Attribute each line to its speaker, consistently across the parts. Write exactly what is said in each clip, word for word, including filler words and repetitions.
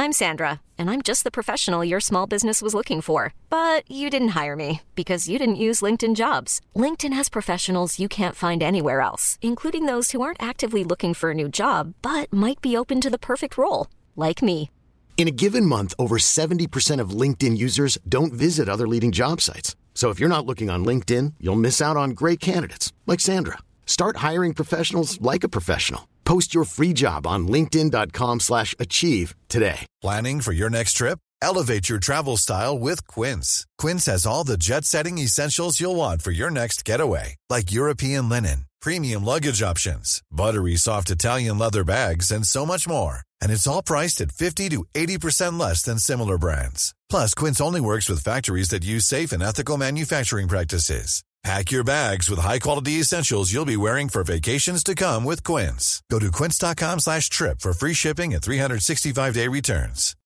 Speaker 1: I'm Sandra, and I'm just the professional your small business was looking for. But you didn't hire me because you didn't use LinkedIn Jobs. LinkedIn has professionals you can't find anywhere else, including those who aren't actively looking for a new job, but might be open to the perfect role, like me.
Speaker 2: In a given month, over seventy percent of LinkedIn users don't visit other leading job sites. So if you're not looking on LinkedIn, you'll miss out on great candidates like Sandra. Start hiring professionals like a professional. Post your free job on linkedin.com slash achieve today.
Speaker 3: Planning for your next trip? Elevate your travel style with Quince. Quince has all the jet-setting essentials you'll want for your next getaway, like European linen, premium luggage options, buttery soft Italian leather bags, and so much more. And it's all priced at fifty to eighty percent less than similar brands. Plus, Quince only works with factories that use safe and ethical manufacturing practices. Pack your bags with high-quality essentials you'll be wearing for vacations to come with Quince. Go to quince.com slash trip for free shipping and three sixty-five day returns.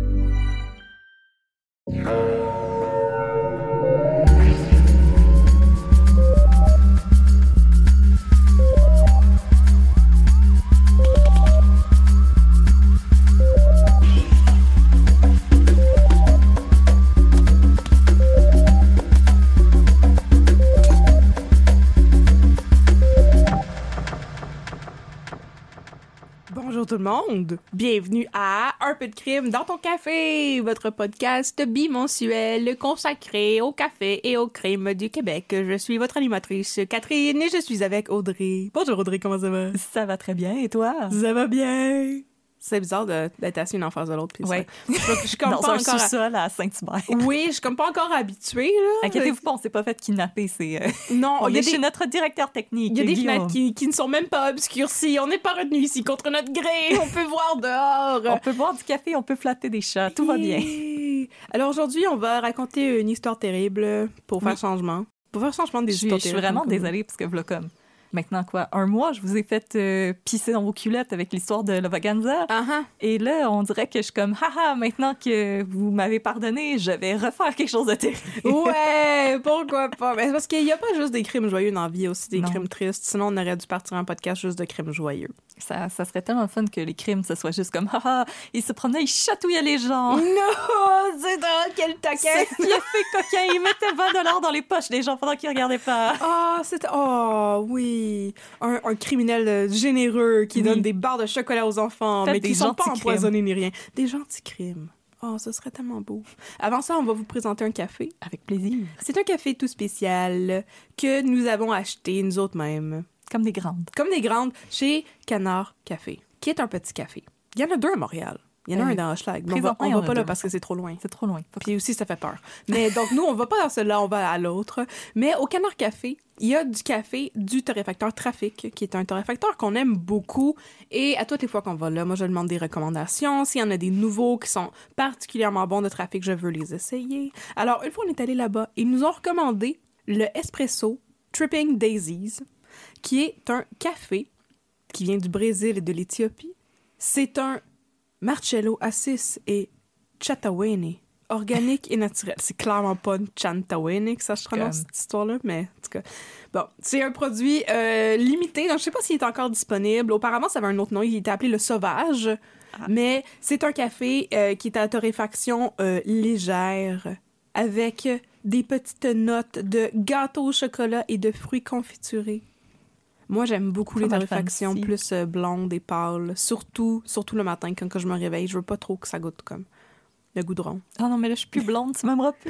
Speaker 4: Bonjour tout le monde, bienvenue à Un peu de crime dans ton café, votre podcast bimensuel consacré au café et au crime du Québec. Je suis votre animatrice Catherine et je suis avec Audrey. Bonjour Audrey, comment ça va?
Speaker 5: Ça va très bien, et toi?
Speaker 4: Ça va bien. C'est bizarre de, d'être assis une en face de l'autre.
Speaker 5: Ouais.
Speaker 4: Je, je suis comme
Speaker 5: dans
Speaker 4: pas
Speaker 5: un
Speaker 4: encore
Speaker 5: sous-sol à Saint-Hubert.
Speaker 4: Oui, je suis comme pas encore habituée. Là.
Speaker 5: Inquiétez-vous pas, on s'est pas fait kidnapper. C'est, euh...
Speaker 4: Non,
Speaker 5: on
Speaker 4: il y a
Speaker 5: est
Speaker 4: des...
Speaker 5: chez notre directeur technique.
Speaker 4: Il y a des
Speaker 5: Guillaume.
Speaker 4: fenêtres qui, qui ne sont même pas obscurcies. On n'est pas retenu ici contre notre gré. On peut voir dehors.
Speaker 5: On peut boire du café, on peut flatter des chats. Tout va bien.
Speaker 4: Alors aujourd'hui, on va raconter une histoire terrible pour faire oui. changement. Pour faire changement des
Speaker 5: je,
Speaker 4: histoires
Speaker 5: je suis
Speaker 4: terribles.
Speaker 5: vraiment désolée parce que voilà comme... Maintenant, quoi, un mois, je vous ai fait euh, pisser dans vos culottes avec l'histoire de Lavaganza.
Speaker 4: Uh-huh.
Speaker 5: Et là, on dirait que je suis comme, haha, maintenant que vous m'avez pardonné, je vais refaire quelque chose de terrible.
Speaker 4: Ouais, pourquoi pas? Mais parce qu'il n'y a pas juste des crimes joyeux dans la vie, il y a aussi des
Speaker 5: non.
Speaker 4: crimes tristes. Sinon, on aurait dû partir un podcast juste de crimes joyeux.
Speaker 5: Ça, ça serait tellement fun que les crimes, ce soit juste comme, haha, il se promenait, il chatouillait les gens.
Speaker 4: Non, c'est drôle, quel taquin!
Speaker 5: C'est fiefé coquin, il mettait vingt dollars dans les poches des gens pendant qu'ils regardaient pas.
Speaker 4: Ah, oh, c'était... Oh, oui! Un, un criminel généreux qui oui. donne des barres de chocolat aux enfants, Faites mais qui ne sont pas empoisonnés ni rien. Des gentils crimes. Oh, ce serait tellement beau. Avant ça, on va vous présenter un café.
Speaker 5: Avec plaisir.
Speaker 4: C'est un café tout spécial que nous avons acheté, nous autres mêmes.
Speaker 5: Comme des grandes.
Speaker 4: Comme des grandes, chez Canard Café, qui est un petit café. Il y en a deux à Montréal. Il y en a euh, un dans Hochelag. On va, on va pas là parce que c'est trop loin.
Speaker 5: C'est trop loin.
Speaker 4: Puis aussi, ça fait peur. Mais donc, nous, on va pas dans celui-là, on va à l'autre. Mais au Canard Café, il y a du café du torréfacteur Trafic, qui est un torréfacteur qu'on aime beaucoup. Et à toutes les fois qu'on va là, moi, je demande des recommandations. S'il y en a des nouveaux qui sont particulièrement bons de Trafic, je veux les essayer. Alors, une fois, on est allé là-bas, ils nous ont recommandé le Espresso Tripping Daisies, qui est un café qui vient du Brésil et de l'Éthiopie. C'est un Marcello Assis et Chatawene, organique et naturel. C'est clairement pas une Chantawene que ça se prononce, cette histoire-là, mais en tout cas... Bon, c'est un produit euh, limité, donc je sais pas s'il est encore disponible. Auparavant, ça avait un autre nom, il était appelé le Sauvage, ah. mais c'est un café euh, qui est à torréfaction euh, légère, avec des petites notes de gâteau au chocolat et de fruits confiturés. Moi, j'aime beaucoup les torréfactions plus euh, blondes et pâles, surtout, surtout le matin, quand, quand je me réveille. Je veux pas trop que ça goûte comme le goudron.
Speaker 5: Ah non, mais là, je suis plus blonde, tu m'aimeras plus.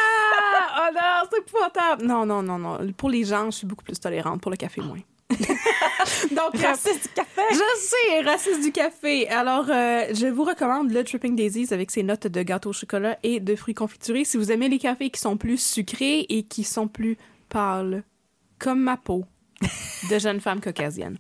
Speaker 4: Ah! Oh non, c'est épouvantable! Non, non, non, non. Pour les gens, je suis beaucoup plus tolérante. Pour le café, moins. Donc,
Speaker 5: raciste du café!
Speaker 4: Je sais, raciste du café. Alors, euh, je vous recommande le Tripping Daisies avec ses notes de gâteau au chocolat et de fruits confiturés. Si vous aimez les cafés qui sont plus sucrés et qui sont plus pâles, comme ma peau de jeune femme caucasienne.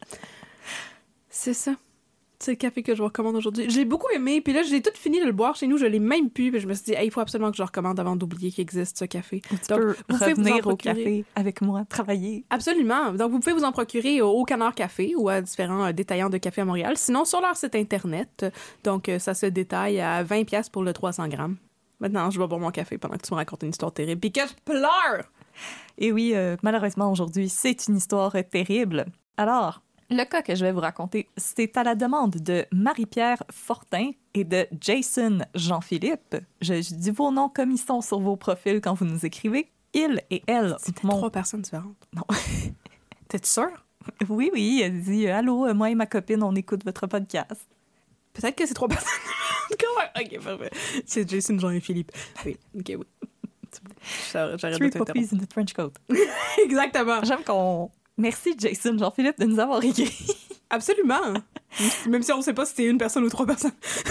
Speaker 4: C'est ça. C'est le café que je vous recommande aujourd'hui. J'ai beaucoup aimé, puis là, j'ai tout fini de le boire chez nous, je l'ai même pu, puis je me suis dit, hey, il faut absolument que je le recommande avant d'oublier qu'il existe ce café.
Speaker 5: Tu Donc, peux vous pouvez revenir vous en au café avec moi, travailler.
Speaker 4: Absolument. Donc, vous pouvez vous en procurer au Canard Café ou à différents détaillants de café à Montréal. Sinon, sur leur site Internet. Donc, ça se détaille à vingt dollars pour le trois cents grammes. Maintenant, je vais boire mon café pendant que tu me racontes une histoire terrible, puis que je pleure!
Speaker 5: Et oui, euh, malheureusement, aujourd'hui, c'est une histoire terrible. Alors, Le cas que je vais vous raconter, c'est à la demande de Marie-Pierre Fortin et de Jason Jean-Philippe. Je, je dis vos noms comme ils sont sur vos profils quand vous nous écrivez. Il et elle.
Speaker 4: C'était
Speaker 5: mon...
Speaker 4: trois personnes différentes.
Speaker 5: Non.
Speaker 4: T'es-tu sûr?
Speaker 5: Oui, oui. Elle dit « Allô, moi et ma copine, on écoute votre podcast. »
Speaker 4: Peut-être que c'est trois personnes différentes. OK, parfait. C'est Jason, Jean et Philippe. Oui, OK, oui. J'arrête de
Speaker 5: Three
Speaker 4: t'interrompre.
Speaker 5: puppies in a trench coat.
Speaker 4: Exactement.
Speaker 5: J'aime qu'on... Merci, Jason Jean-Philippe, de nous avoir écrit.
Speaker 4: Absolument. Même si on ne sait pas si c'est une personne ou trois personnes.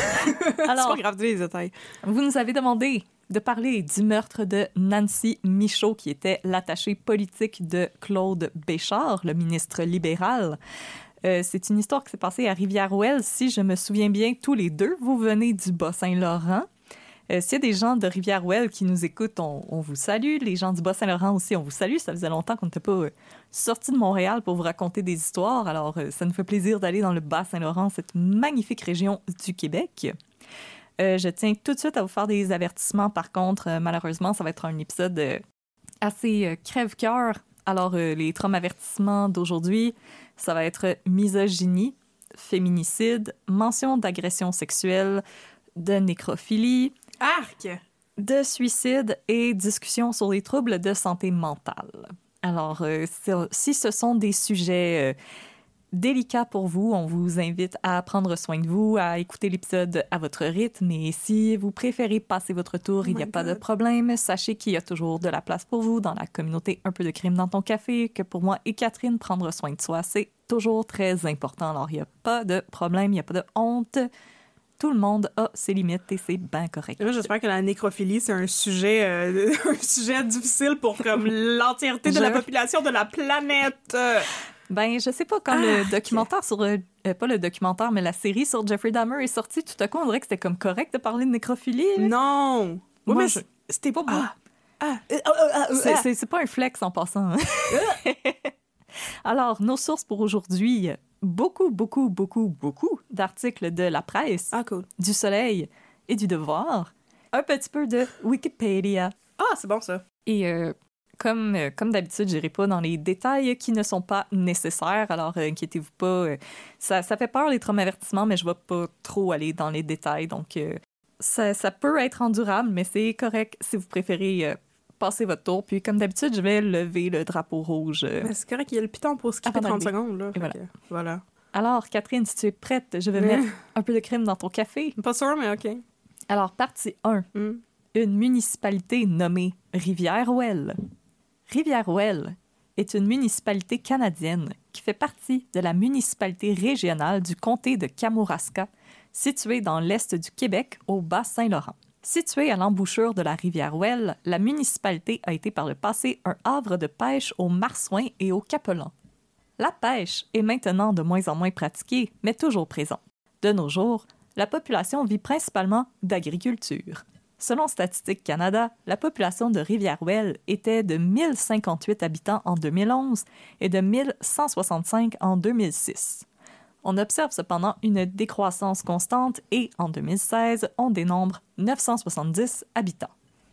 Speaker 5: Alors,
Speaker 4: c'est pas grave, dis les détails.
Speaker 5: Vous nous avez demandé de parler du meurtre de Nancy Michaud, qui était l'attaché politique de Claude Béchard, le ministre libéral. Euh, c'est une histoire qui s'est passée à Rivière-Ouelle. Si je me souviens bien, tous les deux, vous venez du Bas-Saint-Laurent. Euh, S'il y a des gens de Rivière-Ouelle qui nous écoutent, on, on vous salue. Les gens du Bas-Saint-Laurent aussi, on vous salue. Ça faisait longtemps qu'on n'était pas euh, sortis de Montréal pour vous raconter des histoires. Alors, euh, ça nous fait plaisir d'aller dans le Bas-Saint-Laurent, cette magnifique région du Québec. Euh, je tiens tout de suite à vous faire des avertissements. Par contre, euh, malheureusement, ça va être un épisode euh, assez euh, crève-cœur. Alors, euh, les traumas-avertissements d'aujourd'hui, ça va être misogynie, féminicide, mention d'agression sexuelle, de nécrophilie,
Speaker 4: Arc!
Speaker 5: de suicide et discussion sur les troubles de santé mentale. Alors, euh, si ce sont des sujets euh, délicats pour vous, on vous invite à prendre soin de vous, à écouter l'épisode à votre rythme. Et si vous préférez passer votre tour,
Speaker 4: Oh
Speaker 5: il n'y a pas de problème. Sachez qu'il y a toujours de la place pour vous dans la communauté Un peu de crime dans ton café, que pour moi et Catherine, prendre soin de soi, c'est toujours très important. Alors, il n'y a pas de problème, il n'y a pas de honte. Tout le monde a ses limites et c'est bien correct.
Speaker 4: Et moi, j'espère que la nécrophilie, c'est un sujet, euh, un sujet difficile pour comme l'entièreté de
Speaker 5: Je...
Speaker 4: la population de la planète.
Speaker 5: Ben, je sais pas, quand ah, le documentaire sur... Euh, pas le documentaire, mais la série sur Jeffrey Dahmer est sortie, tout à coup, on dirait que c'était comme correct de parler de nécrophilie. Là.
Speaker 4: Non! Oui,
Speaker 5: moi,
Speaker 4: mais
Speaker 5: je...
Speaker 4: c'était pas... Ah!
Speaker 5: Ah! Euh, euh, euh, c'est, ah. C'est, c'est pas un flex en passant. Hein? Alors, nos sources pour aujourd'hui... Beaucoup, beaucoup, beaucoup, beaucoup d'articles de La Presse,
Speaker 4: ah, cool.
Speaker 5: du Soleil et du Devoir. Un petit peu de Wikipédia.
Speaker 4: Ah, c'est bon, ça.
Speaker 5: Et euh, comme, euh, comme d'habitude, je n'irai pas dans les détails qui ne sont pas nécessaires. Alors, euh, inquiétez-vous pas. Euh, ça, ça fait peur, les traumas-avertissements, mais je ne vais pas trop aller dans les détails. Donc, euh, ça, ça peut être endurable, mais c'est correct si vous préférez... Euh, passez votre tour, puis comme d'habitude, je vais lever le drapeau rouge.
Speaker 4: Mais c'est correct, il y a le piton pour skipper trente secondes. Là,
Speaker 5: voilà.
Speaker 4: Que, voilà.
Speaker 5: Alors, Catherine, si tu es prête, je vais mais... mettre un peu de crème dans ton café.
Speaker 4: Pas sûr, mais OK.
Speaker 5: Alors, partie un. Mm. Une municipalité nommée Rivière-Ouelle. Rivière-Ouelle est une municipalité canadienne qui fait partie de la municipalité régionale du comté de Kamouraska, située dans l'est du Québec, au Bas-Saint-Laurent. Située à l'embouchure de la rivière Ouelle, la municipalité a été par le passé un havre de pêche aux marsouins et aux capelans. La pêche est maintenant de moins en moins pratiquée, mais toujours présente. De nos jours, la population vit principalement d'agriculture. Selon Statistique Canada, la population de Rivière-Ouelle était de mille cinquante-huit habitants en deux mille onze et de mille cent soixante-cinq en deux mille six. On observe cependant une décroissance constante et, en deux mille seize, on dénombre neuf cent soixante-dix habitants.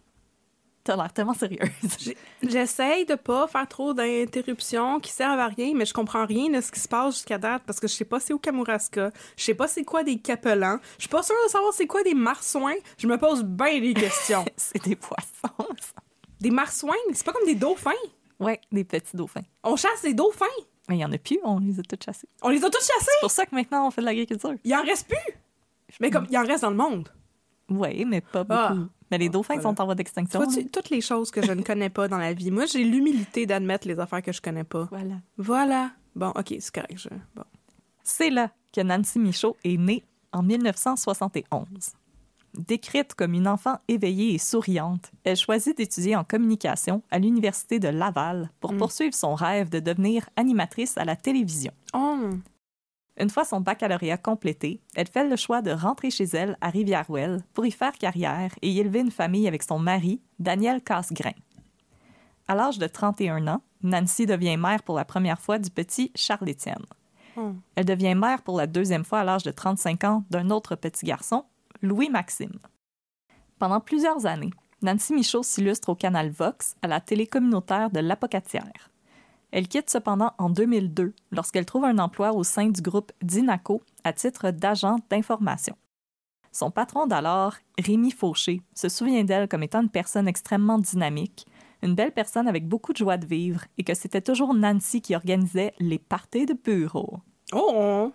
Speaker 5: T'as l'air tellement sérieuse.
Speaker 4: J'essaye de pas faire trop d'interruptions qui servent à rien, mais je comprends rien de ce qui se passe jusqu'à date parce que je sais pas c'est où Kamouraska, je sais pas c'est quoi des capelans, je suis pas sûre de savoir c'est quoi des marsouins, je me pose bien des questions.
Speaker 5: C'est des poissons, ça.
Speaker 4: Des marsouins? C'est pas comme des dauphins?
Speaker 5: Ouais, des petits dauphins.
Speaker 4: On chasse des dauphins?
Speaker 5: Mais il y en a plus, on les a tous chassés.
Speaker 4: On les a tous chassés?
Speaker 5: C'est pour ça que maintenant on fait de l'agriculture.
Speaker 4: Il en reste plus? Mais comme, il en reste dans le monde.
Speaker 5: Oui, mais pas beaucoup. Ah. Mais les dauphins voilà. sont en voie d'extinction.
Speaker 4: Toi, tu, toutes les choses que je ne connais pas dans la vie. Moi, j'ai l'humilité d'admettre les affaires que je connais pas.
Speaker 5: Voilà.
Speaker 4: Voilà. Bon, OK, c'est correct. Je... Bon.
Speaker 5: C'est là que Nancy Michaud est née en mille neuf cent soixante et onze. Décrite comme une enfant éveillée et souriante, elle choisit d'étudier en communication à l'Université de Laval pour mm. poursuivre son rêve de devenir animatrice à la télévision.
Speaker 4: Oh.
Speaker 5: Une fois son baccalauréat complété, elle fait le choix de rentrer chez elle à Rivière-Ouelle pour y faire carrière et y élever une famille avec son mari, Daniel Casgrain. À l'âge de trente et un ans, Nancy devient mère pour la première fois du petit Charles-Étienne. Mm. Elle devient mère pour la deuxième fois à l'âge de trente-cinq ans d'un autre petit garçon, Louis-Maxime. Pendant plusieurs années, Nancy Michaud s'illustre au canal Vox, à la télé communautaire de l'Apocatière. Elle quitte cependant en deux mille deux lorsqu'elle trouve un emploi au sein du groupe Dinaco à titre d'agent d'information. Son patron d'alors, Rémi Fauché, se souvient d'elle comme étant une personne extrêmement dynamique, une belle personne avec beaucoup de joie de vivre et que c'était toujours Nancy qui organisait les parties de bureau.
Speaker 4: Oh!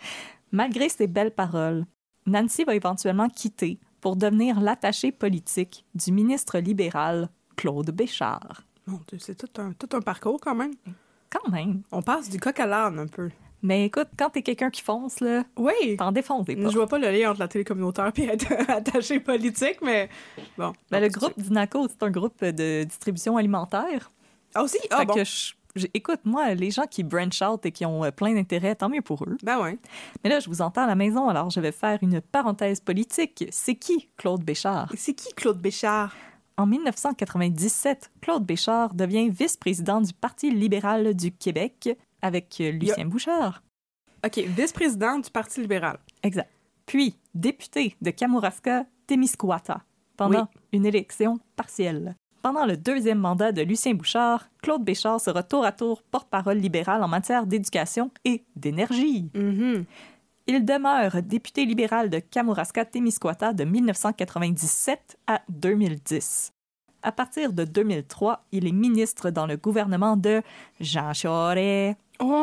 Speaker 5: Malgré ces belles paroles, Nancy va éventuellement quitter pour devenir l'attachée politique du ministre libéral Claude Béchard.
Speaker 4: Mon Dieu, c'est tout un, tout un parcours quand même.
Speaker 5: Quand même.
Speaker 4: On passe du coq à l'âne un peu.
Speaker 5: Mais écoute, quand t'es quelqu'un qui fonce, là,
Speaker 4: Oui!
Speaker 5: t'en défonces des
Speaker 4: Je
Speaker 5: pas.
Speaker 4: vois pas le lien entre la télé communautaire et être attaché politique, mais bon.
Speaker 5: Ben, le groupe Dinaco, c'est un groupe de distribution alimentaire.
Speaker 4: Ah aussi? Ah
Speaker 5: Fait
Speaker 4: bon.
Speaker 5: que je- je- écoute, moi, les gens qui branch out et qui ont euh, plein d'intérêts, tant mieux pour eux.
Speaker 4: Ben ouais.
Speaker 5: Mais là, je vous entends à la maison, alors je vais faire une parenthèse politique. C'est qui Claude Béchard?
Speaker 4: C'est qui Claude Béchard?
Speaker 5: En dix-neuf cent quatre-vingt-dix-sept, Claude Béchard devient vice-président du Parti libéral du Québec avec euh, Lucien Bouchard.
Speaker 4: OK, vice-président du Parti libéral.
Speaker 5: Exact. Puis, député de Kamouraska-Témiscouata pendant
Speaker 4: Oui.
Speaker 5: une élection partielle. Pendant le deuxième mandat de Lucien Bouchard, Claude Béchard sera tour à tour porte-parole libéral en matière d'éducation et d'énergie.
Speaker 4: Mhm.
Speaker 5: Il demeure député libéral de Kamouraska-Témiscouata de dix-neuf cent quatre-vingt-dix-sept à deux mille dix. À partir de deux mille trois, il est ministre dans le gouvernement de Jean Charest.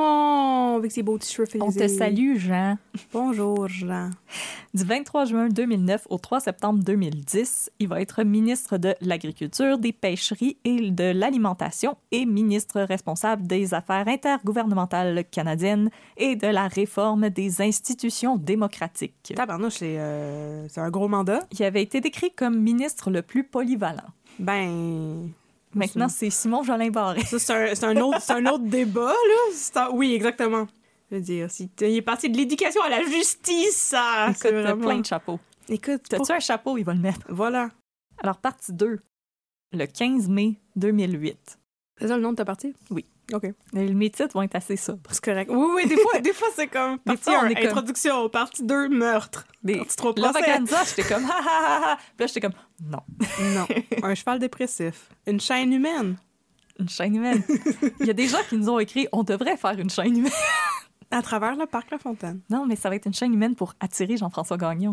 Speaker 4: Oh, avec ses beaux petits cheveux frisés.
Speaker 5: On te salue, Jean.
Speaker 4: Bonjour, Jean.
Speaker 5: Du vingt-trois juin deux mille neuf au trois septembre deux mille dix, il va être ministre de l'Agriculture, des Pêcheries et de l'Alimentation et ministre responsable des Affaires intergouvernementales canadiennes et de la réforme des institutions démocratiques.
Speaker 4: Tabarnouche, c'est euh, c'est un gros mandat.
Speaker 5: Il avait été décrit comme ministre le plus polyvalent.
Speaker 4: Ben...
Speaker 5: Maintenant, c'est Simon Jolin Barré.
Speaker 4: Ça, c'est un, c'est un, autre, c'est un autre débat, là. C'est un- Oui, exactement. Je veux dire, si t- il est passé de l'éducation à la justice, ça...
Speaker 5: Écoute,
Speaker 4: c'est
Speaker 5: t'as
Speaker 4: vraiment-
Speaker 5: plein de chapeaux.
Speaker 4: Écoute,
Speaker 5: T'as-tu
Speaker 4: pour-
Speaker 5: un chapeau, il va le mettre.
Speaker 4: Voilà.
Speaker 5: Alors, partie deux, le quinze mai deux mille huit.
Speaker 4: C'est ça le nom de ta partie?
Speaker 5: Oui.
Speaker 4: OK.
Speaker 5: Et mes titres vont être assez sobres.
Speaker 4: C'est correct. Oui, oui, des fois, des fois c'est comme
Speaker 5: Des
Speaker 4: partie
Speaker 5: fois, on
Speaker 4: un,
Speaker 5: est comme-
Speaker 4: introduction, partie deux, meurtre.
Speaker 5: Des...
Speaker 4: Partie trois,
Speaker 5: La
Speaker 4: procès.
Speaker 5: vacanza, j'étais comme ha ha ha ha. Puis là, j'étais comme non.
Speaker 4: Non. Un cheval dépressif. Une chaîne humaine.
Speaker 5: Une chaîne humaine. Il y a des gens qui nous ont écrit on devrait faire une chaîne humaine.
Speaker 4: À travers le parc La Fontaine.
Speaker 5: Non, mais ça va être une chaîne humaine pour attirer Jean-François Gagnon.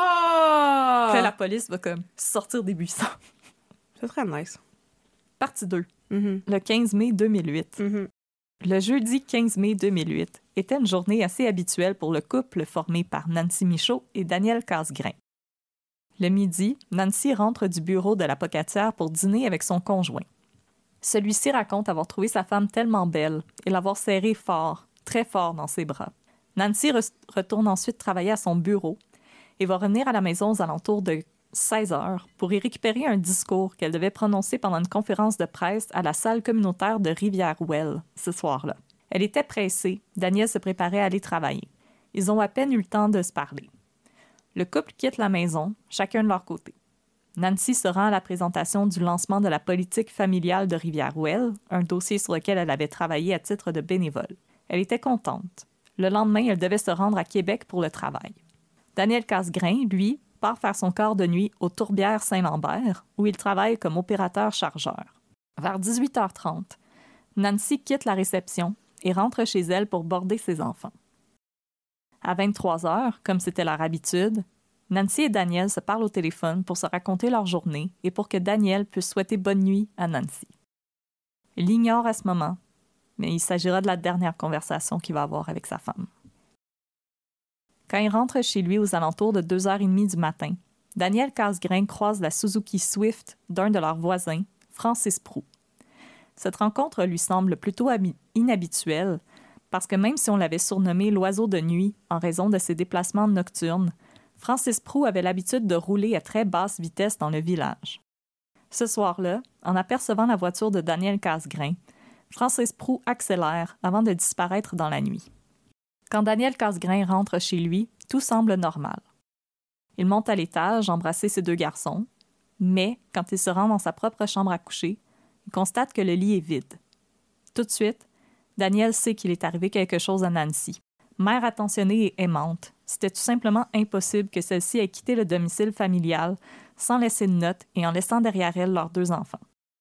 Speaker 4: Oh!
Speaker 5: Puis là, la police va comme sortir des buissons.
Speaker 4: Ce serait nice.
Speaker 5: Partie deux,
Speaker 4: Mhm.
Speaker 5: le quinze mai deux mille huit.
Speaker 4: Mhm.
Speaker 5: Le jeudi quinze mai deux mille huit était une journée assez habituelle pour le couple formé par Nancy Michaud et Daniel Casgrain. Le midi, Nancy rentre du bureau de l'apocatière pour dîner avec son conjoint. Celui-ci raconte avoir trouvé sa femme tellement belle et l'avoir serrée fort, très fort dans ses bras. Nancy re- retourne ensuite travailler à son bureau et va revenir à la maison aux alentours de seize heures pour y récupérer un discours qu'elle devait prononcer pendant une conférence de presse à la salle communautaire de Rivière-Ouelle ce soir-là. Elle était pressée, Daniel se préparait à aller travailler. Ils ont à peine eu le temps de se parler. Le couple quitte la maison, chacun de leur côté. Nancy se rend à la présentation du lancement de la politique familiale de Rivière-Ouelle, un dossier sur lequel elle avait travaillé à titre de bénévole. Elle était contente. Le lendemain, elle devait se rendre à Québec pour le travail. Daniel Casgrain, lui, part faire son quart de nuit au Tourbière Saint-Lambert, où il travaille comme opérateur-chargeur. Vers dix-huit heures trente, Nancy quitte la réception et rentre chez elle pour border ses enfants. À vingt-trois heures, comme c'était leur habitude, Nancy et Daniel se parlent au téléphone pour se raconter leur journée et pour que Daniel puisse souhaiter bonne nuit à Nancy. Il l'ignore à ce moment, mais il s'agira de la dernière conversation qu'il va avoir avec sa femme. Quand il rentre chez lui aux alentours de deux heures trente du matin, Daniel Casgrain croise la Suzuki Swift d'un de leurs voisins, Francis Proulx. Cette rencontre lui semble plutôt habi- inhabituelle parce que même si on l'avait surnommé l'oiseau de nuit en raison de ses déplacements nocturnes, Francis Proulx avait l'habitude de rouler à très basse vitesse dans le village. Ce soir-là, en apercevant la voiture de Daniel Casgrain, Francis Proulx accélère avant de disparaître dans la nuit. Quand Daniel Casgrain rentre chez lui, tout semble normal. Il monte à l'étage, embrasser ses deux garçons, mais quand il se rend dans sa propre chambre à coucher, il constate que le lit est vide. Tout de suite, Daniel sait qu'il est arrivé quelque chose à Nancy. Mère attentionnée et aimante, c'était tout simplement impossible que celle-ci ait quitté le domicile familial sans laisser de note et en laissant derrière elle leurs deux enfants.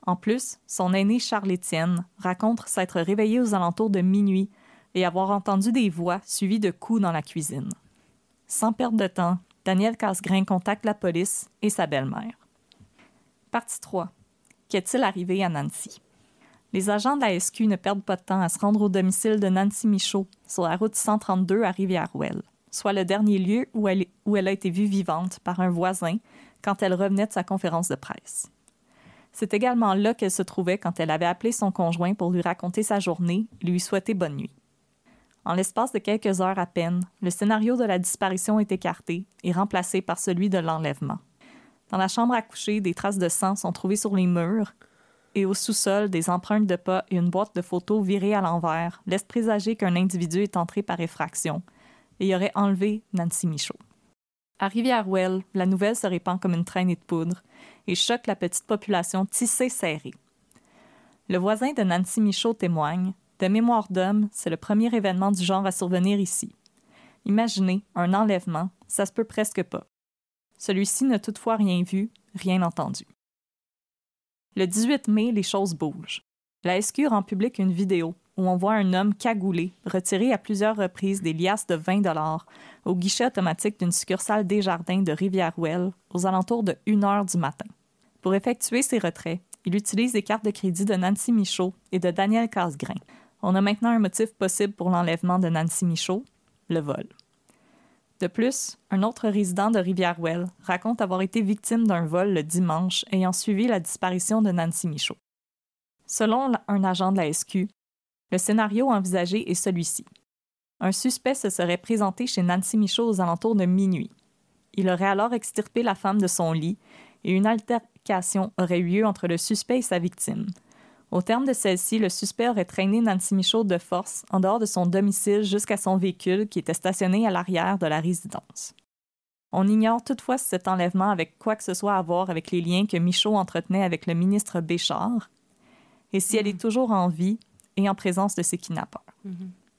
Speaker 5: En plus, son aîné Charles-Étienne raconte s'être réveillé aux alentours de minuit et avoir entendu des voix suivies de coups dans la cuisine. Sans perdre de temps, Daniel Casgrain contacte la police et sa belle-mère. Partie trois. Qu'est-il arrivé à Nancy? Les agents de la S Q ne perdent pas de temps à se rendre au domicile de Nancy Michaud sur la route cent trente-deux à Rivière-Ouelle, soit le dernier lieu où elle, où elle a été vue vivante par un voisin quand elle revenait de sa conférence de presse. C'est également là qu'elle se trouvait quand elle avait appelé son conjoint pour lui raconter sa journée et lui souhaiter bonne nuit. En l'espace de quelques heures à peine, le scénario de la disparition est écarté et remplacé par celui de l'enlèvement. Dans la chambre à coucher, des traces de sang sont trouvées sur les murs et au sous-sol, des empreintes de pas et une boîte de photos virée à l'envers laissent présager qu'un individu est entré par effraction et y aurait enlevé Nancy Michaud. À Rivière-Ouelle, la nouvelle se répand comme une traînée de poudre et choque la petite population tissée serrée. Le voisin de Nancy Michaud témoigne « De mémoire d'homme, c'est le premier événement du genre à survenir ici. Imaginez, un enlèvement, ça se peut presque pas. Celui-ci n'a toutefois rien vu, rien entendu. » Le dix-huit mai, les choses bougent. La S Q rend publique une vidéo où on voit un homme cagoulé retirer à plusieurs reprises des liasses de vingt dollars au guichet automatique d'une succursale Desjardins de Rivière-Ouelle aux alentours de une heure du matin. Pour effectuer ces retraits, il utilise les cartes de crédit de Nancy Michaud et de Daniel Casgrain. On a maintenant un motif possible pour l'enlèvement de Nancy Michaud, le vol. De plus, un autre résident de Rivière-Ouelle raconte avoir été victime d'un vol le dimanche ayant suivi la disparition de Nancy Michaud. Selon un agent de la S Q, le scénario envisagé est celui-ci. Un suspect se serait présenté chez Nancy Michaud aux alentours de minuit. Il aurait alors extirpé la femme de son lit et une altercation aurait eu lieu entre le suspect et sa victime. Au terme de celle-ci, le suspect aurait traîné Nancy Michaud de force en dehors de son domicile jusqu'à son véhicule qui était stationné à l'arrière de la résidence. On ignore toutefois si cet enlèvement avait quoi que ce soit à voir avec les liens que Michaud entretenait avec le ministre Béchard et si mmh. elle est toujours en vie et en présence de ses kidnappeurs. Mmh.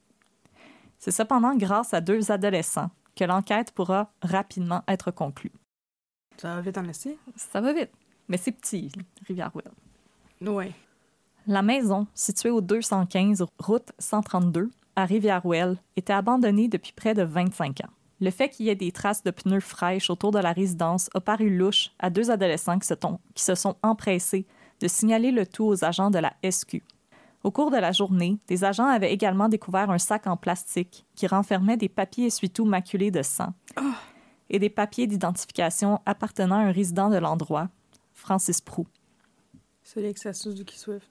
Speaker 5: C'est cependant grâce à deux adolescents que l'enquête pourra rapidement être conclue.
Speaker 4: Ça va vite en laisser?
Speaker 5: Ça va vite, mais c'est petit, Rivière-Ouelle.
Speaker 4: Oui.
Speaker 5: La maison, située au deux cent quinze route cent trente-deux, à Rivière-Ouelle, était abandonnée depuis près de vingt-cinq ans. Le fait qu'il y ait des traces de pneus fraîches autour de la résidence a paru louche à deux adolescents qui se, ton, qui se sont empressés de signaler le tout aux agents de la S Q. Au cours de la journée, des agents avaient également découvert un sac en plastique qui renfermait des papiers essuie-tout maculés de sang oh. et des papiers d'identification appartenant à un résident de l'endroit, Francis Proulx.
Speaker 4: Celui avec sa Suzuki Swift.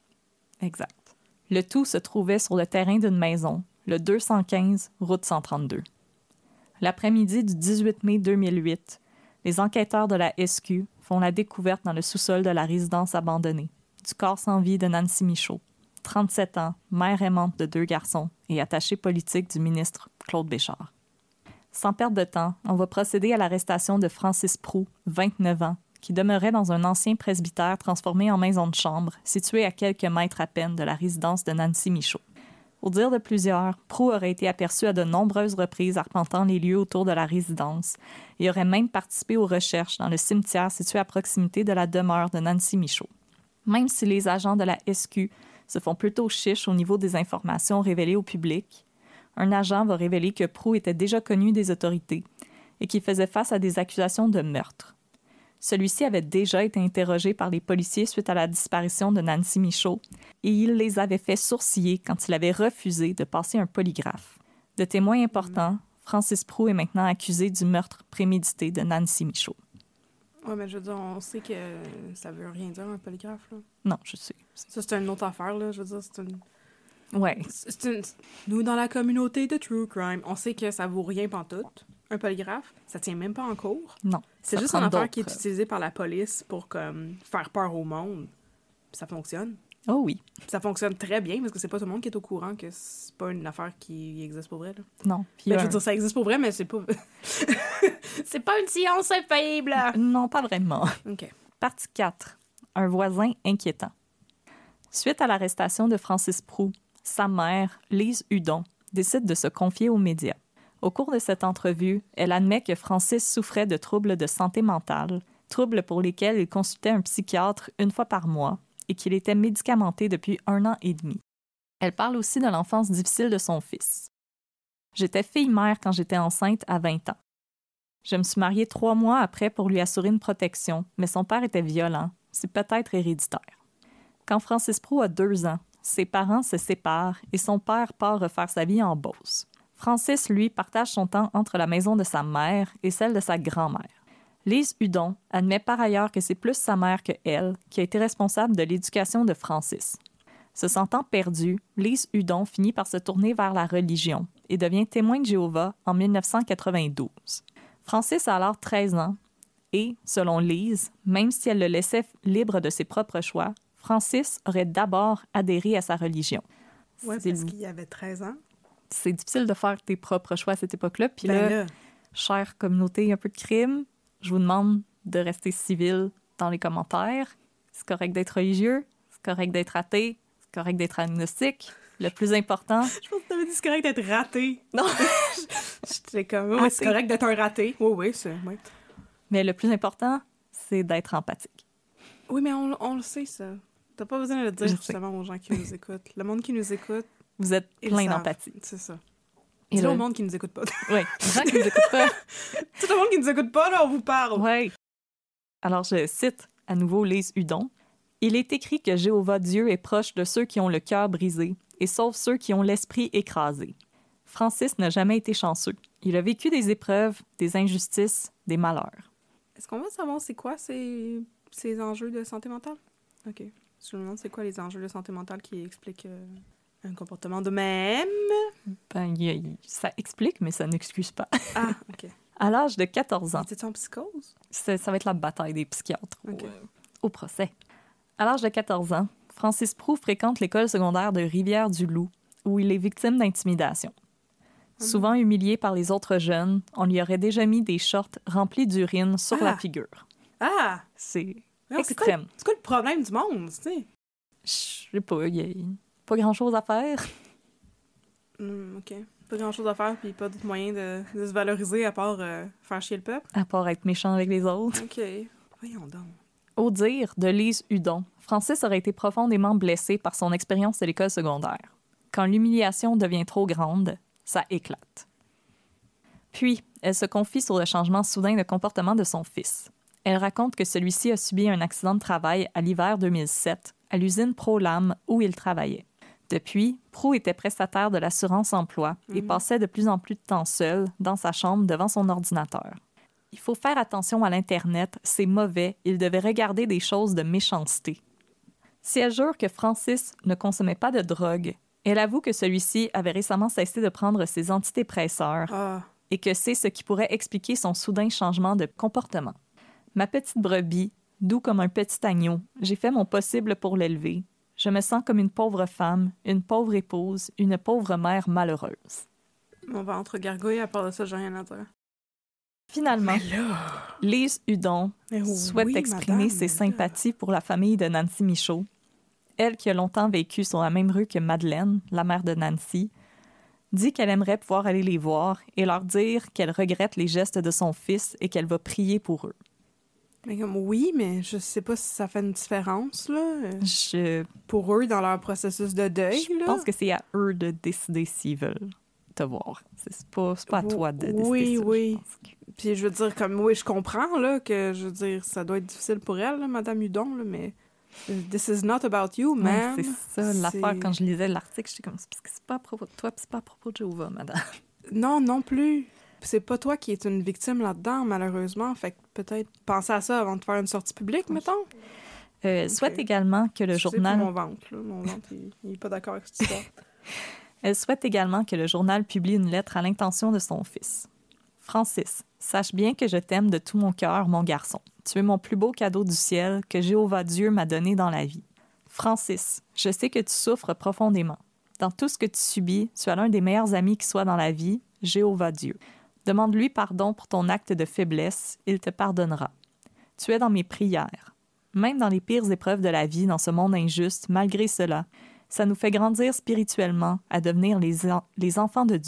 Speaker 5: Exact. Le tout se trouvait sur le terrain d'une maison, le deux cent quinze route cent trente-deux. L'après-midi du dix-huit mai deux mille huit, les enquêteurs de la S Q font la découverte dans le sous-sol de la résidence abandonnée du corps sans vie de Nancy Michaud, trente-sept ans, mère aimante de deux garçons et attachée politique du ministre Claude Béchard. Sans perdre de temps, on va procéder à l'arrestation de Francis Proulx, vingt-neuf ans, qui demeurait dans un ancien presbytère transformé en maison de chambre, situé à quelques mètres à peine de la résidence de Nancy Michaud. Au dire de plusieurs, Proulx aurait été aperçu à de nombreuses reprises arpentant les lieux autour de la résidence et aurait même participé aux recherches dans le cimetière situé à proximité de la demeure de Nancy Michaud. Même si les agents de la S Q se font plutôt chiches au niveau des informations révélées au public, un agent va révéler que Proulx était déjà connu des autorités et qu'il faisait face à des accusations de meurtre. Celui-ci avait déjà été interrogé par les policiers suite à la disparition de Nancy Michaud et il les avait fait sourciller quand il avait refusé de passer un polygraphe. De témoin important, Francis Proulx est maintenant accusé du meurtre prémédité de Nancy Michaud.
Speaker 4: Oui, mais je veux dire, on sait que ça veut rien dire, un polygraphe, là.
Speaker 5: Non, je sais.
Speaker 4: Ça, c'est une autre affaire, là. Je veux dire, c'est une...
Speaker 5: Ouais.
Speaker 4: C'est une... Nous, dans la communauté de True Crime, on sait que ça vaut rien pantoute. Un polygraphe, ça tient même pas en cours.
Speaker 5: Non.
Speaker 4: C'est juste une affaire qui est utilisée par la police pour comme, faire peur au monde. Puis ça fonctionne.
Speaker 5: Oh oui.
Speaker 4: Puis ça fonctionne très bien parce que c'est pas tout le monde qui est au courant que c'est pas une affaire qui existe pour vrai. Là.
Speaker 5: Non.
Speaker 4: Ben,
Speaker 5: un...
Speaker 4: Je veux dire, ça existe pour vrai, mais c'est pas... c'est pas une science infaillible.
Speaker 5: Non, pas vraiment.
Speaker 4: OK.
Speaker 5: Partie quatre. Un voisin inquiétant. Suite à l'arrestation de Francis Proulx, sa mère, Lise Hudon, décide de se confier aux médias. Au cours de cette entrevue, elle admet que Francis souffrait de troubles de santé mentale, troubles pour lesquels il consultait un psychiatre une fois par mois et qu'il était médicamenté depuis un an et demi. Elle parle aussi de l'enfance difficile de son fils. « J'étais fille-mère quand j'étais enceinte à vingt ans. Je me suis mariée trois mois après pour lui assurer une protection, mais son père était violent. C'est peut-être héréditaire. Quand Francis Prou a deux ans, ses parents se séparent et son père part refaire sa vie en Beauce. Francis, lui, partage son temps entre la maison de sa mère et celle de sa grand-mère. Lise Hudon admet par ailleurs que c'est plus sa mère que elle qui a été responsable de l'éducation de Francis. Se sentant perdue, Lise Hudon finit par se tourner vers la religion et devient témoin de Jéhovah en dix-neuf cent quatre-vingt-douze. Francis a alors treize ans et, selon Lise, même si elle le laissait libre de ses propres choix, Francis aurait d'abord adhéré à sa religion.
Speaker 4: Oui,
Speaker 5: C'est-
Speaker 4: parce qu'il avait treize ans.
Speaker 5: C'est difficile de faire tes propres choix à cette époque-là. Puis
Speaker 4: Ben
Speaker 5: là,
Speaker 4: là,
Speaker 5: chère communauté un peu de crime, je vous demande de rester civil dans les commentaires. C'est correct d'être religieux, c'est correct d'être athée, c'est correct d'être agnostique. Le plus important...
Speaker 4: je pense que t'avais dit c'est correct d'être raté.
Speaker 5: Non!
Speaker 4: J'étais comme, oui, c'est
Speaker 5: Raté.
Speaker 4: correct d'être un raté. Oui, oui, c'est... Oui,
Speaker 5: Mais le plus important, c'est d'être empathique.
Speaker 4: oui mais on, on le sait, ça. T'as pas besoin de le dire,
Speaker 5: Je sais.
Speaker 4: justement, aux gens qui nous écoutent. Le monde qui nous écoute,
Speaker 5: Vous êtes
Speaker 4: ils
Speaker 5: plein
Speaker 4: le savent.
Speaker 5: d'empathie.
Speaker 4: C'est ça.
Speaker 5: Et
Speaker 4: Dis-le
Speaker 5: le-
Speaker 4: au monde qui nous écoute pas.
Speaker 5: Oui, les gens qui nous écoutent pas.
Speaker 4: Tout le monde qui nous écoute pas, là, on vous parle.
Speaker 5: Oui. Alors, je cite à nouveau Lise Hudon. « Il est écrit que Jéhovah Dieu est proche de ceux qui ont le cœur brisé et sauve ceux qui ont l'esprit écrasé. Francis n'a jamais été chanceux. Il a vécu des épreuves, des injustices, des malheurs.
Speaker 4: Est-ce qu'on va savoir c'est quoi ces, ces enjeux de santé mentale? OK. Je me demande c'est quoi les enjeux de santé mentale qui expliquent euh, un comportement de même.
Speaker 5: Ben, il y a- il- ça explique, mais ça n'excuse pas.
Speaker 4: Ah, OK.
Speaker 5: À l'âge de quatorze ans,
Speaker 4: Était-tu en psychose?
Speaker 5: ça, ça va être la bataille des psychiatres au,
Speaker 4: OK.
Speaker 5: euh, au procès. À l'âge de quatorze ans, Francis Prou fréquente l'école secondaire de Rivière-du-Loup, où il est victime d'intimidation. Souvent humilié par les autres jeunes, on lui aurait déjà mis des shorts remplis d'urine sur
Speaker 4: Ah!
Speaker 5: la figure.
Speaker 4: Ah!
Speaker 5: C'est
Speaker 4: Non, c'est quoi,
Speaker 5: extrême.
Speaker 4: c'est quoi le problème du monde, tu sais?
Speaker 5: Je sais pas, il y a pas grand-chose à faire.
Speaker 4: Hmm, OK. Pas grand-chose à faire, puis pas d'autre moyen de, de se valoriser à part euh, faire chier le peuple.
Speaker 5: À part être méchant avec les autres.
Speaker 4: OK. Voyons donc.
Speaker 5: Au dire de Lise Hudon, Francis aurait été profondément blessé par son expérience de l'école secondaire. Quand l'humiliation devient trop grande, ça éclate. Puis, elle se confie sur le changement soudain de comportement de son fils. Elle raconte que celui-ci a subi un accident de travail à l'hiver deux mille sept à l'usine ProLam où il travaillait. Depuis, Prou était prestataire de l'assurance-emploi et passait de plus en plus de temps seul dans sa chambre devant son ordinateur. Il faut faire attention à l'Internet, c'est mauvais, il devait regarder des choses de méchanceté. Si elle jure que Francis ne consommait pas de drogue, elle avoue que celui-ci avait récemment cessé de prendre ses antidépresseurs
Speaker 4: Ah.
Speaker 5: et que c'est ce qui pourrait expliquer son soudain changement de comportement. Ma petite brebis, doux comme un petit agneau, j'ai fait mon possible pour l'élever. Je me sens comme une pauvre femme, une pauvre épouse, une pauvre mère malheureuse.
Speaker 4: Mon ventre gargouille, à part de ça, j'ai rien à dire.
Speaker 5: Finalement, Lise Hudon
Speaker 4: Mais oui,
Speaker 5: souhaite exprimer
Speaker 4: madame,
Speaker 5: ses
Speaker 4: mais là.
Speaker 5: sympathies pour la famille de Nancy Michaud. Elle, qui a longtemps vécu sur la même rue que Madeleine, la mère de Nancy, dit qu'elle aimerait pouvoir aller les voir et leur dire qu'elle regrette les gestes de son fils et qu'elle va prier pour eux.
Speaker 4: Mais comme, oui, mais je sais pas si ça fait une différence, là, euh,
Speaker 5: Je,
Speaker 4: pour eux, dans leur processus de deuil,
Speaker 5: je
Speaker 4: là.
Speaker 5: pense que c'est à eux de décider s'ils veulent te voir. C'est pas, c'est pas à toi de décider
Speaker 4: Oui,
Speaker 5: ça, je
Speaker 4: oui.
Speaker 5: pense que-
Speaker 4: Puis je veux dire, comme, oui, je comprends, là, que, je veux dire, ça doit être difficile pour elle, là, Madame Hudon, là, mais euh, this is not about you,
Speaker 5: Ouais,
Speaker 4: man.
Speaker 5: c'est ça, l'affaire.
Speaker 4: C'est-
Speaker 5: Quand je lisais l'article, j'étais comme, c'est parce que c'est pas à propos de toi, puis c'est pas à propos de Jéhovah, madame.
Speaker 4: Non, non plus. C'est pas toi qui es une victime là-dedans, malheureusement. Fait que peut-être penser à ça avant de faire une sortie publique, mettons.
Speaker 5: Euh, elle souhaite également que le
Speaker 4: Je sais
Speaker 5: journal...
Speaker 4: pour mon ventre, là. Mon ventre, il, il est pas d'accord avec cette histoire.
Speaker 5: Elle souhaite également que le journal publie une lettre à l'intention de son fils. Francis, sache bien que je t'aime de tout mon cœur, mon garçon. Tu es mon plus beau cadeau du ciel que Jéhovah Dieu m'a donné dans la vie. Francis, je sais que tu souffres profondément. Dans tout ce que tu subis, tu as l'un des meilleurs amis qui soit dans la vie, Jéhovah Dieu. Demande-lui pardon pour ton acte de faiblesse, il te pardonnera. Tu es dans mes prières. Même dans les pires épreuves de la vie, dans ce monde injuste, malgré cela, ça nous fait grandir spirituellement à devenir les, en- les enfants de Dieu.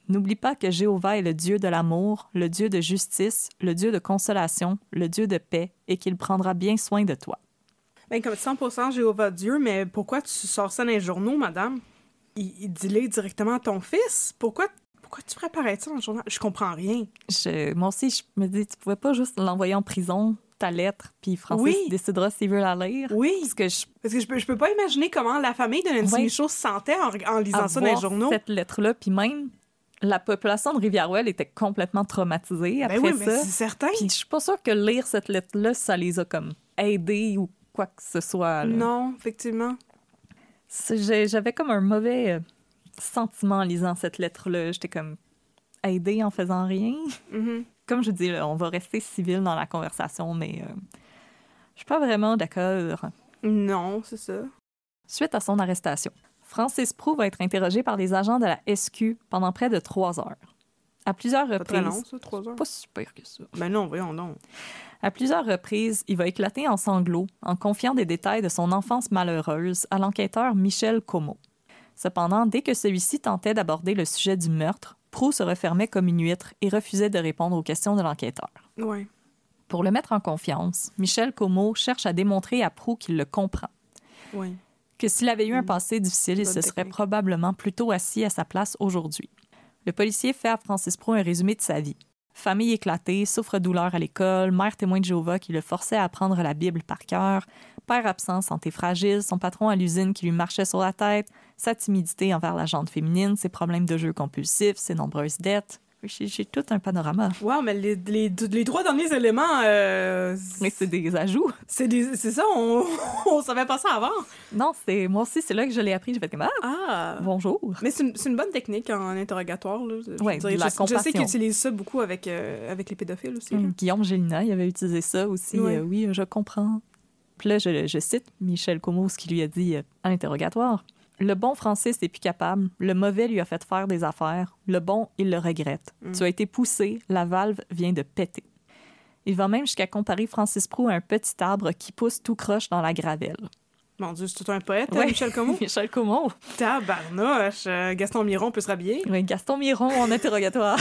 Speaker 5: N'oublie pas que Jéhovah est le Dieu de l'amour, le Dieu de justice, le Dieu de consolation, le Dieu de paix, et qu'il prendra bien soin de toi. »
Speaker 4: Ben, comme cent pour cent Jéhovah Dieu, mais pourquoi tu sors ça dans les journaux, madame? Il, il dis-le directement à ton fils. Pourquoi, pourquoi tu ferais paraître ça dans le journal? Je comprends rien.
Speaker 5: Je, moi aussi, je me dis, tu pouvais pas juste l'envoyer en prison, ta lettre, puis Francis
Speaker 4: Oui.
Speaker 5: décidera s'il veut la lire.
Speaker 4: Oui,
Speaker 5: Parce que je,
Speaker 4: parce que je peux, je peux pas imaginer comment la famille de Nancy
Speaker 5: Ouais.
Speaker 4: Michaud se sentait en, en lisant ça dans les
Speaker 5: avoir
Speaker 4: journaux.
Speaker 5: cette lettre-là, puis même, la population de Rivière-Ouelle était complètement traumatisée
Speaker 4: Ben
Speaker 5: après
Speaker 4: oui, mais
Speaker 5: ça.
Speaker 4: c'est certain.
Speaker 5: Puis je suis pas sûre que lire cette lettre-là, ça les a comme aidés ou quoi que ce soit. Là.
Speaker 4: Non, effectivement.
Speaker 5: C'est- j'ai- J'avais comme un mauvais euh, sentiment en lisant cette lettre-là. J'étais comme aidée en faisant rien.
Speaker 4: Mhm.
Speaker 5: Comme je dis, là, on va rester civil dans la conversation, mais euh, je suis pas vraiment d'accord.
Speaker 4: Non, c'est ça.
Speaker 5: Suite à son arrestation, Francis Proulx va être interrogé par les agents de la S Q pendant près de trois heures. À plusieurs
Speaker 4: Pas très
Speaker 5: reprises...
Speaker 4: long, ça, trois heures.
Speaker 5: Pas super que ça.
Speaker 4: Ben non, voyons donc.
Speaker 5: À plusieurs reprises, il va éclater en sanglots en confiant des détails de son enfance malheureuse à l'enquêteur Michel Comeau. Cependant, dès que celui-ci tentait d'aborder le sujet du meurtre, Proulx se refermait comme une huître et refusait de répondre aux questions de l'enquêteur.
Speaker 4: Ouais.
Speaker 5: Pour le mettre en confiance, Michel Comeau cherche à démontrer à Proulx qu'il le comprend,
Speaker 4: Ouais.
Speaker 5: que s'il avait eu un passé difficile, il
Speaker 4: Bonne
Speaker 5: se serait
Speaker 4: technique.
Speaker 5: probablement plutôt assis à sa place aujourd'hui. Le policier fait à Francis Proulx un résumé de sa vie. Famille éclatée, souffre-douleur à l'école, mère témoin de Jéhovah qui le forçait à apprendre la Bible par cœur, père absent, santé fragile, son patron à l'usine qui lui marchait sur la tête, sa timidité envers la gente féminine, ses problèmes de jeu compulsifs, ses nombreuses dettes. J'ai, j'ai tout un panorama.
Speaker 4: Wow, mais les, les, les trois derniers éléments, euh,
Speaker 5: Mais c'est des ajouts.
Speaker 4: c'est, des, c'est ça, on, on savait pas ça avant.
Speaker 5: Non, c'est moi aussi, c'est là que je l'ai appris. Je vais comme, ah,
Speaker 4: Ah!
Speaker 5: bonjour.
Speaker 4: Mais c'est une, c'est une bonne technique en interrogatoire. Là. Je,
Speaker 5: Ouais,
Speaker 4: dirais,
Speaker 5: de la
Speaker 4: je, je sais
Speaker 5: compassion.
Speaker 4: qu'ils utilisent ça beaucoup avec, euh, avec les pédophiles aussi. là.
Speaker 5: Hum, Guillaume Gélina, il avait utilisé ça aussi.
Speaker 4: Ouais.
Speaker 5: Euh, oui, je comprends. Puis là, je, je cite Michel Comeau, ce qu'il lui a dit euh, à l'interrogatoire. Le bon Francis n'est plus capable. Le mauvais lui a fait faire des affaires. Le bon, il le regrette.
Speaker 4: Mm.
Speaker 5: Tu as été poussé. La valve vient de péter. Il va même jusqu'à comparer Francis Proulx à un petit arbre qui pousse tout croche dans la gravelle.
Speaker 4: Mon Dieu, c'est tout un poète,
Speaker 5: Ouais.
Speaker 4: hein, Michel Comeau.
Speaker 5: Michel Comeau.
Speaker 4: Tabarnouche! euh, Gaston Miron peut se rhabiller.
Speaker 5: Oui, Gaston Miron en interrogatoire.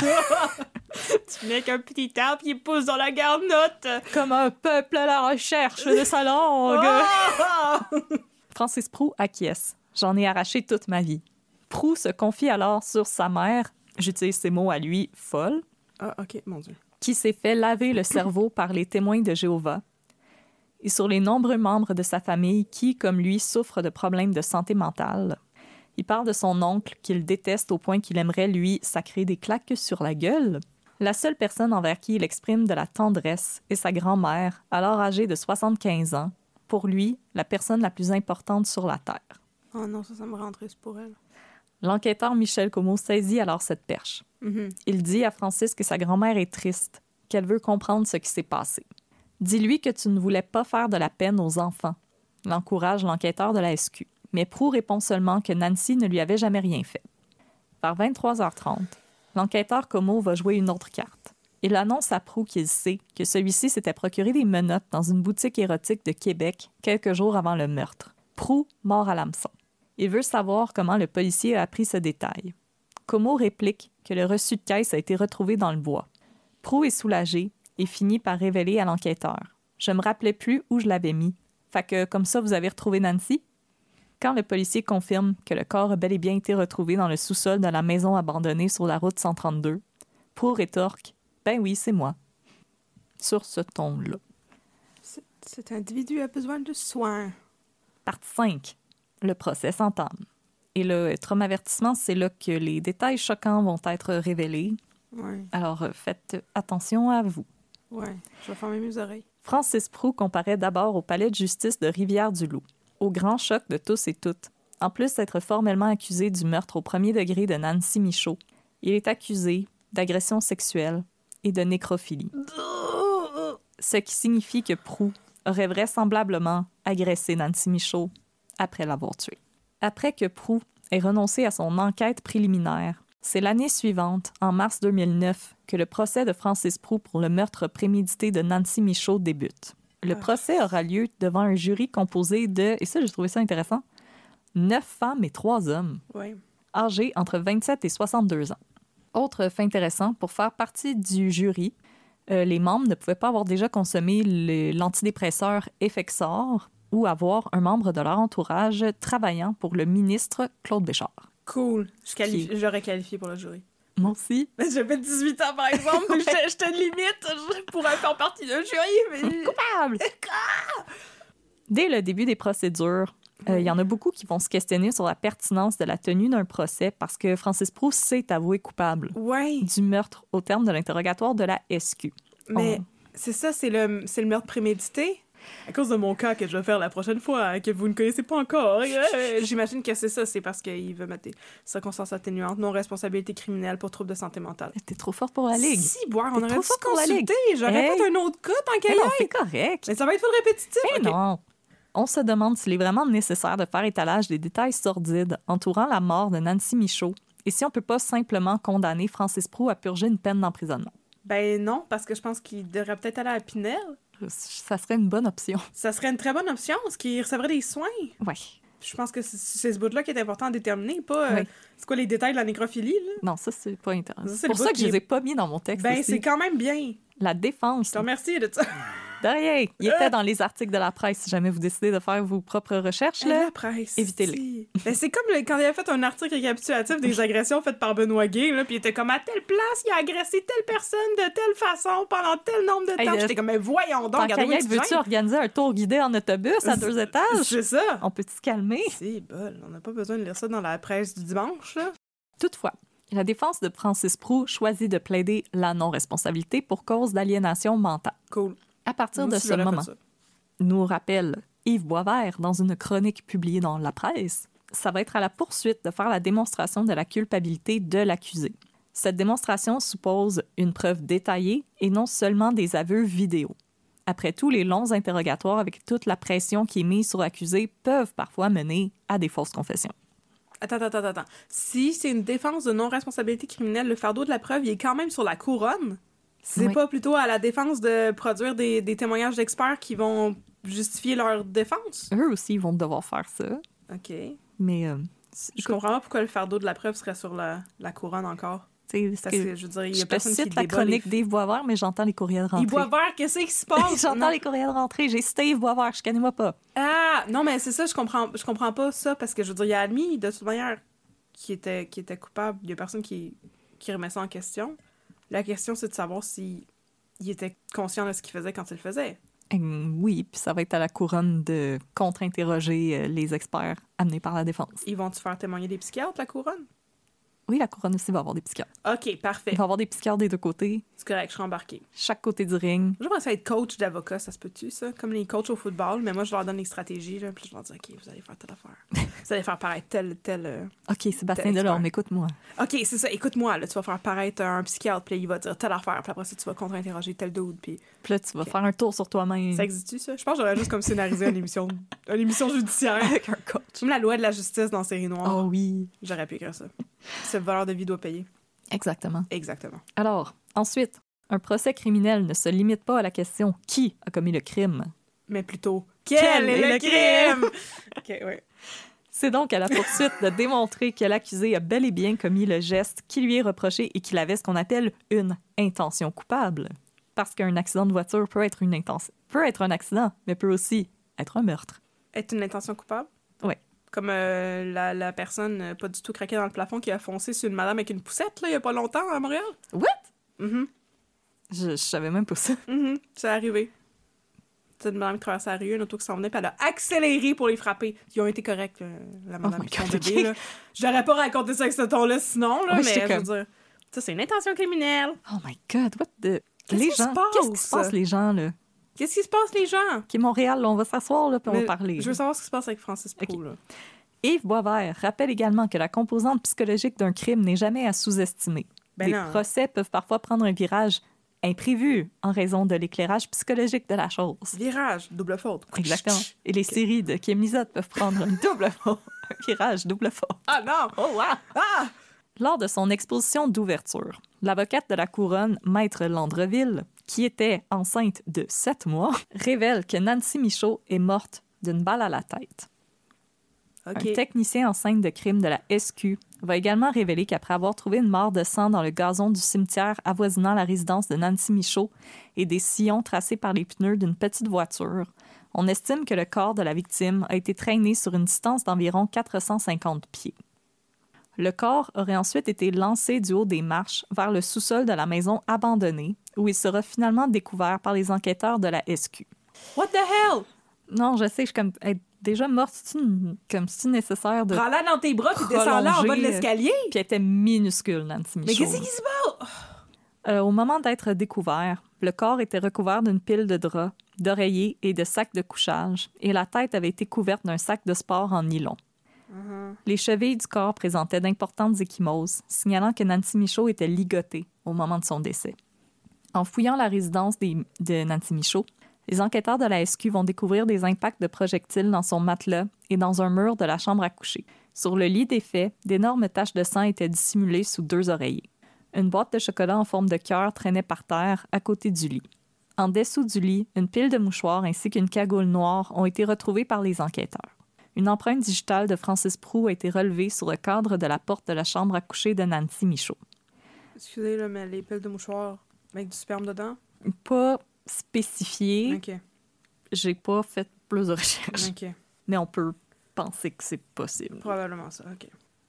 Speaker 4: Tu mets qu'un petit arbre qui pousse dans la garnotte.
Speaker 5: Comme un peuple à la recherche de sa langue.
Speaker 4: Ah!
Speaker 5: Francis Proulx acquiesce. J'en ai arraché toute ma vie. Proulx se confie alors sur sa mère, j'utilise ces mots à lui, folle,
Speaker 4: Ah, OK, mon Dieu.
Speaker 5: qui s'est fait laver le cerveau par les témoins de Jéhovah, et sur les nombreux membres de sa famille qui, comme lui, souffrent de problèmes de santé mentale. Il parle de son oncle qu'il déteste au point qu'il aimerait, lui, sacrer des claques sur la gueule. La seule personne envers qui il exprime de la tendresse est sa grand-mère, alors âgée de soixante-quinze ans, pour lui, la personne la plus importante sur la Terre.
Speaker 4: Oh non, ça, ça me rend triste pour elle.
Speaker 5: L'enquêteur Michel Comeau saisit alors cette perche.
Speaker 4: Mhm.
Speaker 5: Il dit à Francis que sa grand-mère est triste, qu'elle veut comprendre ce qui s'est passé. Dis-lui que tu ne voulais pas faire de la peine aux enfants, l'encourage l'enquêteur de la S Q. Mais Proulx répond seulement que Nancy ne lui avait jamais rien fait. Vers vingt-trois heures trente, l'enquêteur Comeau va jouer une autre carte. Il annonce à Proulx qu'il sait que celui-ci s'était procuré des menottes dans une boutique érotique de Québec quelques jours avant le meurtre. Proulx mort à l'hameçon. Il veut savoir comment le policier a appris ce détail. Comeau réplique que le reçu de caisse a été retrouvé dans le bois. Proulx est soulagé et finit par révéler à l'enquêteur. « Je me rappelais plus où je l'avais mis. Fait que, comme ça, vous avez retrouvé Nancy? » Quand le policier confirme que le corps a bel et bien été retrouvé dans le sous-sol de la maison abandonnée sur la route cent trente-deux, Proulx rétorque « Ben oui, c'est moi. » Sur ce ton-là.
Speaker 4: C- Cet individu a besoin de soins.
Speaker 5: Partie cinq. Le procès s'entame. Et le trauma avertissement, c'est là que les détails choquants vont être révélés.
Speaker 4: Ouais,
Speaker 5: Alors, euh, faites attention à vous.
Speaker 4: ouais. Je vais fermer mes oreilles.
Speaker 5: Francis Proulx comparaît d'abord au palais de justice de Rivière-du-Loup. Au grand choc de tous et toutes, en plus d'être formellement accusé du meurtre au premier degré de Nancy Michaud, il est accusé d'agression sexuelle et de nécrophilie. Ce qui signifie que Proulx aurait vraisemblablement agressé Nancy Michaud après l'avoir tuée. Après que Proulx ait renoncé à son enquête préliminaire, c'est l'année suivante, en mars deux mille neuf, que le procès de Francis Proulx pour le meurtre prémédité de Nancy Michaud débute. Le procès aura lieu devant un jury composé de, et ça j'ai trouvé ça intéressant, neuf femmes et trois hommes,
Speaker 4: Ouais.
Speaker 5: âgés entre vingt-sept et soixante-deux ans. Autre fait intéressant, pour faire partie du jury, euh, les membres ne pouvaient pas avoir déjà consommé le- l'antidépresseur Effexor ou avoir un membre de leur entourage travaillant pour le ministre Claude Béchard.
Speaker 4: Cool. Je qualifie,
Speaker 5: Qui-
Speaker 4: J'aurais qualifié pour le jury.
Speaker 5: Moi aussi.
Speaker 4: Mais j'avais dix-huit ans, par exemple, puis j'étais j'étais limite, je pourrais faire partie d'un jury, mais...
Speaker 5: Coupable! Dès le début des procédures, il euh, y en a beaucoup qui vont se questionner sur la pertinence de la tenue d'un procès parce que Francis Proulx s'est avoué coupable
Speaker 4: Ouais,
Speaker 5: du meurtre au terme de l'interrogatoire de la S Q.
Speaker 4: mais
Speaker 5: On-
Speaker 4: c'est ça, c'est le, c'est le meurtre prémédité? À cause de mon cas que je vais faire la prochaine fois, hein, que vous ne connaissez pas encore. Euh, J'imagine que c'est ça, c'est parce qu'il veut mettre des circonstances atténuantes, non-responsabilité criminelle pour trouble de santé mentale.
Speaker 5: T'es trop forte pour la Ligue.
Speaker 4: Si, boire, on
Speaker 5: T'es
Speaker 4: aurait
Speaker 5: trop
Speaker 4: dû se
Speaker 5: forte pour la Ligue.
Speaker 4: consulter. J'aurais
Speaker 5: Hey.
Speaker 4: fait un autre cas tant qu'à
Speaker 5: Mais
Speaker 4: y
Speaker 5: non,
Speaker 4: être.
Speaker 5: c'est correct.
Speaker 4: Mais ça va être full répétitif.
Speaker 5: Mais
Speaker 4: ok.
Speaker 5: non. On se demande s'il est vraiment nécessaire de faire étalage des détails sordides entourant la mort de Nancy Michaud et si on peut pas simplement condamner Francis Proulx à purger une peine d'emprisonnement.
Speaker 4: Ben non, parce que je pense qu'il devrait peut-être aller à Pinel.
Speaker 5: Ça serait une bonne option.
Speaker 4: Ça serait une très bonne option, parce qu'il recevrait des soins.
Speaker 5: Ouais.
Speaker 4: Je pense que c'est- c'est ce bout-là qui est important à déterminer, pas euh,
Speaker 5: Oui.
Speaker 4: c'est quoi les détails de la nécrophilie, là.
Speaker 5: Non, ça, c'est pas intéressant.
Speaker 4: Ça, c'est
Speaker 5: C'est
Speaker 4: le
Speaker 5: pour
Speaker 4: bout
Speaker 5: ça que
Speaker 4: qui
Speaker 5: je les
Speaker 4: est-
Speaker 5: ai pas mis dans mon texte
Speaker 4: Ben,
Speaker 5: aussi.
Speaker 4: c'est quand même bien.
Speaker 5: La défense.
Speaker 4: Je te remercie de ça.
Speaker 5: De rien. Il
Speaker 4: Euh.
Speaker 5: était dans les articles de la presse. Si jamais vous décidez de faire vos propres recherches, là,
Speaker 4: La presse.
Speaker 5: évitez-les.
Speaker 4: si. Ben, c'est comme le- quand il avait fait un article récapitulatif des agressions faites par Benoît Gay, là, puis il était comme à telle place, il a agressé telle personne de telle façon pendant tel nombre de
Speaker 5: Hey,
Speaker 4: temps.
Speaker 5: euh,
Speaker 4: J'étais comme, mais voyons donc,
Speaker 5: tant
Speaker 4: regardez
Speaker 5: qu'à y être, veux-tu organiser un tour guidé en autobus à deux étages?
Speaker 4: C'est ça.
Speaker 5: On peut se calmer?
Speaker 4: C'est bol, on n'a pas besoin de lire ça dans la presse du dimanche, là.
Speaker 5: Toutefois, la défense de Francis Proulx choisit de plaider la non-responsabilité pour cause d'aliénation mentale.
Speaker 4: Cool.
Speaker 5: À partir
Speaker 4: Moi
Speaker 5: de
Speaker 4: aussi,
Speaker 5: ce
Speaker 4: j'aurais fait
Speaker 5: moment,
Speaker 4: ça.
Speaker 5: nous rappelle Yves Boisvert dans une chronique publiée dans la presse, ça va être à la poursuite de faire la démonstration de la culpabilité de l'accusé. Cette démonstration suppose une preuve détaillée et non seulement des aveux vidéo. Après tout, les longs interrogatoires avec toute la pression qui est mise sur l'accusé peuvent parfois mener à des fausses confessions.
Speaker 4: Attends, attends, attends, attends. Si c'est une défense de non-responsabilité criminelle, le fardeau de la preuve, il est quand même sur la couronne. C'est
Speaker 5: Oui.
Speaker 4: pas plutôt à la défense de produire des, des témoignages d'experts qui vont justifier leur défense?
Speaker 5: Eux aussi vont devoir faire ça,
Speaker 4: OK.
Speaker 5: mais euh,
Speaker 4: Je comprends pas pourquoi le fardeau de la preuve serait sur la, la couronne encore.
Speaker 5: tu sais,
Speaker 4: Parce que, je veux dire, il y
Speaker 5: je
Speaker 4: a
Speaker 5: te
Speaker 4: personne qui
Speaker 5: cite la
Speaker 4: débat
Speaker 5: chronique
Speaker 4: les-
Speaker 5: d'Yves Boisvert, mais j'entends les courriels rentrer.
Speaker 4: Il boit vert, qu'est-ce qui se passe?
Speaker 5: J'entends
Speaker 4: Non.
Speaker 5: les courriels rentrer. J'ai cité Yves Boisvert, je connais moi pas.
Speaker 4: Ah, non, mais c'est ça, je comprends, je comprends pas ça, parce que, je veux dire, il a admis, de toute manière, qui était, qui était coupable. Il y a personne qui, qui remet ça en question. La question, c'est de savoir si il était conscient de ce qu'il faisait quand il le faisait.
Speaker 5: Hum, oui, puis ça va être à la couronne de contre-interroger euh, les experts amenés par la défense.
Speaker 4: Ils vont-tu faire témoigner des psychiatres, la couronne?
Speaker 5: Oui, la couronne aussi va avoir des psychiatres.
Speaker 4: OK, parfait.
Speaker 5: Il va avoir des psychiatres des deux côtés,
Speaker 4: C'est correct, je suis embarquée.
Speaker 5: chaque côté du ring.
Speaker 4: J'aimerais ça être coach d'avocat, ça se peut-tu, ça? Comme les coachs au football, mais moi, je leur donne les stratégies, là, puis je leur dis, OK, vous allez faire telle affaire. Vous allez faire paraître tel, tel... euh,
Speaker 5: OK, Sébastien
Speaker 4: T'es
Speaker 5: Delorme,
Speaker 4: expert.
Speaker 5: écoute-moi.
Speaker 4: OK, c'est ça, écoute-moi, là, tu vas faire paraître un psychiatre, puis là, il va dire telle affaire, puis après ça, tu vas contre-interroger tel dude, puis...
Speaker 5: Puis là, tu vas faire un tour sur toi-même
Speaker 4: Ça existe-tu, ça? Je pense que j'aurais juste comme scénarisé une émission, une émission judiciaire.
Speaker 5: avec un coach.
Speaker 4: Comme la loi de la justice dans Série Noire.
Speaker 5: Oh oui,
Speaker 4: J'aurais pu écrire ça. Ce voleur de vie doit payer.
Speaker 5: exactement.
Speaker 4: Exactement.
Speaker 5: Alors, ensuite, un procès criminel ne se limite pas à la question « Qui a commis le crime?
Speaker 4: Mais plutôt, quel, est, le crime? OK, ouais. »
Speaker 5: C'est donc à la poursuite de démontrer que l'accusé a bel et bien commis le geste qui lui est reproché et qu'il avait ce qu'on appelle une intention coupable. Parce qu'un accident de voiture peut être une intention, peut être un accident, mais peut aussi être un meurtre.
Speaker 4: Est une intention coupable?
Speaker 5: Ouais.
Speaker 4: Comme euh, la, la personne euh, pas du tout craquée dans le plafond qui a foncé sur une madame avec une poussette, là, il y a pas longtemps, à Montréal.
Speaker 5: What?
Speaker 4: Mhm.
Speaker 5: Je, je savais même pas ça.
Speaker 4: Mhm. C'est arrivé. C'est une madame qui traversait la rue, une auto qui s'en venait, puis elle a accéléré pour les frapper. Ils ont été corrects, là, la madame
Speaker 5: my
Speaker 4: et son
Speaker 5: God,
Speaker 4: bébé,
Speaker 5: ok.
Speaker 4: là. J'aurais pas raconté ça avec ce ton-là sinon, là,
Speaker 5: Ouais,
Speaker 4: mais
Speaker 5: j'étais
Speaker 4: je veux
Speaker 5: comme-
Speaker 4: dire, ça, c'est une intention criminelle.
Speaker 5: Oh my God, what the...
Speaker 4: Qu'est-ce
Speaker 5: les
Speaker 4: qui se
Speaker 5: gens, qu'est-ce qui
Speaker 4: passe?
Speaker 5: se passe, les gens, là?
Speaker 4: Qu'est-ce qui se passe, les gens?
Speaker 5: Qui est Montréal, là, on va s'asseoir, là, puis on
Speaker 4: Mais
Speaker 5: va parler.
Speaker 4: Je veux savoir ce qui se passe avec Francis Proulx,
Speaker 5: Ok.
Speaker 4: là.
Speaker 5: Yves Boisvert rappelle également que la composante psychologique d'un crime n'est jamais à sous-estimer.
Speaker 4: Ben
Speaker 5: Les
Speaker 4: non.
Speaker 5: procès peuvent parfois prendre un virage imprévu en raison de l'éclairage psychologique de la chose.
Speaker 4: Virage, double faute.
Speaker 5: Exactement. Et les séries de Kim Lizotte peuvent prendre un double faute. Un virage double faute.
Speaker 4: Ah non!
Speaker 5: Oh, wow!
Speaker 4: Ah!
Speaker 5: Lors de son exposition d'ouverture, l'avocate de la couronne, Maître Landreville, qui était enceinte de sept mois, révèle que Nancy Michaud est morte d'une balle à la tête.
Speaker 4: OK.
Speaker 5: Un technicien en scène de crime de la S Q va également révéler qu'après avoir trouvé une mare de sang dans le gazon du cimetière avoisinant la résidence de Nancy Michaud et des sillons tracés par les pneus d'une petite voiture, on estime que le corps de la victime a été traîné sur une distance d'environ quatre cent cinquante pieds. Le corps aurait ensuite été lancé du haut des marches vers le sous-sol de la maison abandonnée, où il sera finalement découvert par les enquêteurs de la S Q.
Speaker 4: What the hell?
Speaker 5: Non, je sais, je suis comme être déjà morte, c'est comme si nécessaire de.
Speaker 4: Prends-la dans tes bras puis descends-la en bas de l'escalier.
Speaker 5: Puis elle était minuscule, Nancy Michaud.
Speaker 4: Mais qu'est-ce qui se passe?
Speaker 5: Euh, au moment d'être découvert, le corps était recouvert d'une pile de draps, d'oreillers et de sacs de couchage, et la tête avait été couverte d'un sac de sport en nylon. Uh-huh. Les chevilles du corps présentaient d'importantes ecchymoses, signalant que Nancy Michaud était ligotée au moment de son décès. En fouillant la résidence des, de Nancy Michaud, les enquêteurs de la S Q vont découvrir des impacts de projectiles dans son matelas et dans un mur de la chambre à coucher. Sur le lit des faits, d'énormes taches de sang étaient dissimulées sous deux oreillers. Une boîte de chocolat en forme de cœur traînait par terre à côté du lit. En dessous du lit, une pile de mouchoirs ainsi qu'une cagoule noire ont été retrouvées par les enquêteurs. Une empreinte digitale de Francis Prou a été relevée sur le cadre de la porte de la chambre à coucher de Nancy Michaud.
Speaker 4: Excusez, là, mais les piles de mouchoirs avec du sperme dedans?
Speaker 5: Pas spécifié.
Speaker 4: OK.
Speaker 5: J'ai pas fait plus de recherches.
Speaker 4: OK.
Speaker 5: Mais on peut penser que c'est possible.
Speaker 4: Probablement ça, OK.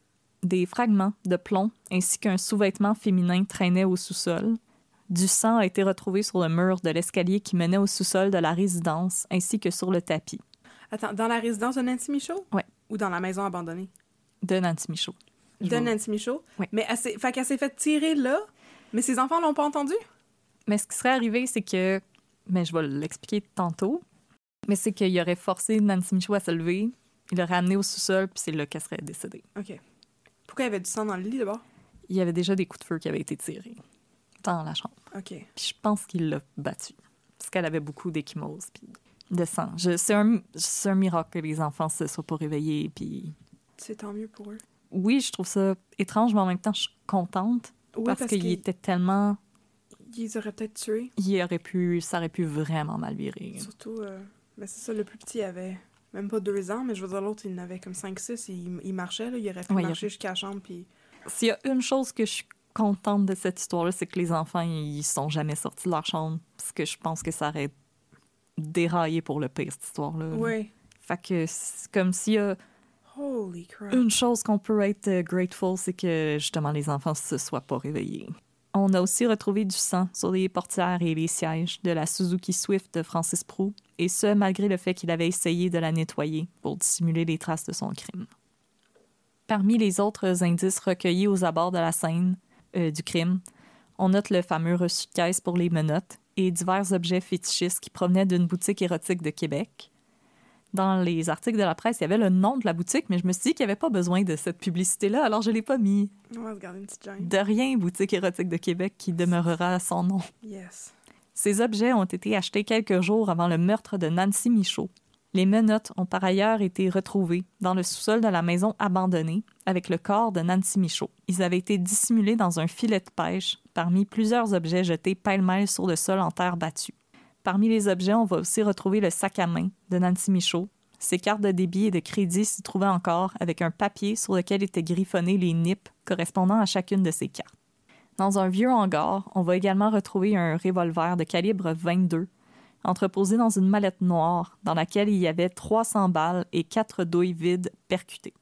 Speaker 5: Des fragments de plomb ainsi qu'un sous-vêtement féminin traînaient au sous-sol. Du sang a été retrouvé sur le mur de l'escalier qui menait au sous-sol de la résidence ainsi que sur le tapis.
Speaker 4: Attends, dans la résidence de Nancy Michaud?
Speaker 5: Oui.
Speaker 4: Ou dans la maison abandonnée?
Speaker 5: De Nancy Michaud.
Speaker 4: De
Speaker 5: Je
Speaker 4: Nancy Michaud?
Speaker 5: Oui.
Speaker 4: Mais elle s'est... Fait qu'elle s'est fait tirer là, mais ses enfants l'ont pas entendu?
Speaker 5: Mais ce qui serait arrivé, c'est que... Mais je vais l'expliquer tantôt. Mais c'est qu'il aurait forcé Nancy Michaud à se lever, il l'aurait amenée au sous-sol, puis c'est là qu'elle serait décédée.
Speaker 4: OK. Pourquoi il y avait du sang dans le lit, d'abord?
Speaker 5: Il y avait déjà des coups de feu qui avaient été tirés dans la chambre.
Speaker 4: OK.
Speaker 5: Puis je pense qu'il l'a battue. Parce qu'elle avait beaucoup d'échymoses puis de sang. Je, c'est, un, c'est un miracle que les enfants se soient pas réveillés. Puis...
Speaker 4: C'est tant mieux pour eux.
Speaker 5: Oui, je trouve ça étrange, mais en même temps, je suis contente.
Speaker 4: Oui,
Speaker 5: parce,
Speaker 4: parce
Speaker 5: qu'il
Speaker 4: qu'il...
Speaker 5: était tellement...
Speaker 4: Ils auraient peut-être tué.
Speaker 5: Il aurait pu... Ça aurait pu vraiment mal virer.
Speaker 4: Surtout, euh... ben c'est ça, le plus petit avait même pas deux ans, mais je veux dire, l'autre, il en avait comme cinq six. Il, il marchait, là. Il aurait pu
Speaker 5: ouais,
Speaker 4: marcher
Speaker 5: il...
Speaker 4: jusqu'à la chambre, puis...
Speaker 5: S'il y a une chose que je suis contente de cette histoire-là, c'est que les enfants, ils sont jamais sortis de leur chambre. Parce que je pense que ça aurait déraillé pour le pire, cette histoire-là.
Speaker 4: Oui.
Speaker 5: Fait que c'est comme s'il y a
Speaker 4: Holy crap.
Speaker 5: une chose qu'on peut être uh, grateful, c'est que justement les enfants se soient pas réveillés. On a aussi retrouvé du sang sur les portières et les sièges de la Suzuki Swift de Francis Prou, et ce, malgré le fait qu'il avait essayé de la nettoyer pour dissimuler les traces de son crime. Parmi les autres indices recueillis aux abords de la scène euh, du crime, on note le fameux reçu de caisse pour les menottes et divers objets fétichistes qui provenaient d'une boutique érotique de Québec. Dans les articles de la presse, il y avait le nom de la boutique, mais je me suis dit qu'il n'y avait pas besoin de cette publicité-là, alors je ne l'ai pas mis.
Speaker 4: On va se garder une petite gêne.
Speaker 5: De rien, boutique érotique de Québec qui demeurera à son nom.
Speaker 4: Yes.
Speaker 5: Ces objets ont été achetés quelques jours avant le meurtre de Nancy Michaud. Les menottes ont par ailleurs été retrouvées dans le sous-sol de la maison abandonnée avec le corps de Nancy Michaud. Ils avaient été dissimulés dans un filet de pêche parmi plusieurs objets jetés pêle-mêle sur le sol en terre battue. Parmi les objets, on va aussi retrouver le sac à main de Nancy Michaud. Ses cartes de débit et de crédit s'y trouvaient encore avec un papier sur lequel étaient griffonnés les nippes correspondant à chacune de ses cartes. Dans un vieux hangar, on va également retrouver un revolver de calibre vingt-deux entreposé dans une mallette noire dans laquelle il y avait trois cents balles et quatre douilles vides percutées.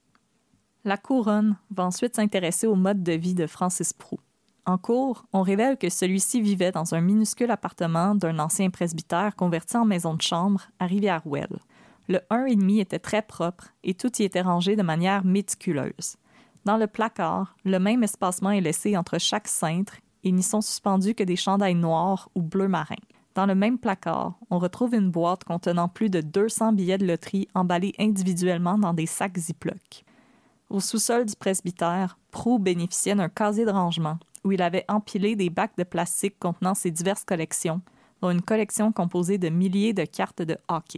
Speaker 5: La couronne va ensuite s'intéresser au mode de vie de Francis Prou. En cours, on révèle que celui-ci vivait dans un minuscule appartement d'un ancien presbytère converti en maison de chambre à Rivière-Ouelle. Le un virgule cinq était très propre et tout y était rangé de manière méticuleuse. Dans le placard, le même espacement est laissé entre chaque cintre et n'y sont suspendus que des chandails noirs ou bleu marin. Dans le même placard, on retrouve une boîte contenant plus de deux cents billets de loterie emballés individuellement dans des sacs Ziploc. Au sous-sol du presbytère, Prou bénéficiait d'un casier de rangement où il avait empilé des bacs de plastique contenant ses diverses collections, dont une collection composée de milliers de cartes de hockey.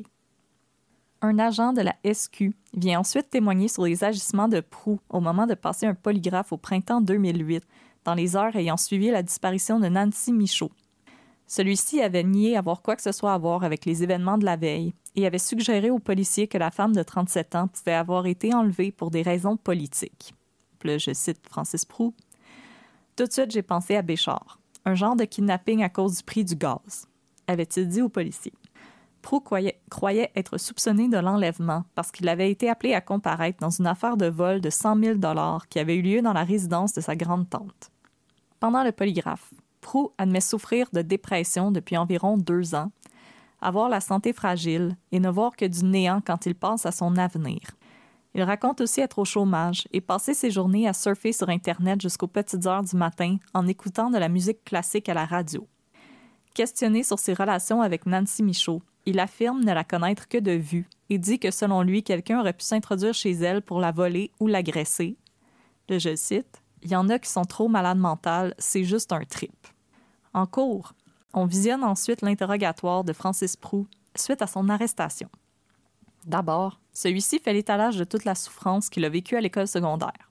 Speaker 5: Un agent de la S Q vient ensuite témoigner sur les agissements de Prou au moment de passer un polygraphe au printemps deux mille huit, dans les heures ayant suivi la disparition de Nancy Michaud. Celui-ci avait nié avoir quoi que ce soit à voir avec les événements de la veille et avait suggéré aux policiers que la femme de trente-sept ans pouvait avoir été enlevée pour des raisons politiques. exemple, je cite Francis Prou, « Tout de suite, j'ai pensé à Béchard, un genre de kidnapping à cause du prix du gaz », avait-il dit aux policiers. Prou croyait, croyait être soupçonné de l'enlèvement parce qu'il avait été appelé à comparaître dans une affaire de vol de cent mille dollars qui avait eu lieu dans la résidence de sa grande-tante. Pendant le polygraphe, Prou admet souffrir de dépression depuis environ deux ans, avoir la santé fragile et ne voir que du néant quand il pense à son avenir. Il raconte aussi être au chômage et passer ses journées à surfer sur Internet jusqu'aux petites heures du matin en écoutant de la musique classique à la radio. Questionné sur ses relations avec Nancy Michaud, il affirme ne la connaître que de vue et dit que selon lui, quelqu'un aurait pu s'introduire chez elle pour la voler ou l'agresser. Là, je cite, « Il y en a qui sont trop malades mentales, c'est juste un trip. » En cours, on visionne ensuite l'interrogatoire de Francis Prou suite à son arrestation. D'abord, celui-ci fait l'étalage de toute la souffrance qu'il a vécue à l'école secondaire.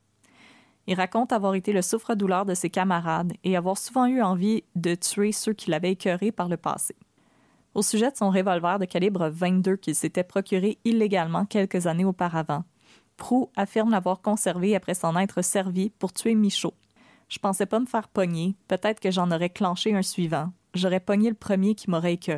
Speaker 5: Il raconte avoir été le souffre-douleur de ses camarades et avoir souvent eu envie de tuer ceux qui l'avaient écœuré par le passé. Au sujet de son revolver de calibre vingt-deux qu'il s'était procuré illégalement quelques années auparavant, Prou affirme l'avoir conservé après s'en être servi pour tuer Michaud. « Je pensais pas me faire pogner, peut-être que j'en aurais clenché un suivant. J'aurais pogné le premier qui m'aurait écœuré. »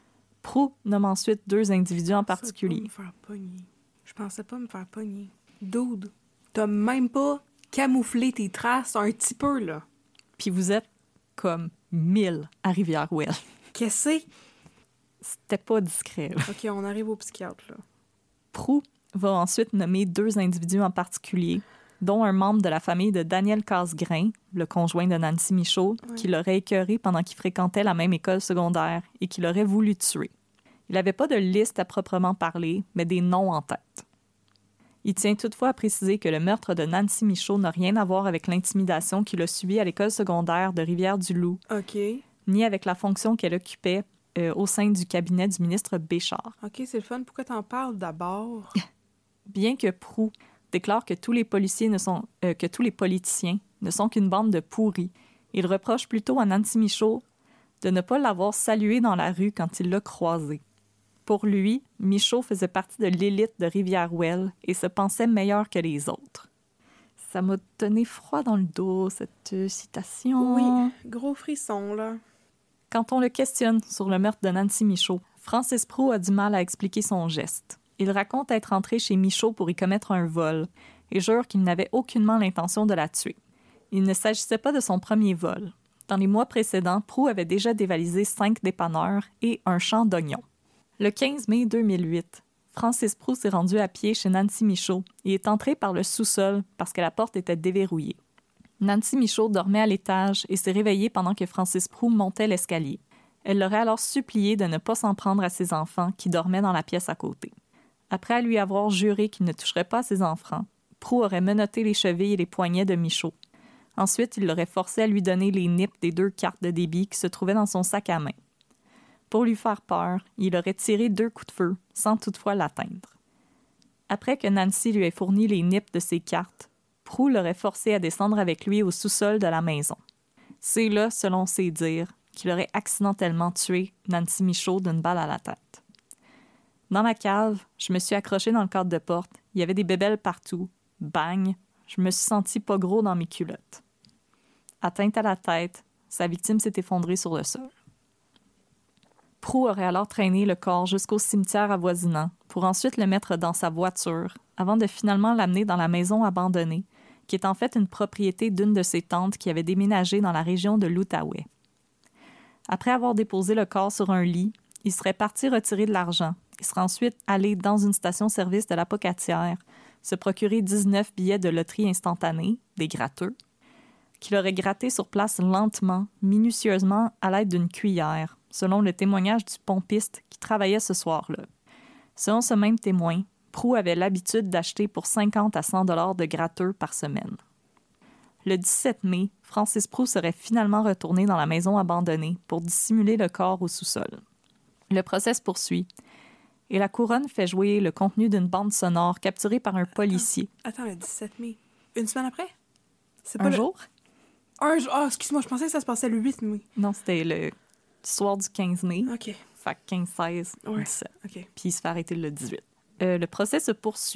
Speaker 5: Prou nomme ensuite deux individus en particulier.
Speaker 4: Je pensais pas me faire pogner. Je pensais pas me faire pogner. Dude, t'as même pas camouflé tes traces un petit peu, là.
Speaker 5: Puis vous êtes comme mille à Rivière-Ouelle.
Speaker 4: Qu'est-ce que c'est?
Speaker 5: C'était pas discret, là.
Speaker 4: OK, on arrive au psychiatre, là.
Speaker 5: Prou va ensuite nommer deux individus en particulier, dont un membre de la famille de Daniel Casgrain, le conjoint de Nancy Michaud, ouais. qui l'aurait écœuré pendant qu'il fréquentait la même école secondaire et qui l'aurait voulu tuer. Il n'avait pas de liste à proprement parler, mais des noms en tête. Il tient toutefois à préciser que le meurtre de Nancy Michaud n'a rien à voir avec l'intimidation qu'il a subie à l'école secondaire de Rivière-du-Loup,
Speaker 4: OK.
Speaker 5: ni avec la fonction qu'elle occupait euh, au sein du cabinet du ministre Béchard.
Speaker 4: OK, c'est le fun. Pourquoi t'en parles d'abord?
Speaker 5: Bien que Prou déclare que tous les policiers ne sont, euh, que tous les politiciens ne sont qu'une bande de pourris, il reproche plutôt à Nancy Michaud de ne pas l'avoir salué dans la rue quand il l'a croisée. Pour lui, Michaud faisait partie de l'élite de Rivière-Ouelle et se pensait meilleur que les autres. Ça m'a donné froid dans le dos, cette euh, citation.
Speaker 4: Oui, gros frisson, là.
Speaker 5: Quand on le questionne sur le meurtre de Nancy Michaud, Francis Prou a du mal à expliquer son geste. Il raconte être entré chez Michaud pour y commettre un vol et jure qu'il n'avait aucunement l'intention de la tuer. Il ne s'agissait pas de son premier vol. Dans les mois précédents, Prou avait déjà dévalisé cinq dépanneurs et un champ d'oignons. Le quinze mai deux mille huit, Francis Prou s'est rendu à pied chez Nancy Michaud et est entré par le sous-sol parce que la porte était déverrouillée. Nancy Michaud dormait à l'étage et s'est réveillée pendant que Francis Prou montait l'escalier. Elle l'aurait alors supplié de ne pas s'en prendre à ses enfants qui dormaient dans la pièce à côté. Après lui avoir juré qu'il ne toucherait pas à ses enfants, Prou aurait menotté les chevilles et les poignets de Michaud. Ensuite, il l'aurait forcé à lui donner les nippes des deux cartes de débit qui se trouvaient dans son sac à main. Pour lui faire peur, il aurait tiré deux coups de feu, sans toutefois l'atteindre. Après que Nancy lui ait fourni les nippes de ses cartes, Prou l'aurait forcé à descendre avec lui au sous-sol de la maison. C'est là, selon ses dires, qu'il aurait accidentellement tué Nancy Michaud d'une balle à la tête. Dans la cave, je me suis accrochée dans le cadre de porte. Il y avait des bébelles partout. Bang! Je me suis sentie pas gros dans mes culottes. Atteinte à la tête, sa victime s'est effondrée sur le sol. Prou aurait alors traîné le corps jusqu'au cimetière avoisinant pour ensuite le mettre dans sa voiture avant de finalement l'amener dans la maison abandonnée, qui est en fait une propriété d'une de ses tantes qui avait déménagé dans la région de l'Outaouais. Après avoir déposé le corps sur un lit, il serait parti retirer de l'argent. Il serait ensuite allé dans une station-service de la Pocatière, se procurer dix-neuf billets de loterie instantanée, des gratteux, qu'il aurait gratté sur place lentement, minutieusement, à l'aide d'une cuillère, selon le témoignage du pompiste qui travaillait ce soir-là. Selon ce même témoin, Prou avait l'habitude d'acheter pour cinquante à cent dollars de gratteux par semaine. Le dix-sept mai, Francis Prou serait finalement retourné dans la maison abandonnée pour dissimuler le corps au sous-sol. Le procès se poursuit et la couronne fait jouer le contenu d'une bande sonore capturée par un policier.
Speaker 4: Attends, attends, le dix-sept mai. Une semaine après? C'est
Speaker 5: pas un le... jour?
Speaker 4: Un jour? Ah, oh, excuse-moi, je pensais que ça se passait le huit mai.
Speaker 5: Non, c'était le soir du quinze mai.
Speaker 4: OK.
Speaker 5: Fait quinze, seize,
Speaker 4: ouais.
Speaker 5: dix-sept.
Speaker 4: OK.
Speaker 5: Puis il se fait arrêter le dix-huit. Euh, le procès se poursuit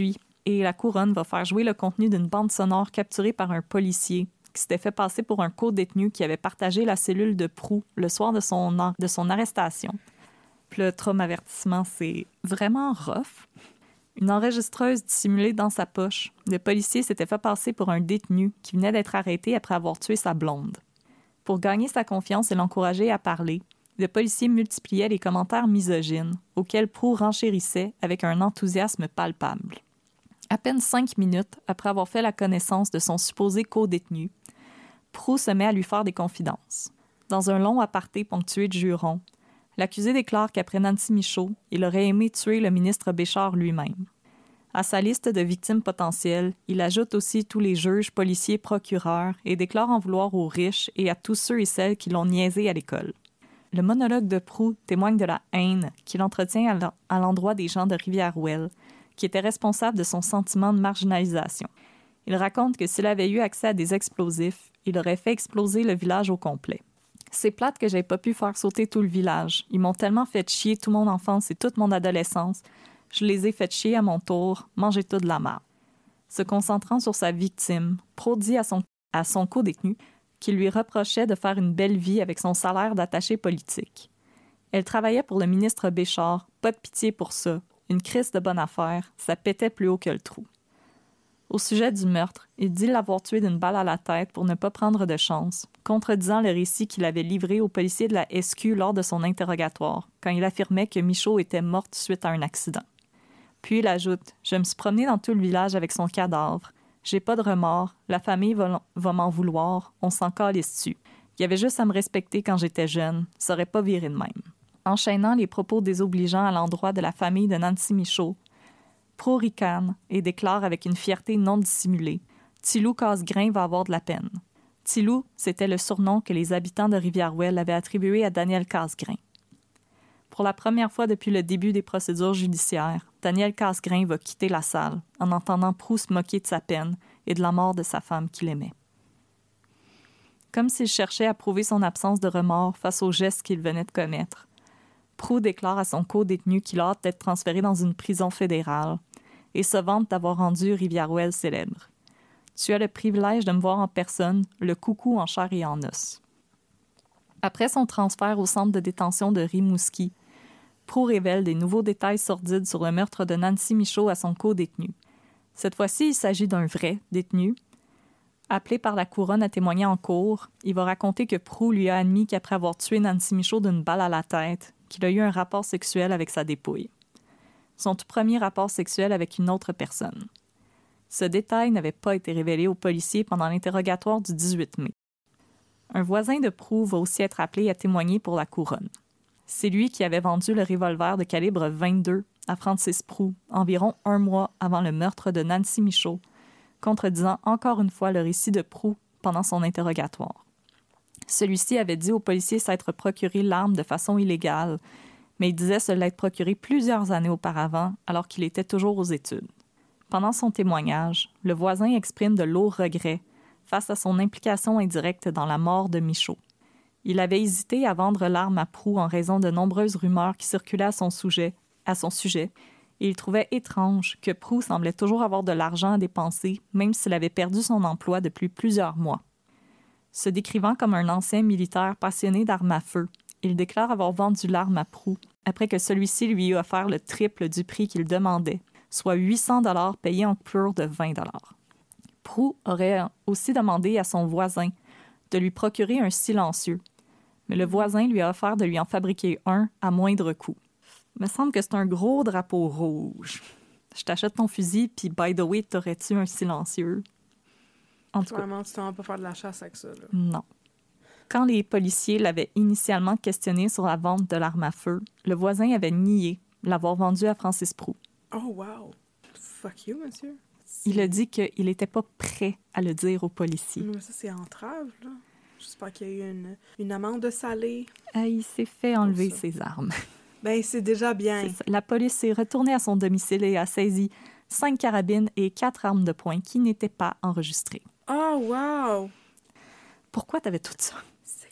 Speaker 5: et la couronne va faire jouer le contenu d'une bande sonore capturée par un policier qui s'était fait passer pour un co-détenu qui avait partagé la cellule de Prue le soir de son, ar- de son arrestation. Puis le traumavertissement, c'est vraiment rough. Une enregistreuse dissimulée dans sa poche, le policier s'était fait passer pour un détenu qui venait d'être arrêté après avoir tué sa blonde. Pour gagner sa confiance et l'encourager à parler, le policier multipliait les commentaires misogynes, auxquels Prue renchérissait avec un enthousiasme palpable. À peine cinq minutes après avoir fait la connaissance de son supposé co-détenu, Prue se met à lui faire des confidences. Dans un long aparté ponctué de jurons, l'accusé déclare qu'après Nancy Michaud, il aurait aimé tuer le ministre Béchard lui-même. À sa liste de victimes potentielles, il ajoute aussi tous les juges, policiers, procureurs et déclare en vouloir aux riches et à tous ceux et celles qui l'ont niaisé à l'école. Le monologue de Prue témoigne de la haine qu'il entretient à l'endroit des gens de Rivière-Ouelle, qui étaient responsables de son sentiment de marginalisation. Il raconte que s'il avait eu accès à des explosifs, il aurait fait exploser le village au complet. C'est plate que j'aie pas pu faire sauter tout le village. Ils m'ont tellement fait chier toute mon enfance et toute mon adolescence. Je les ai fait chier à mon tour, manger tout de la merde. Se concentrant sur sa victime, Prue dit à son, à son co-détenu qu'il lui reprochait de faire une belle vie avec son salaire d'attaché politique. Elle travaillait pour le ministre Béchard, pas de pitié pour ça. Une crise de bonne affaire, ça pétait plus haut que le trou. Au sujet du meurtre, il dit l'avoir tué d'une balle à la tête pour ne pas prendre de chance, contredisant le récit qu'il avait livré aux policiers de la S Q lors de son interrogatoire, quand il affirmait que Michaud était morte suite à un accident. Puis il ajoute « Je me suis promené dans tout le village avec son cadavre. J'ai pas de remords. La famille va, va m'en vouloir. On s'en calisse dessus. Il y avait juste à me respecter quand j'étais jeune. Ça aurait pas viré de même. » Enchaînant les propos désobligeants à l'endroit de la famille de Nancy Michaud, Prue ricane et déclare avec une fierté non dissimulée « Tilou Casgrain va avoir de la peine. » Tilou, c'était le surnom que les habitants de Rivière-Ouelle avaient attribué à Daniel Casgrain. Pour la première fois depuis le début des procédures judiciaires, Daniel Casgrain va quitter la salle en entendant Prue se moquer de sa peine et de la mort de sa femme qu'il aimait. Comme s'il cherchait à prouver son absence de remords face aux gestes qu'il venait de commettre, Prue déclare à son co-détenu qu'il a hâte d'être transféré dans une prison fédérale et se vante d'avoir rendu Rivière-Ouelle célèbre. « Tu as le privilège de me voir en personne, le coucou en chair et en os. » Après son transfert au centre de détention de Rimouski, Prue révèle des nouveaux détails sordides sur le meurtre de Nancy Michaud à son co-détenu. Cette fois-ci, il s'agit d'un vrai détenu. Appelé par la couronne à témoigner en cour, il va raconter que Prue lui a admis qu'après avoir tué Nancy Michaud d'une balle à la tête, qu'il a eu un rapport sexuel avec sa dépouille. Son tout premier rapport sexuel avec une autre personne. Ce détail n'avait pas été révélé aux policiers pendant l'interrogatoire du dix-huit mai. Un voisin de Prue va aussi être appelé à témoigner pour la couronne. C'est lui qui avait vendu le revolver de calibre vingt-deux à Francis Prue environ un mois avant le meurtre de Nancy Michaud, contredisant encore une fois le récit de Prue pendant son interrogatoire. Celui-ci avait dit aux policiers s'être procuré l'arme de façon illégale, mais il disait se l'être procuré plusieurs années auparavant alors qu'il était toujours aux études. Pendant son témoignage, le voisin exprime de lourds regrets face à son implication indirecte dans la mort de Michaud. Il avait hésité à vendre l'arme à Prue en raison de nombreuses rumeurs qui circulaient à son sujet, à son sujet, et il trouvait étrange que Prue semblait toujours avoir de l'argent à dépenser, même s'il avait perdu son emploi depuis plusieurs mois. Se décrivant comme un ancien militaire passionné d'armes à feu, il déclare avoir vendu l'arme à Prue après que celui-ci lui eut offert le triple du prix qu'il demandait, soit huit cents dollars payés en coupures de vingt dollars. Prue aurait aussi demandé à son voisin de lui procurer un silencieux, mais le voisin lui a offert de lui en fabriquer un à moindre coût. Il me semble que c'est un gros drapeau rouge. Je t'achète ton fusil, puis by the way, t'aurais-tu un silencieux? En tout cas.
Speaker 4: Vraiment, tu t'en vas pas faire de la chasse avec ça, là.
Speaker 5: Non. Quand les policiers l'avaient initialement questionné sur la vente de l'arme à feu, le voisin avait nié l'avoir vendue à Francis Prue.
Speaker 4: Oh, wow! Fuck you, monsieur.
Speaker 5: Il a dit qu'il n'était pas prêt à le dire aux policiers.
Speaker 4: Non, mais ça, c'est entrave, là. J'espère qu'il y a eu une, une amende salée.
Speaker 5: Ah, il s'est fait enlever ses armes.
Speaker 4: Ben, c'est déjà bien.
Speaker 5: C'est la police s'est retournée à son domicile et a saisi cinq carabines et quatre armes de poing qui n'étaient pas enregistrées.
Speaker 4: Oh, wow!
Speaker 5: Pourquoi t'avais tout ça?
Speaker 4: C'est quoi son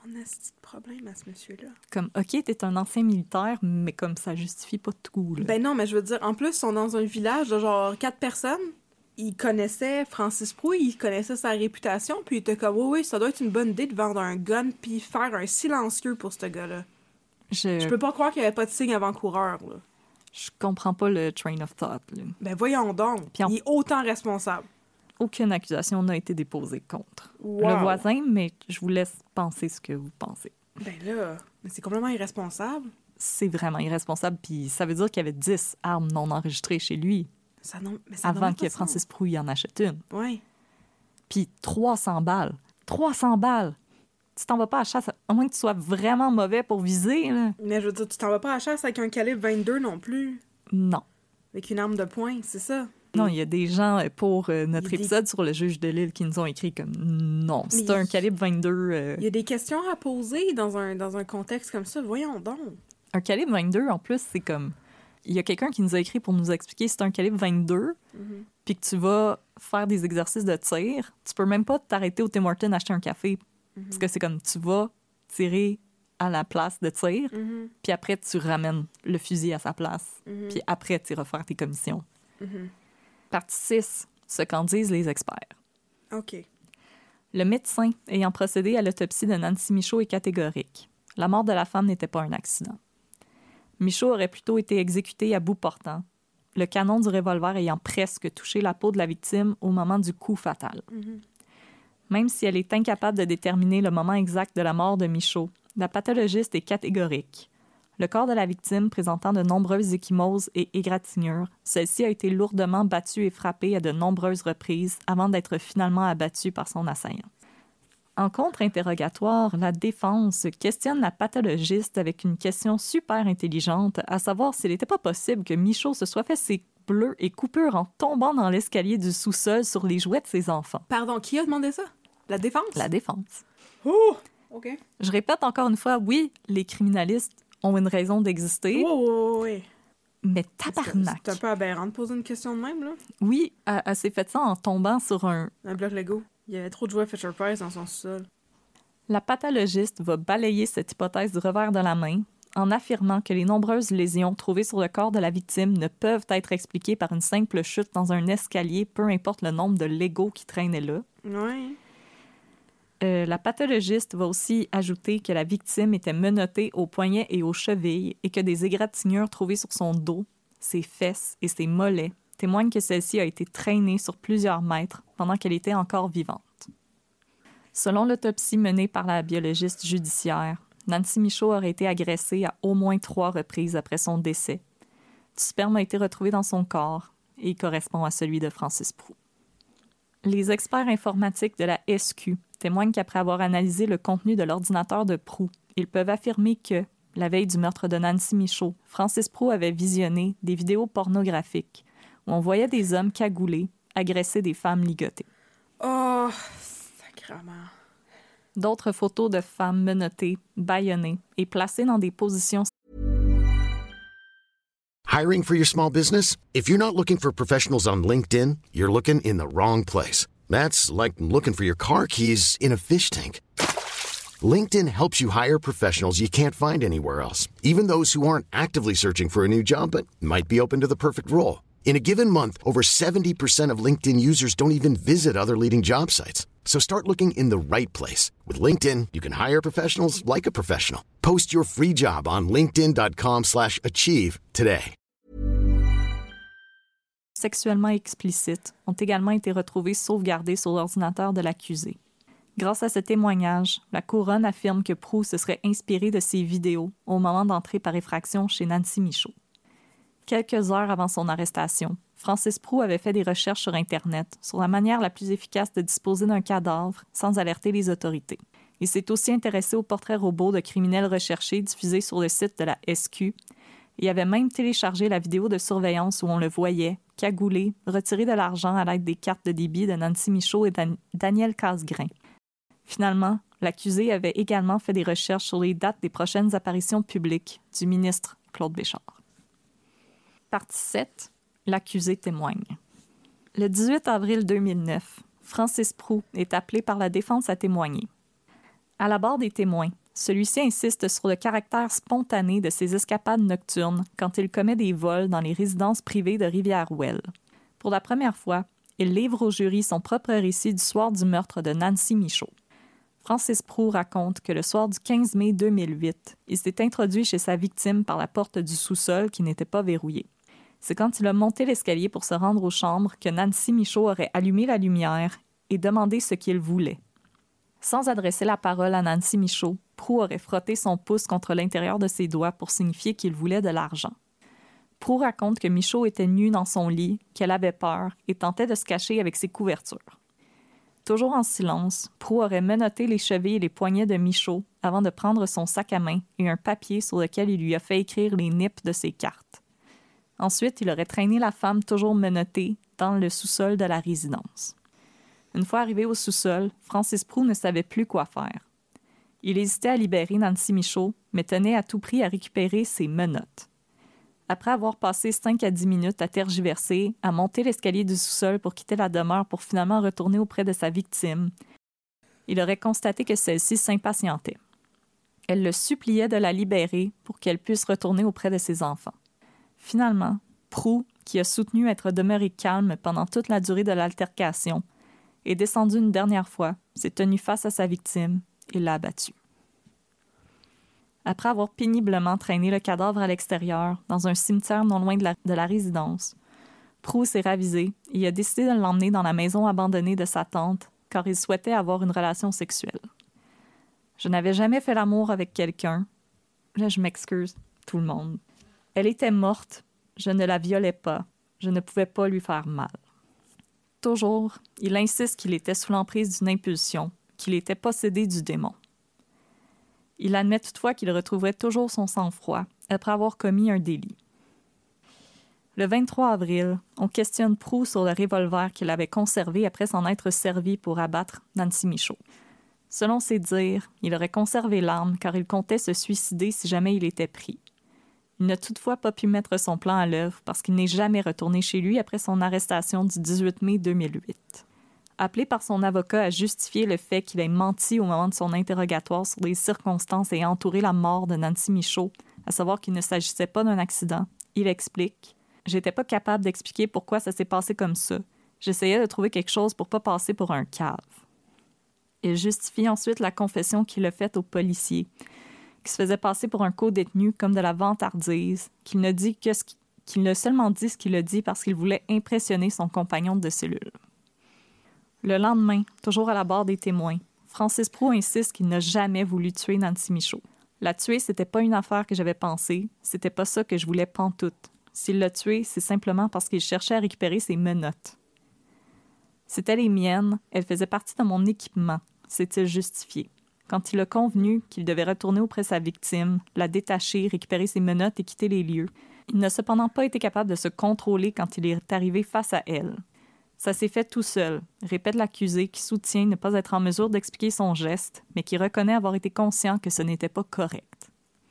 Speaker 4: son esti de problème à ce monsieur-là.
Speaker 5: Comme, OK, t'es un ancien militaire, mais comme ça justifie pas tout, là.
Speaker 4: Ben non, mais je veux dire, en plus, ils sont dans un village de genre quatre personnes. Ils connaissaient Francis Prou, ils connaissaient sa réputation, puis ils étaient comme, oui, oui, ça doit être une bonne idée de vendre un gun puis faire un silencieux pour ce gars-là.
Speaker 5: Je...
Speaker 4: Je peux pas croire qu'il n'y avait pas de signe avant-coureur, là.
Speaker 5: Je comprends pas le train of thought, là.
Speaker 4: Ben voyons donc,
Speaker 5: Puis en-
Speaker 4: il est autant responsable.
Speaker 5: Aucune accusation n'a été déposée contre
Speaker 4: Wow.
Speaker 5: le voisin, mais je vous laisse penser ce que vous pensez.
Speaker 4: Ben là, mais c'est complètement irresponsable.
Speaker 5: C'est vraiment irresponsable, puis ça veut dire qu'il y avait dix armes non enregistrées chez lui
Speaker 4: Ça non, mais ça
Speaker 5: avant
Speaker 4: n'a
Speaker 5: que
Speaker 4: pas
Speaker 5: Francis
Speaker 4: sens.
Speaker 5: Prou y en achète une.
Speaker 4: Ouais.
Speaker 5: Puis trois cents balles. trois cents balles! Tu t'en vas pas à la chasse, à moins que tu sois vraiment mauvais pour viser, là.
Speaker 4: Mais je veux dire, tu t'en vas pas à la chasse avec un calibre vingt-deux non plus.
Speaker 5: Non.
Speaker 4: Avec une arme de poing, c'est ça.
Speaker 5: Non, il y a des gens euh, pour euh, notre
Speaker 4: Il y a des-
Speaker 5: épisode sur le juge de Lille qui nous ont écrit comme non, c'est
Speaker 4: Mais
Speaker 5: un
Speaker 4: il-
Speaker 5: calibre vingt-deux. euh,
Speaker 4: Il y a des questions à poser dans un, dans un contexte comme ça. Voyons donc.
Speaker 5: Un calibre vingt-deux, en plus, c'est comme. Il y a quelqu'un qui nous a écrit pour nous expliquer c'est un calibre vingt-deux,
Speaker 4: Mhm.
Speaker 5: puis que tu vas faire des exercices de tir. Tu peux même pas t'arrêter au Tim Hortons acheter un café.
Speaker 4: Mhm.
Speaker 5: Parce que c'est comme tu vas tirer à la place de tir,
Speaker 4: Mhm.
Speaker 5: puis après, tu ramènes le fusil à sa place.
Speaker 4: Mhm.
Speaker 5: Puis après, tu iras faire tes commissions.
Speaker 4: Mhm.
Speaker 5: Partie six. Ce qu'en disent les experts.
Speaker 4: OK.
Speaker 5: Le médecin ayant procédé à l'autopsie de Nancy Michaud est catégorique. La mort de la femme n'était pas un accident. Michaud aurait plutôt été exécuté à bout portant, le canon du revolver ayant presque touché la peau de la victime au moment du coup fatal.
Speaker 4: Mhm.
Speaker 5: Même si elle est incapable de déterminer le moment exact de la mort de Michaud, la pathologiste est catégorique. Le corps de la victime présentant de nombreuses ecchymoses et égratignures, celle-ci a été lourdement battue et frappée à de nombreuses reprises avant d'être finalement abattue par son assaillant. En contre-interrogatoire, la défense questionne la pathologiste avec une question super intelligente, à savoir s'il n'était pas possible que Michaud se soit fait ses bleus et coupures en tombant dans l'escalier du sous-sol sur les jouets de ses enfants.
Speaker 4: Pardon, qui a demandé ça? La défense?
Speaker 5: La défense.
Speaker 4: Oh! OK.
Speaker 5: Je répète encore une fois, oui, les criminalistes ont une raison d'exister,
Speaker 4: Ouais, ouais, ouais.
Speaker 5: mais
Speaker 4: C'est
Speaker 5: tabarnak.
Speaker 4: c'est un peu aberrant de poser une question de même, là.
Speaker 5: Oui, elle, elle s'est fait ça en tombant sur un...
Speaker 4: Un bloc Lego. Il y avait trop de jouets Fisher-Price dans son sol.
Speaker 5: La pathologiste va balayer cette hypothèse du revers de la main en affirmant que les nombreuses lésions trouvées sur le corps de la victime ne peuvent être expliquées par une simple chute dans un escalier, peu importe le nombre de Legos qui traînaient là.
Speaker 4: Ouais.
Speaker 5: Euh, la pathologiste va aussi ajouter que la victime était menottée aux poignets et aux chevilles et que des égratignures trouvées sur son dos, ses fesses et ses mollets témoignent que celle-ci a été traînée sur plusieurs mètres pendant qu'elle était encore vivante. Selon l'autopsie menée par la biologiste judiciaire, Nancy Michaud aurait été agressée à au moins trois reprises après son décès. Du sperme a été retrouvé dans son corps et il correspond à celui de Francis Prou. Les experts informatiques de la S Q témoignent qu'après avoir analysé le contenu de l'ordinateur de Prou, ils peuvent affirmer que, la veille du meurtre de Nancy Michaud, Francis Prou avait visionné des vidéos pornographiques où on voyait des hommes cagoulés agresser des femmes ligotées.
Speaker 4: Oh, sacrément.
Speaker 5: D'autres photos de femmes menottées, bâillonnées et placées dans des positions.
Speaker 2: Hiring for your small business? If you're not looking for professionals on LinkedIn, you're looking in the wrong place. That's like looking for your car keys in a fish tank. LinkedIn helps you hire professionals you can't find anywhere else, even those who aren't actively searching for a new job but might be open to the perfect role. In a given month, over seventy percent of LinkedIn users don't even visit other leading job sites. So start looking in the right place. With LinkedIn, you can hire professionals like a professional. Post your free job on linkedin dot com slash achieve today.
Speaker 5: Sexuellement explicites ont également été retrouvées sauvegardées sur l'ordinateur de l'accusé. Grâce à ce témoignage, la couronne affirme que Prou se serait inspiré de ces vidéos au moment d'entrer par effraction chez Nancy Michaud. Quelques heures avant son arrestation, Francis Prou avait fait des recherches sur Internet sur la manière la plus efficace de disposer d'un cadavre sans alerter les autorités. Il s'est aussi intéressé aux portraits robots de criminels recherchés diffusés sur le site de la S Q et avait même téléchargé la vidéo de surveillance où on le voyait, cagoulé, retirer de l'argent à l'aide des cartes de débit de Nancy Michaud et Dan- Daniel Casgrain. Finalement, l'accusé avait également fait des recherches sur les dates des prochaines apparitions publiques du ministre Claude Béchard. Partie sept. L'accusé témoigne. Le dix-huit avril deux mille neuf, Francis Prou est appelé par la défense à témoigner. À la barre des témoins, celui-ci insiste sur le caractère spontané de ses escapades nocturnes quand il commet des vols dans les résidences privées de Rivière-Ouelle. Pour la première fois, il livre au jury son propre récit du soir du meurtre de Nancy Michaud. Francis Prou raconte que le soir du quinze mai deux mille huit, il s'est introduit chez sa victime par la porte du sous-sol qui n'était pas verrouillée. C'est quand il a monté l'escalier pour se rendre aux chambres que Nancy Michaud aurait allumé la lumière et demandé ce qu'il voulait. Sans adresser la parole à Nancy Michaud, Prou aurait frotté son pouce contre l'intérieur de ses doigts pour signifier qu'il voulait de l'argent. Prou raconte que Michaud était nue dans son lit, qu'elle avait peur et tentait de se cacher avec ses couvertures. Toujours en silence, Prou aurait menotté les chevilles et les poignets de Michaud avant de prendre son sac à main et un papier sur lequel il lui a fait écrire les nippes de ses cartes. Ensuite, il aurait traîné la femme toujours menottée dans le sous-sol de la résidence. Une fois arrivé au sous-sol, Francis Prou ne savait plus quoi faire. Il hésitait à libérer Nancy Michaud, mais tenait à tout prix à récupérer ses menottes. Après avoir passé cinq à dix minutes à tergiverser, à monter l'escalier du sous-sol pour quitter la demeure pour finalement retourner auprès de sa victime, il aurait constaté que celle-ci s'impatientait. Elle le suppliait de la libérer pour qu'elle puisse retourner auprès de ses enfants. Finalement, Prou, qui a soutenu être demeuré calme pendant toute la durée de l'altercation, est descendu une dernière fois, s'est tenu face à sa victime et l'a abattu. Après avoir péniblement traîné le cadavre à l'extérieur, dans un cimetière non loin de la, de la résidence, Prou s'est ravisé et a décidé de l'emmener dans la maison abandonnée de sa tante car il souhaitait avoir une relation sexuelle. Je n'avais jamais fait l'amour avec quelqu'un. Là, je m'excuse, tout le monde. Elle était morte, je ne la violais pas, je ne pouvais pas lui faire mal. Toujours, il insiste qu'il était sous l'emprise d'une impulsion, qu'il était possédé du démon. Il admet toutefois qu'il retrouverait toujours son sang-froid après avoir commis un délit. Le vingt-trois avril, on questionne Prou sur le revolver qu'il avait conservé après s'en être servi pour abattre Nancy Michaud. Selon ses dires, il aurait conservé l'arme car il comptait se suicider si jamais il était pris. Il n'a toutefois pas pu mettre son plan à l'œuvre parce qu'il n'est jamais retourné chez lui après son arrestation du dix-huit mai deux mille huit. Appelé par son avocat à justifier le fait qu'il ait menti au moment de son interrogatoire sur les circonstances ayant entouré la mort de Nancy Michaud, à savoir qu'il ne s'agissait pas d'un accident, il explique « J'étais pas capable d'expliquer pourquoi ça s'est passé comme ça. J'essayais de trouver quelque chose pour pas passer pour un cave. » Il justifie ensuite la confession qu'il a faite aux policiers, qui se faisait passer pour un co-détenu comme de la vantardise, qu'il ne dit que ce qu'il ne seulement dit ce qu'il a dit parce qu'il voulait impressionner son compagnon de cellule. Le lendemain, toujours à la barre des témoins, Francis Prou insiste qu'il n'a jamais voulu tuer Nancy Michaud. La tuer, c'était pas une affaire que j'avais pensée, c'était pas ça que je voulais pantoute. S'il l'a tuée, c'est simplement parce qu'il cherchait à récupérer ses menottes. C'était les miennes, elles faisaient partie de mon équipement, s'est-il justifié. Quand il a convenu qu'il devait retourner auprès de sa victime, la détacher, récupérer ses menottes et quitter les lieux, il n'a cependant pas été capable de se contrôler quand il est arrivé face à elle. Ça s'est fait tout seul, répète l'accusé qui soutient ne pas être en mesure d'expliquer son geste, mais qui reconnaît avoir été conscient que ce n'était pas correct.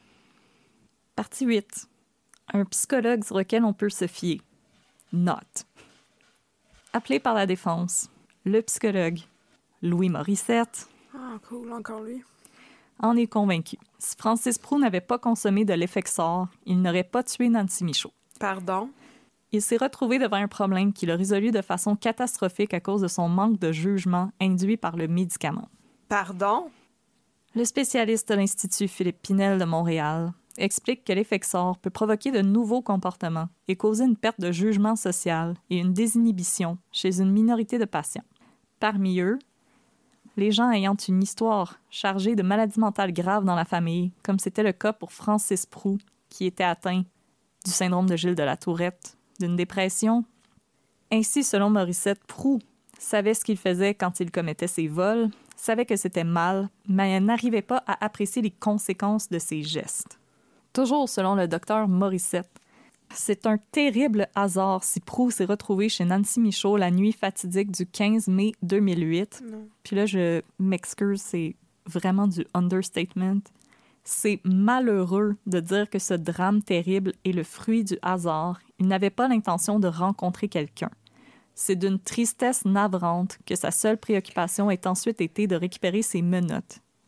Speaker 5: Partie huit. Un psychologue sur lequel on peut se fier. Note. Appelé par la défense, le psychologue Louis Morissette.
Speaker 4: Ah, cool, encore lui.
Speaker 5: En est convaincu. Si Francis Prou n'avait pas consommé de l'Effexor, il n'aurait pas tué Nancy Michaud.
Speaker 4: Pardon?
Speaker 5: Il s'est retrouvé devant un problème qu'il a résolu de façon catastrophique à cause de son manque de jugement induit par le médicament.
Speaker 4: Pardon?
Speaker 5: Le spécialiste de l'Institut Philippe Pinel de Montréal explique que l'Effexor peut provoquer de nouveaux comportements et causer une perte de jugement social et une désinhibition chez une minorité de patients. Parmi eux, les gens ayant une histoire chargée de maladies mentales graves dans la famille, comme c'était le cas pour Francis Prou, qui était atteint du syndrome de Gilles de la Tourette, d'une dépression. Ainsi, selon Morissette, Prou savait ce qu'il faisait quand il commettait ses vols, savait que c'était mal, mais elle n'arrivait pas à apprécier les conséquences de ses gestes. Toujours selon le docteur Morissette, c'est un terrible hasard si Prou s'est retrouvé chez Nancy Michaud la nuit fatidique du quinze mai deux mille huit. Non. Puis là, je m'excuse, c'est vraiment du understatement. C'est malheureux de dire que ce drame terrible est le fruit du hasard. Il n'avait pas l'intention de rencontrer quelqu'un. C'est d'une tristesse navrante que sa seule préoccupation ait ensuite été de récupérer ses menottes.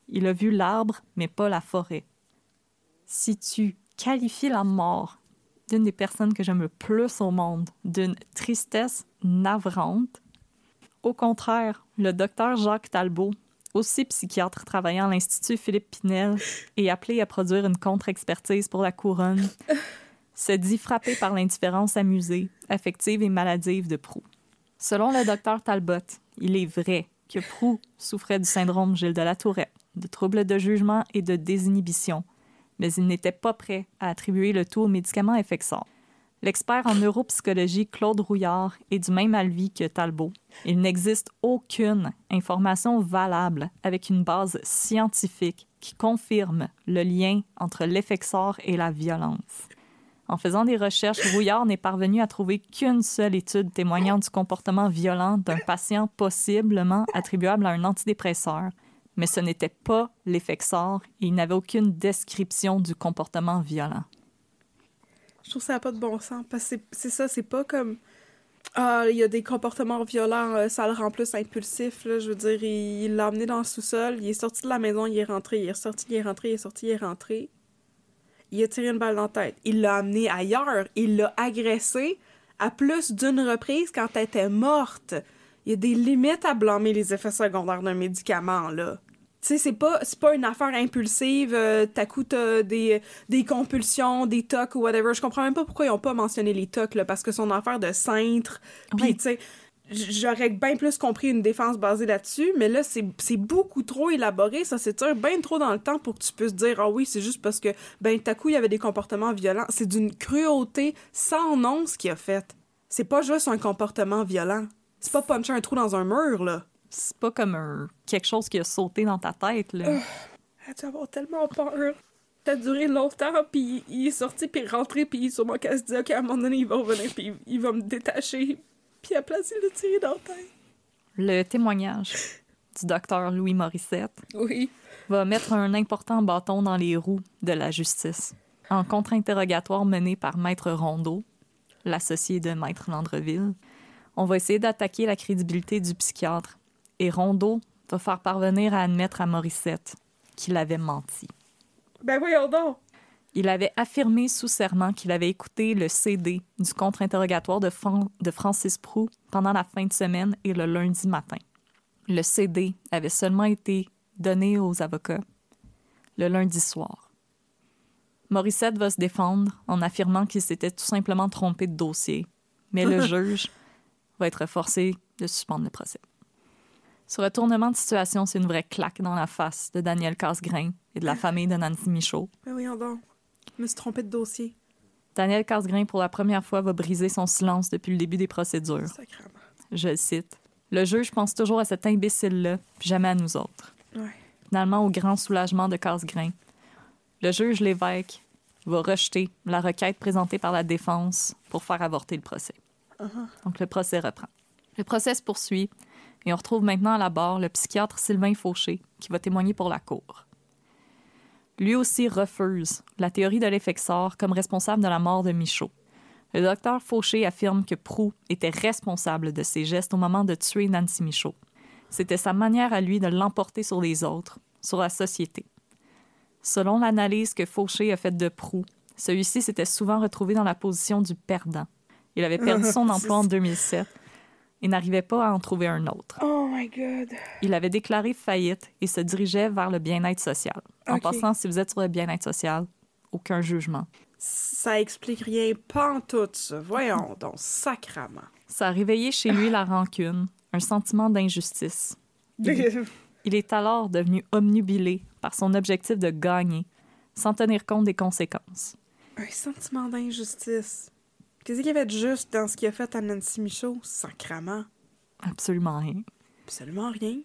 Speaker 5: Il a vu l'arbre, mais pas la forêt. Si tu qualifies la mort d'une des personnes que j'aime le plus au monde, d'une tristesse navrante, au contraire, le docteur Jacques Talbot, aussi psychiatre travaillant à l'Institut Philippe Pinel et appelé à produire une contre-expertise pour la couronne, se dit frappé par l'indifférence amusée, affective et maladive de Proulx. Selon le docteur Talbot, il est vrai que Proulx souffrait du syndrome Gilles de la Tourette, de troubles de jugement et de désinhibition, mais il n'était pas prêt à attribuer le tout aux médicaments Effexor. L'expert en neuropsychologie Claude Rouillard est du même avis que Talbot. Il n'existe aucune information valable avec une base scientifique qui confirme le lien entre l'Effexor et la violence. En faisant des recherches, Rouillard n'est parvenu à trouver qu'une seule étude témoignant du comportement violent d'un patient possiblement attribuable à un antidépresseur, mais ce n'était pas l'Effexor et il n'avait aucune description du comportement violent.
Speaker 4: Je trouve que ça n'a pas de bon sens, parce que c'est, c'est ça, c'est pas comme... Ah, il y a des comportements violents, euh, ça le rend plus impulsif, là, je veux dire, il, il l'a emmené dans le sous-sol, il est sorti de la maison, il est rentré, il est sorti, il est rentré, il est sorti, il est rentré. Il a tiré une balle dans la tête. Il l'a amené ailleurs, il l'a agressé à plus d'une reprise quand elle était morte. Il y a des limites à blâmer les effets secondaires d'un médicament, là. Tu sais, c'est pas, c'est pas une affaire impulsive, euh, t'as coup t'as des, des compulsions, des tocs ou whatever. Je comprends même pas pourquoi ils ont pas mentionné les tocs, là, parce que c'est une affaire de cintre. Puis,
Speaker 5: Oui.
Speaker 4: tu sais, j'aurais bien plus compris une défense basée là-dessus, mais là, c'est, c'est beaucoup trop élaboré. Ça s'étire bien trop dans le temps pour que tu puisses dire « Ah oui, c'est juste parce que, ben, t'as coup, il y avait des comportements violents. » C'est d'une cruauté sans nom, ce qu'il a fait. C'est pas juste un comportement violent. C'est pas puncher un trou dans un mur, là.
Speaker 5: C'est pas comme un... quelque chose qui a sauté dans ta tête, là.
Speaker 4: Ah, tu vas avoir tellement peur. Ça a duré longtemps, puis il est sorti, puis il est rentré, puis sûrement qu'elle se dit « Ok, à un moment donné, il va revenir, puis il va me détacher. » Puis à la place, il l'a tiré dans la tête.
Speaker 5: Le témoignage du docteur Louis Morissette
Speaker 4: Oui.
Speaker 5: va mettre un important bâton dans les roues de la justice. En contre-interrogatoire mené par Maître Rondeau, l'associé de Maître Landreville, on va essayer d'attaquer la crédibilité du psychiatre. Et Rondeau va faire parvenir à admettre à Morissette qu'il avait menti.
Speaker 4: Ben voyons donc!
Speaker 5: Il avait affirmé sous serment qu'il avait écouté le C D du contre-interrogatoire de, Fran- de Francis Proulx pendant la fin de semaine et le lundi matin. Le C D avait seulement été donné aux avocats le lundi soir. Morissette va se défendre en affirmant qu'il s'était tout simplement trompé de dossier, mais le juge va être forcé de suspendre le procès. Ce retournement de situation, c'est une vraie claque dans la face de Daniel Casgrain et de la famille de Nancy Michaud.
Speaker 4: Ben voyons donc. Je me suis trompée de dossier.
Speaker 5: Daniel Casgrain, pour la première fois, va briser son silence depuis le début des procédures.
Speaker 4: Sacrément.
Speaker 5: Je le cite. « Le juge pense toujours à cet imbécile-là, puis jamais à nous autres.
Speaker 4: Ouais. »
Speaker 5: Finalement, au grand soulagement de Casgrain, le juge Lévesque va rejeter la requête présentée par la défense pour faire avorter le procès.
Speaker 4: Uh-huh.
Speaker 5: Donc, le procès reprend. Le procès se poursuit et on retrouve maintenant à la barre le psychiatre Sylvain Fauché qui va témoigner pour la cour. Lui aussi refuse la théorie de l'Effexor comme responsable de la mort de Michaud. Le docteur Fauché affirme que Proulx était responsable de ses gestes au moment de tuer Nancy Michaud. C'était sa manière à lui de l'emporter sur les autres, sur la société. Selon l'analyse que Fauché a faite de Proulx, celui-ci s'était souvent retrouvé dans la position du perdant. Il avait perdu son emploi en deux mille sept et n'arrivait pas à en trouver un autre.
Speaker 4: Oh my God!
Speaker 5: Il avait déclaré faillite et se dirigeait vers le bien-être social. En
Speaker 4: Ok.
Speaker 5: passant, si vous êtes sur le bien-être social, aucun jugement.
Speaker 4: Ça explique rien pantoute, ça. Voyons donc, sacrament.
Speaker 5: Ça a réveillé chez lui la rancune, un sentiment d'injustice. Il, il est alors devenu omnubilé par son objectif de gagner, sans tenir compte des conséquences.
Speaker 4: Un sentiment d'injustice. Qu'est-ce qu'il y avait de juste dans ce qu'il a fait à Nancy Michaud? Sacrament.
Speaker 5: Absolument rien.
Speaker 4: Absolument rien.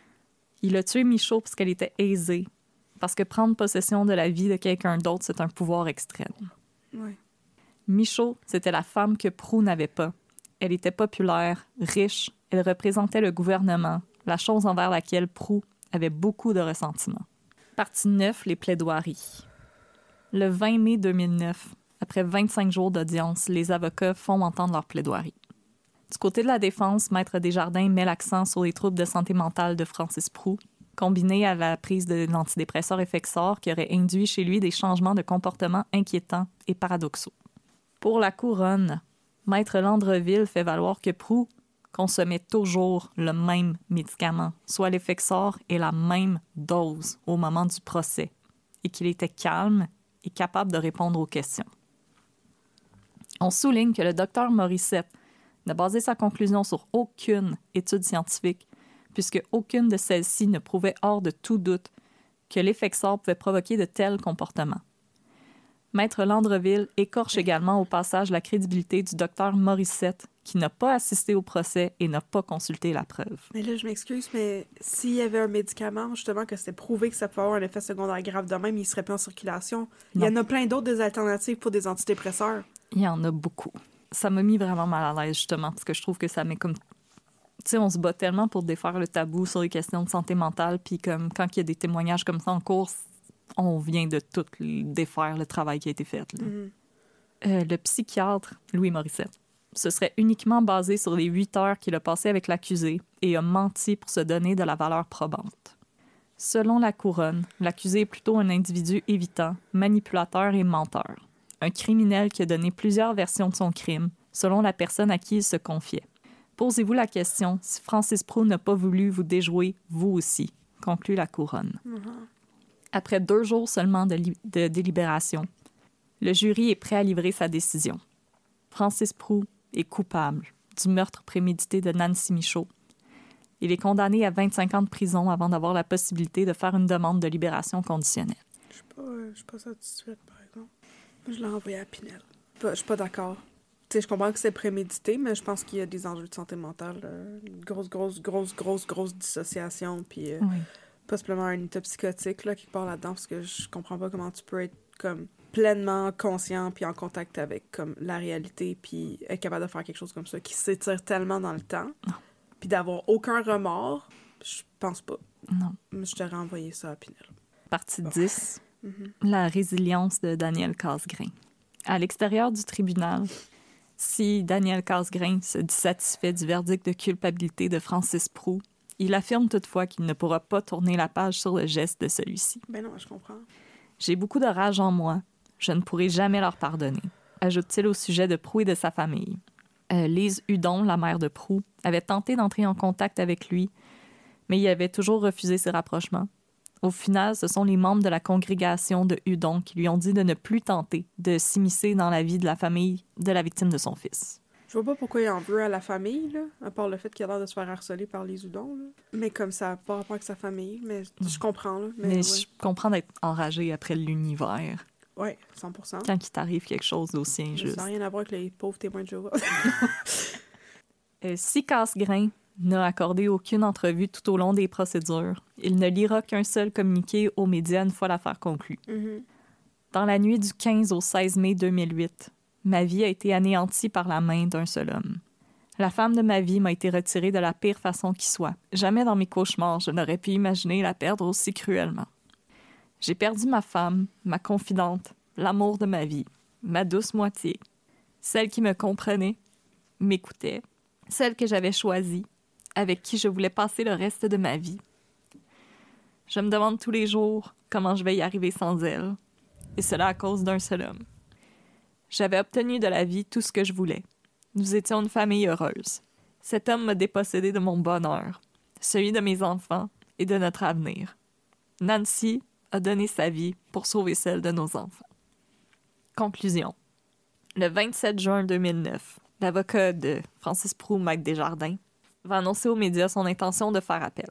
Speaker 5: Il a tué Michaud parce qu'elle était aisée, parce que prendre possession de la vie de quelqu'un d'autre, c'est un pouvoir extrême.
Speaker 4: Ouais.
Speaker 5: Michaud, c'était la femme que Proulx n'avait pas. Elle était populaire, riche, elle représentait le gouvernement, la chose envers laquelle Proulx avait beaucoup de ressentiment. Partie neuf, les plaidoiries. Le vingt mai deux mille neuf, après vingt-cinq jours d'audience, les avocats font entendre leur plaidoirie. Du côté de la défense, Maître Desjardins met l'accent sur les troubles de santé mentale de Francis Proulx, combiné à la prise de l'antidépresseur Effexor qui aurait induit chez lui des changements de comportement inquiétants et paradoxaux. Pour la couronne, Maître Landreville fait valoir que Prou consommait toujours le même médicament, soit l'Effexor et la même dose au moment du procès, et qu'il était calme et capable de répondre aux questions. On souligne que le docteur Morissette n'a basé sa conclusion sur aucune étude scientifique, puisque aucune de celles-ci ne prouvait hors de tout doute que l'Effexor pouvait provoquer de tels comportements. Maître Landreville écorche également au passage la crédibilité du docteur Morissette, qui n'a pas assisté au procès et n'a pas consulté la preuve.
Speaker 4: Mais là, je m'excuse, mais s'il y avait un médicament, justement, que c'était prouvé que ça pouvait avoir un effet secondaire grave de même, il serait plus en circulation. Non. Il y en a plein d'autres des alternatives pour des antidépresseurs.
Speaker 5: Il y en a beaucoup. Ça m'a mis vraiment mal à l'aise, justement, parce que je trouve que ça met comme... Tu sais, on se bat tellement pour défaire le tabou sur les questions de santé mentale, puis comme quand il y a des témoignages comme ça en cours, on vient de tout défaire le travail qui a été fait. Là. Mm-hmm. Euh, le psychiatre Louis Morissette se serait uniquement basé sur les huit heures qu'il a passées avec l'accusé et a menti pour se donner de la valeur probante. Selon la couronne, l'accusé est plutôt un individu évitant, manipulateur et menteur. Un criminel qui a donné plusieurs versions de son crime, selon la personne à qui il se confiait. Posez-vous la question si Francis Prou n'a pas voulu vous déjouer, vous aussi, conclut la couronne. Mm-hmm. Après deux jours seulement de, li- de délibération, le jury est prêt à livrer sa décision. Francis Prou est coupable du meurtre prémédité de Nancy Michaud. Il est condamné à vingt-cinq ans de prison avant d'avoir la possibilité de faire une demande de libération conditionnelle.
Speaker 4: Je suis pas, euh, je suis pas satisfaite, par exemple. Je l'ai envoyé à Pinel. Je suis pas d'accord. Tu sais, je comprends que c'est prémédité, mais je pense qu'il y a des enjeux de santé mentale. Euh, une grosse, grosse, grosse, grosse, grosse dissociation, puis euh,
Speaker 5: oui.
Speaker 4: possiblement un état psychotique, là, qui part là-dedans, parce que je comprends pas comment tu peux être, comme, pleinement conscient, puis en contact avec, comme, la réalité, puis être capable de faire quelque chose comme ça, qui s'étire tellement dans le temps, puis d'avoir aucun remords, je pense pas.
Speaker 5: Non.
Speaker 4: Je t'aurais envoyé ça à Pinel.
Speaker 5: Partie
Speaker 4: bon.
Speaker 5: dix.
Speaker 4: Mm-hmm.
Speaker 5: La résilience de Daniel Casgrain. À l'extérieur du tribunal, si Daniel Casgrain se dit satisfait du verdict de culpabilité de Francis Prou, il affirme toutefois qu'il ne pourra pas tourner la page sur le geste de celui-ci.
Speaker 4: Ben non, je comprends.
Speaker 5: J'ai beaucoup de rage en moi. Je ne pourrai jamais leur pardonner, ajoute-t-il au sujet de Prou et de sa famille. Euh, Lise Hudon, la mère de Prou, avait tenté d'entrer en contact avec lui, mais il avait toujours refusé ses rapprochements. Au final, ce sont les membres de la congrégation de Hudon qui lui ont dit de ne plus tenter de s'immiscer dans la vie de la famille de la victime de son fils.
Speaker 4: Je vois pas pourquoi il en veut à la famille, là, à part le fait qu'il a l'air de se faire harceler par les Hudon. Là. Mais comme ça n'a pas rapport avec sa famille, mais je comprends. Là, mais
Speaker 5: mais
Speaker 4: ouais.
Speaker 5: je comprends d'être enragé après l'univers.
Speaker 4: Oui, cent pour cent.
Speaker 5: Quand il t'arrive quelque chose d'aussi injuste.
Speaker 4: Ça n'a rien à voir avec les pauvres témoins de Jéhovah.
Speaker 5: euh, si Casgrain n'a accordé aucune entrevue tout au long des procédures, il ne lira qu'un seul communiqué aux médias une fois l'affaire conclue.
Speaker 4: Mm-hmm.
Speaker 5: Dans la nuit du quinze au seize mai deux mille huit, ma vie a été anéantie par la main d'un seul homme. La femme de ma vie m'a été retirée de la pire façon qui soit. Jamais dans mes cauchemars, je n'aurais pu imaginer la perdre aussi cruellement. J'ai perdu ma femme, ma confidente, l'amour de ma vie, ma douce moitié, celle qui me comprenait, m'écoutait, celle que j'avais choisie, avec qui je voulais passer le reste de ma vie. Je me demande tous les jours comment je vais y arriver sans elle, et cela à cause d'un seul homme. J'avais obtenu de la vie tout ce que je voulais. Nous étions une famille heureuse. Cet homme m'a dépossédé de mon bonheur, celui de mes enfants et de notre avenir. Nancy a donné sa vie pour sauver celle de nos enfants. Conclusion. Le vingt-sept juin deux mille neuf, l'avocat de Francis Prou, Maître Desjardins, va annoncer aux médias son intention de faire appel.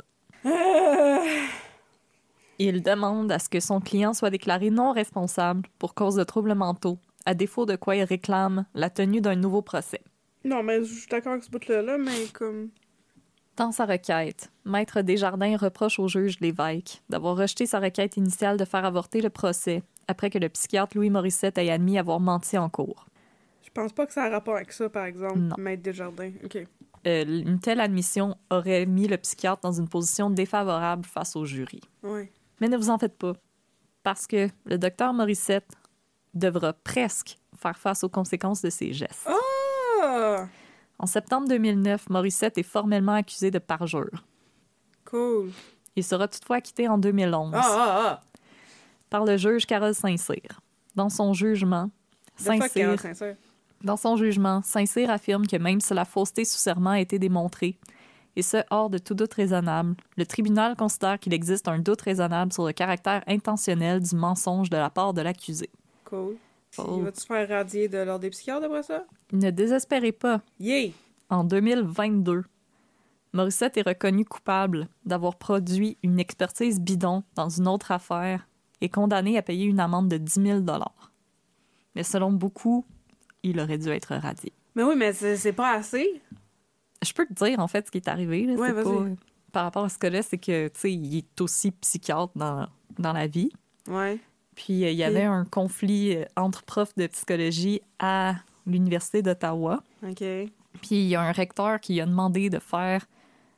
Speaker 5: Il demande à ce que son client soit déclaré non responsable pour cause de troubles mentaux, à défaut de quoi il réclame la tenue d'un nouveau procès.
Speaker 4: Non, mais je suis d'accord avec ce bout-là, là, mais comme...
Speaker 5: Dans sa requête, Maître Desjardins reproche au juge Lévesque d'avoir rejeté sa requête initiale de faire avorter le procès après que le psychiatre Louis Morissette ait admis avoir menti en cours.
Speaker 4: Je pense pas que ça a rapport avec ça, par exemple,
Speaker 5: non.
Speaker 4: Maître Desjardins. OK.
Speaker 5: Euh, une telle admission aurait mis le psychiatre dans une position défavorable face au jury.
Speaker 4: Oui.
Speaker 5: Mais ne vous en faites pas, parce que le docteur Morissette devra presque faire face aux conséquences de ses gestes.
Speaker 4: Oh!
Speaker 5: En septembre deux mille neuf, Morissette est formellement accusé de parjure.
Speaker 4: Cool.
Speaker 5: Il sera toutefois acquitté en deux mille onze
Speaker 4: Ah, ah, ah!
Speaker 5: par le juge Carole Saint-Cyr. Dans son jugement,
Speaker 4: The fuck, Carole
Speaker 5: Saint-Cyr,
Speaker 4: Saint-Cyr.
Speaker 5: dans son jugement, Saint-Cyr affirme que même si la fausseté sous serment a été démontrée, et ce, hors de tout doute raisonnable, le tribunal considère qu'il existe un doute raisonnable sur le caractère intentionnel du mensonge de la part de l'accusé.
Speaker 4: Cool.
Speaker 5: Oh.
Speaker 4: Il va-tu se faire radier de l'ordre des psychiatres après ça?
Speaker 5: Ne désespérez pas.
Speaker 4: Yay!
Speaker 5: En deux mille vingt-deux, Morissette est reconnu coupable d'avoir produit une expertise bidon dans une autre affaire et condamné à payer une amende de dix mille dollars. Mais selon beaucoup, il aurait dû être radié.
Speaker 4: Mais oui, mais c'est, c'est pas assez.
Speaker 5: Je peux te dire, en fait, ce qui est arrivé. Là,
Speaker 4: Ouais,
Speaker 5: c'est
Speaker 4: vas-y.
Speaker 5: pas... Par rapport à ce que là, c'est que, tu sais, il est aussi psychiatre dans, dans la vie.
Speaker 4: Ouais.
Speaker 5: Puis, euh, il y avait un conflit euh, entre profs de psychologie à l'Université d'Ottawa.
Speaker 4: OK.
Speaker 5: Puis, il y a un recteur qui a demandé de faire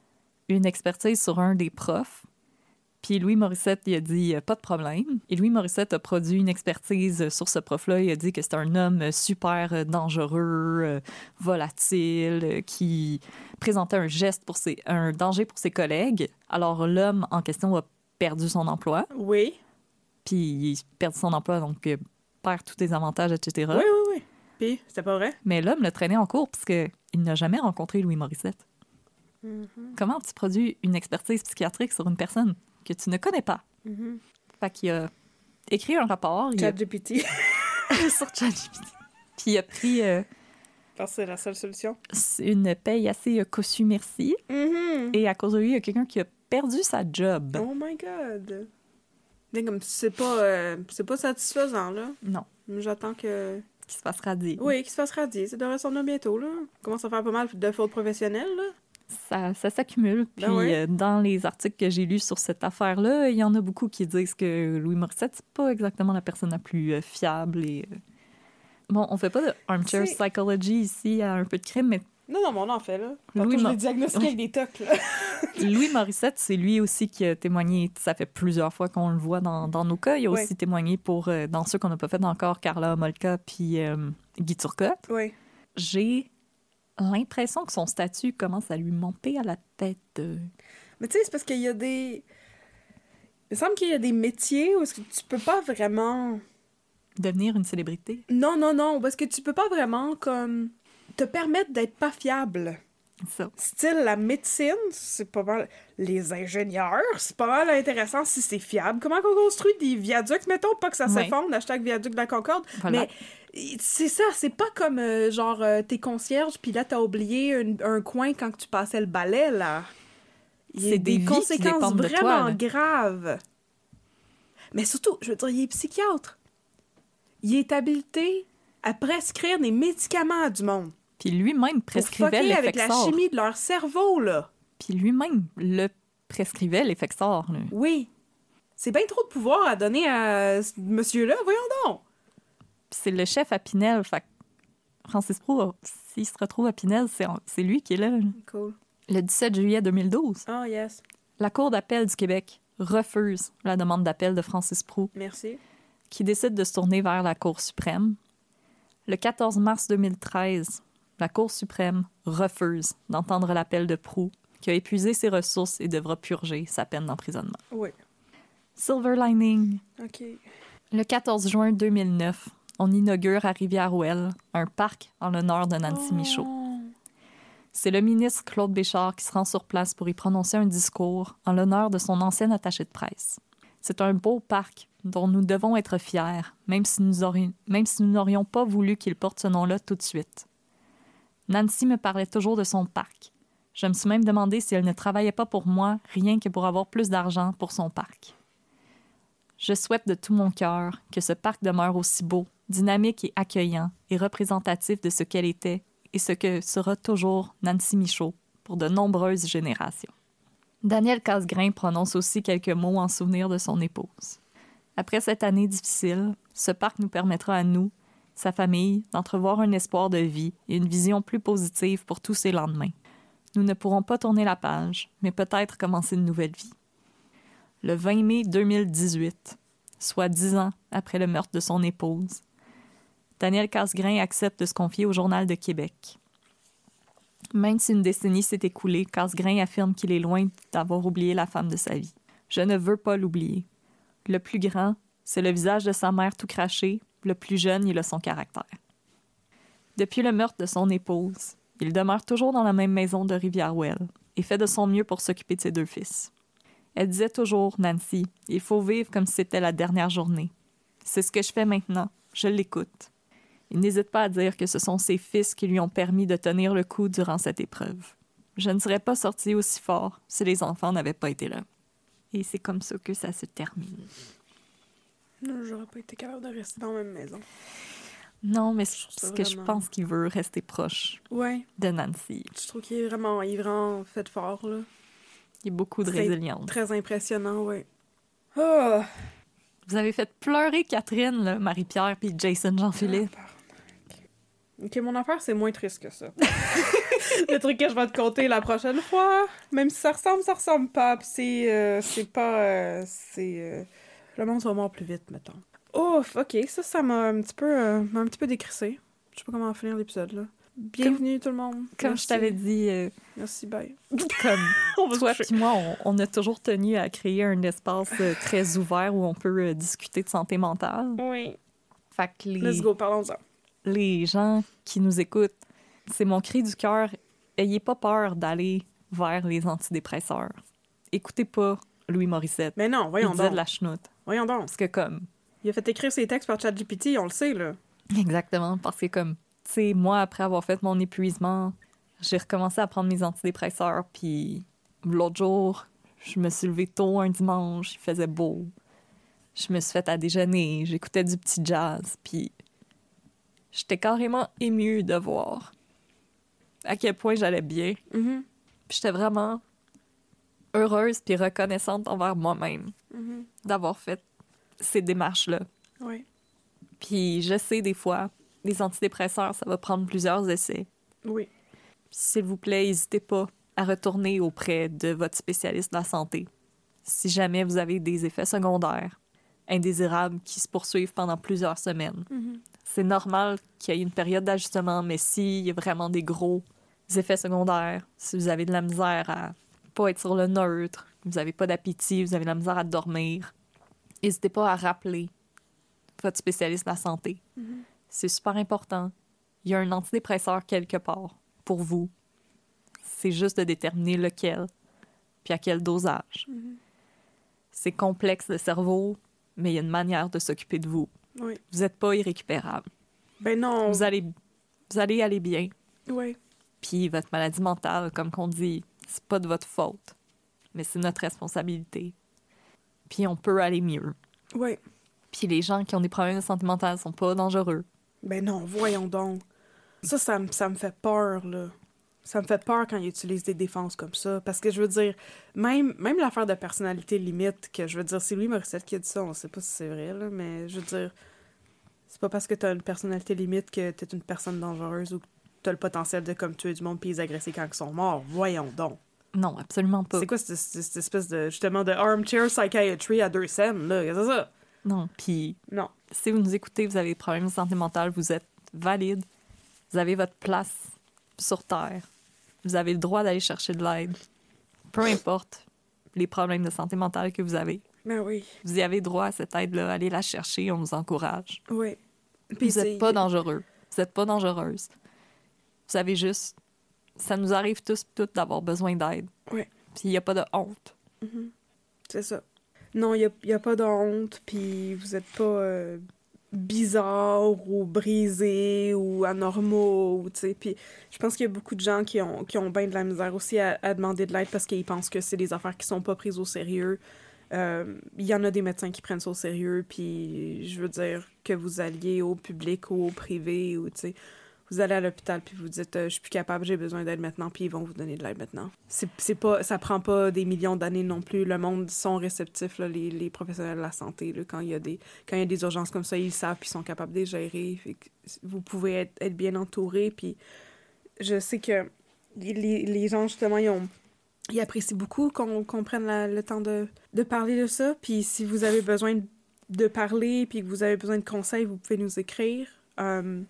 Speaker 5: une expertise sur un des profs. Puis, Louis Morissette, il a dit euh, « pas de problème ». Et Louis Morissette a produit une expertise sur ce prof-là. Il a dit que c'était un homme super euh, dangereux, euh, volatile, euh, qui présentait un geste pour ses, un danger pour ses collègues. Alors, l'homme en question a perdu son emploi.
Speaker 4: Oui.
Speaker 5: Puis, il perd son emploi, donc euh, perd tous ses avantages, et cetera.
Speaker 4: Oui, oui, oui. Puis, c'était pas vrai?
Speaker 5: Mais l'homme le traînait en cours parce qu'il n'a jamais rencontré Louis Morissette.
Speaker 4: Mm-hmm.
Speaker 5: Comment tu produis une expertise psychiatrique sur une personne que tu ne connais pas?
Speaker 4: Mm-hmm.
Speaker 5: Fait qu'il a écrit un rapport il a...
Speaker 4: ChatGPT.
Speaker 5: sur ChatGPT. Puis il a pris euh,
Speaker 4: Parce que c'est la seule solution.
Speaker 5: une paye assez euh, cossue, merci.
Speaker 4: Mm-hmm.
Speaker 5: Et à cause de lui, il y a quelqu'un qui a perdu sa job.
Speaker 4: Oh my God. Mais comme c'est pas, euh, c'est pas satisfaisant, là.
Speaker 5: Non,
Speaker 4: J'attends que...
Speaker 5: qui se fasse radier.
Speaker 4: Oui, qu'il se fasse radier. Ça devrait s'en venir bientôt, là. Commence à faire pas mal de fautes professionnelles, là.
Speaker 5: Ça, ça s'accumule. Puis
Speaker 4: Ben ouais.
Speaker 5: euh, dans les articles que j'ai lus sur cette affaire-là, il y en a beaucoup qui disent que Louis Morissette, c'est pas exactement la personne la plus euh, fiable. Et, euh... Bon, on fait pas de armchair
Speaker 4: C'est-
Speaker 5: psychology ici à un peu de crime, mais
Speaker 4: Non, non, mais on en fait, là.
Speaker 5: Louis
Speaker 4: Louis je
Speaker 5: Mor-
Speaker 4: l'ai diagnostiqué avec des tocs, là.
Speaker 5: Louis Morissette, c'est lui aussi qui a témoigné. Ça fait plusieurs fois qu'on le voit dans, dans nos cas. Il a
Speaker 4: Ouais.
Speaker 5: aussi témoigné pour, euh, dans ceux qu'on n'a pas fait encore, Carla Molka puis euh, Guy Turcotte.
Speaker 4: Oui.
Speaker 5: J'ai l'impression que son statut commence à lui monter à la tête. euh.
Speaker 4: Mais tu sais, c'est parce qu'il y a des... Il me semble qu'il y a des métiers où est-ce que tu peux pas vraiment...
Speaker 5: Devenir une célébrité.
Speaker 4: Non, non, non, parce que tu peux pas vraiment, comme, te permettre d'être pas fiable.
Speaker 5: Ça.
Speaker 4: Style, la médecine, c'est pas mal... Les ingénieurs, c'est pas mal intéressant si c'est fiable. Comment on construit des viaducs, mettons, pas que ça
Speaker 5: Ouais.
Speaker 4: s'effondre, hashtag viaduc de la Concorde.
Speaker 5: Voilà.
Speaker 4: Mais c'est ça, c'est pas comme, euh, genre, euh, t'es concierge, puis là, t'as oublié un, un coin quand tu passais le balai, là. Il y a
Speaker 5: C'est des
Speaker 4: des
Speaker 5: vies qui
Speaker 4: conséquences
Speaker 5: dépendent de toi,
Speaker 4: vraiment
Speaker 5: là.
Speaker 4: graves. Mais surtout, je veux dire, il est psychiatre. Il est habilité à prescrire des médicaments à du monde.
Speaker 5: Puis lui-même
Speaker 4: Pour
Speaker 5: prescrivait
Speaker 4: fucker avec la
Speaker 5: l'Effexor.
Speaker 4: chimie de leur cerveau, là.
Speaker 5: Puis lui-même le prescrivait l'Effexor. là.
Speaker 4: Oui. C'est bien trop de pouvoir à donner à ce monsieur-là, voyons donc.
Speaker 5: Puis c'est le chef à Pinel. Fait que Francis Proulx, s'il se retrouve à Pinel, c'est, c'est lui qui est là. là.
Speaker 4: Cool.
Speaker 5: Le dix-sept juillet deux mille douze,
Speaker 4: Oh, yes.
Speaker 5: la Cour d'appel du Québec refuse la demande d'appel de Francis Proulx,
Speaker 4: Merci.
Speaker 5: qui décide de se tourner vers la Cour suprême. Le quatorze mars deux mille treize, la Cour suprême refuse d'entendre l'appel de Proulx, qui a épuisé ses ressources et devra purger sa peine d'emprisonnement.
Speaker 4: Oui.
Speaker 5: Silver lining.
Speaker 4: OK.
Speaker 5: Le quatorze juin deux mille neuf, on inaugure à Rivière-Ouelle un parc en l'honneur de Nancy Michaud.
Speaker 4: Oh.
Speaker 5: C'est le ministre Claude Béchard qui se rend sur place pour y prononcer un discours en l'honneur de son ancien attaché de presse. C'est un beau parc dont nous devons être fiers, même si nous, aurions, même si nous n'aurions pas voulu qu'il porte ce nom-là tout de suite. Nancy me parlait toujours de son parc. Je me suis même demandé si elle ne travaillait pas pour moi, rien que pour avoir plus d'argent pour son parc. Je souhaite de tout mon cœur que ce parc demeure aussi beau, dynamique et accueillant, et représentatif de ce qu'elle était et ce que sera toujours Nancy Michaud pour de nombreuses générations. Daniel Casgrain prononce aussi quelques mots en souvenir de son épouse. Après cette année difficile, ce parc nous permettra à nous, sa famille, d'entrevoir un espoir de vie et une vision plus positive pour tous ses lendemains. Nous ne pourrons pas tourner la page, mais peut-être commencer une nouvelle vie. Le vingt mai deux mille dix-huit, soit dix ans après le meurtre de son épouse, Daniel Casgrain accepte de se confier au Journal de Québec. Même si une décennie s'est écoulée, Casgrain affirme qu'il est loin d'avoir oublié la femme de sa vie. Je ne veux pas l'oublier. Le plus grand, c'est le visage de sa mère tout craché. Le plus jeune, il a son caractère. Depuis le meurtre de son épouse, il demeure toujours dans la même maison de Rivière-Ouelle et fait de son mieux pour s'occuper de ses deux fils. Elle disait toujours, Nancy, il faut vivre comme si c'était la dernière journée. C'est ce que je fais maintenant. Je l'écoute. Il n'hésite pas à dire que ce sont ses fils qui lui ont permis de tenir le coup durant cette épreuve. Je ne serais pas sortie aussi fort si les enfants n'avaient pas été là. Et c'est comme ça que ça se termine.
Speaker 4: Non, j'aurais pas été capable de rester dans la même maison.
Speaker 5: Non, mais c'est parce que
Speaker 4: vraiment...
Speaker 5: je pense qu'il veut rester proche
Speaker 4: ouais.
Speaker 5: de Nancy.
Speaker 4: Je trouve qu'il est vraiment, il est vraiment fait fort, là.
Speaker 5: Il y a beaucoup de
Speaker 4: c'est
Speaker 5: résilience.
Speaker 4: Très impressionnant, oui. Oh!
Speaker 5: Vous avez fait pleurer Catherine, là, Marie-Pierre puis Jason Jean-Philippe.
Speaker 4: Ah, OK, mon affaire, c'est moins triste que ça. Le truc que je vais te conter la prochaine fois, même si ça ressemble, ça ressemble pas. Pis c'est, euh, c'est pas... Euh, c'est... Euh... Le monde va mort plus vite, mettons. Ouf, OK, ça, ça m'a un petit peu, euh, m'a un petit peu décrissé. Je sais pas comment finir l'épisode, là. Bienvenue, tout le monde.
Speaker 5: Comme
Speaker 4: Merci.
Speaker 5: je t'avais dit... Euh,
Speaker 4: Merci, bye.
Speaker 5: Comme
Speaker 4: on va
Speaker 5: toi
Speaker 4: se
Speaker 5: puis moi, on, on a toujours tenu à créer un espace euh, très ouvert où on peut euh, discuter de santé mentale.
Speaker 4: Oui.
Speaker 5: Fait que les...
Speaker 4: Let's go, parlons-en.
Speaker 5: les gens qui nous écoutent, c'est mon cri du cœur. Ayez pas peur d'aller vers les antidépresseurs. Écoutez pas Louis Morissette.
Speaker 4: Mais non, voyons
Speaker 5: Il disait
Speaker 4: donc.
Speaker 5: de la chenoute.
Speaker 4: Voyons donc.
Speaker 5: Parce que comme...
Speaker 4: Il a fait écrire ses textes par ChatGPT, on le sait, là.
Speaker 5: Exactement, parce que comme... Tu sais, moi, après avoir fait mon épuisement, j'ai recommencé à prendre mes antidépresseurs, puis l'autre jour, je me suis levée tôt un dimanche, il faisait beau. Je me suis fait à déjeuner, j'écoutais du petit jazz, puis j'étais carrément émue de voir à quel point j'allais bien.
Speaker 4: Mm-hmm.
Speaker 5: Puis j'étais vraiment heureuse puis reconnaissante envers moi-même
Speaker 4: Mm-hmm.
Speaker 5: d'avoir fait ces démarches-là.
Speaker 4: Oui.
Speaker 5: Puis je sais, des fois, les antidépresseurs, ça va prendre plusieurs essais.
Speaker 4: Oui.
Speaker 5: S'il vous plaît, n'hésitez pas à retourner auprès de votre spécialiste de la santé. Si jamais vous avez des effets secondaires indésirables qui se poursuivent pendant plusieurs semaines.
Speaker 4: Mm-hmm.
Speaker 5: C'est normal qu'il y ait une période d'ajustement, mais s'il y a vraiment des gros effets secondaires, si vous avez de la misère à pas être sur le neutre, vous n'avez pas d'appétit, vous avez de la misère à dormir, n'hésitez pas à rappeler votre spécialiste de la santé.
Speaker 4: Mm-hmm.
Speaker 5: C'est super important. Il y a un antidépresseur quelque part pour vous. C'est juste de déterminer lequel, puis à quel dosage.
Speaker 4: Mm-hmm.
Speaker 5: C'est complexe, le cerveau, mais il y a une manière de s'occuper de vous.
Speaker 4: Oui.
Speaker 5: Vous n'êtes pas irrécupérable.
Speaker 4: Ben non.
Speaker 5: Vous allez, vous allez aller bien.
Speaker 4: Oui.
Speaker 5: Puis votre maladie mentale, comme qu'on dit, c'est pas de votre faute, mais c'est notre responsabilité. Puis on peut aller mieux.
Speaker 4: Oui.
Speaker 5: Puis les gens qui ont des problèmes de santé mentale sont pas dangereux.
Speaker 4: Ben non, voyons donc. Ça, ça, me- ça me fait peur, là. Ça me fait peur quand ils utilisent des défenses comme ça. Parce que je veux dire, même, même l'affaire de personnalité limite, que je veux dire, c'est Louis Morissette qui a dit ça, on sait pas si c'est vrai, là, mais je veux dire, c'est pas parce que t'as une personnalité limite que t'es une personne dangereuse ou que t'as le potentiel de comme tuer du monde puis les agresser quand ils sont morts. Voyons donc.
Speaker 5: Non, absolument pas.
Speaker 4: C'est quoi cette, cette- cette espèce de, justement, de armchair psychiatry à deux scènes, là? Qu'est-ce que c'est ça?
Speaker 5: Non, puis
Speaker 4: Non.
Speaker 5: si vous nous écoutez, vous avez des problèmes de santé mentale, vous êtes valide, vous avez votre place sur Terre, vous avez le droit d'aller chercher de l'aide, peu importe les problèmes de santé mentale que vous avez.
Speaker 4: Ben oui.
Speaker 5: Vous y avez droit à cette aide-là, allez la chercher, on vous encourage.
Speaker 4: Oui.
Speaker 5: Puis vous n'êtes pas dangereux, vous n'êtes pas dangereuse. Vous savez juste, ça nous arrive tous toutes d'avoir besoin d'aide.
Speaker 4: Oui.
Speaker 5: Puis il n'y a pas de honte.
Speaker 4: C'est ça. Non, il n'y a, a pas de honte, puis vous êtes pas euh, bizarre ou brisé ou anormaux, tu sais. Puis je pense qu'il y a beaucoup de gens qui ont, qui ont bien de la misère aussi à, à demander de l'aide parce qu'ils pensent que c'est des affaires qui sont pas prises au sérieux. Euh, Il y en a des médecins qui prennent ça au sérieux, puis je veux dire que vous alliez au public ou au privé, ou tu sais, vous allez à l'hôpital puis vous dites euh, je suis plus capable, j'ai besoin d'aide maintenant, puis ils vont vous donner de l'aide maintenant. C'est, c'est pas, ça prend pas des millions d'années non plus. Le monde sont réceptifs, là, les, les professionnels de la santé, là, quand il y a des quand il y a des urgences comme ça, ils savent puis ils sont capables de les gérer. Fait que vous pouvez être, être bien entouré, puis je sais que les, les gens justement ils ont ils apprécient beaucoup qu'on, qu'on prenne la, le temps de, de parler de ça. Puis si vous avez besoin de, de parler puis que vous avez besoin de conseils, vous pouvez nous écrire. Euh,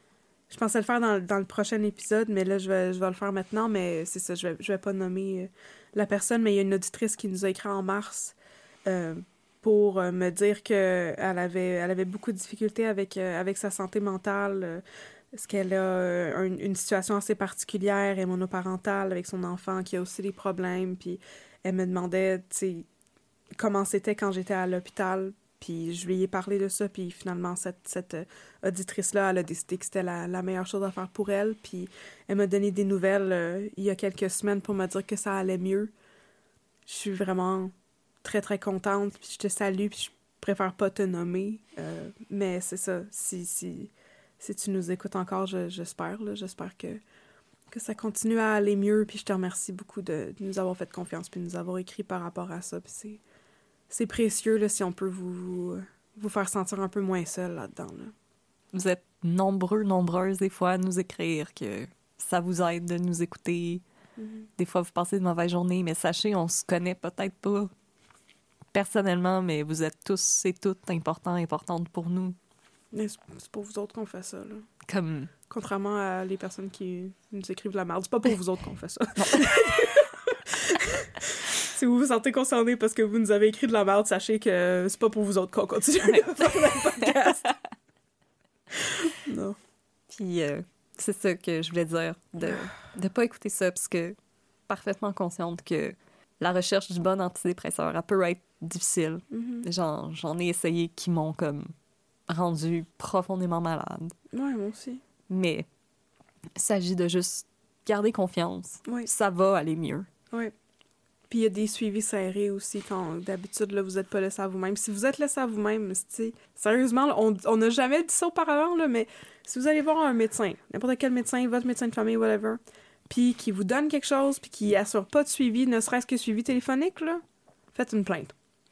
Speaker 4: je pensais le faire dans, dans le prochain épisode, mais là, je vais, je vais le faire maintenant. Mais c'est ça, je vais, je vais pas nommer euh, la personne, mais il y a une auditrice qui nous a écrit en mars euh, pour euh, me dire qu'elle avait, elle avait beaucoup de difficultés avec, euh, avec sa santé mentale, euh, parce qu'elle a euh, un, une situation assez particulière, elle est monoparentale avec son enfant qui a aussi des problèmes, puis elle me demandait, tu sais, comment c'était quand j'étais à l'hôpital, puis je lui ai parlé de ça, puis finalement, cette, cette euh, auditrice-là, elle a décidé que c'était la, la meilleure chose à faire pour elle, puis elle m'a donné des nouvelles euh, il y a quelques semaines pour me dire que ça allait mieux. Je suis vraiment très, très contente, puis je te salue, puis je préfère pas te nommer, euh, mais c'est ça, si, si, si tu nous écoutes encore, je, j'espère, là, j'espère que, que ça continue à aller mieux, puis je te remercie beaucoup de, de nous avoir fait confiance, puis de nous avoir écrit par rapport à ça, puis c'est... C'est précieux là, si on peut vous, vous, vous faire sentir un peu moins seul là-dedans. Là.
Speaker 5: Vous êtes nombreux, nombreuses des fois à nous écrire que ça vous aide de nous écouter. Mm-hmm. Des fois, vous passez de mauvaises journées, mais sachez, on se connaît peut-être pas personnellement, mais vous êtes tous et toutes importants, importantes pour nous.
Speaker 4: Mais c'est pour vous autres qu'on fait ça. Là.
Speaker 5: Comme...
Speaker 4: Contrairement à les personnes qui nous écrivent de la merde, c'est pas pour vous autres qu'on fait ça. Si vous vous sentez concerné parce que vous nous avez écrit de la merde, sachez que c'est pas pour vous autres qu'on continue à faire le podcast. Non.
Speaker 5: Puis euh, c'est ça que je voulais dire, de ne pas écouter ça, parce que parfaitement consciente que la recherche du bon antidépresseur, elle peut être difficile. Mm-hmm. J'en, j'en ai essayé qui m'ont comme rendu profondément malade.
Speaker 4: Ouais, moi aussi.
Speaker 5: Mais il s'agit de juste garder confiance.
Speaker 4: Oui.
Speaker 5: Ça va aller mieux.
Speaker 4: Oui. Puis il y a des suivis serrés aussi quand d'habitude là, vous n'êtes pas laissé à vous-même. Si vous êtes laissé à vous-même, t'sais, sérieusement, on n'a jamais dit ça auparavant, là, mais si vous allez voir un médecin, n'importe quel médecin, votre médecin de famille, whatever, puis qui vous donne quelque chose, puis qui assure pas de suivi, ne serait-ce que suivi téléphonique, là, faites une plainte.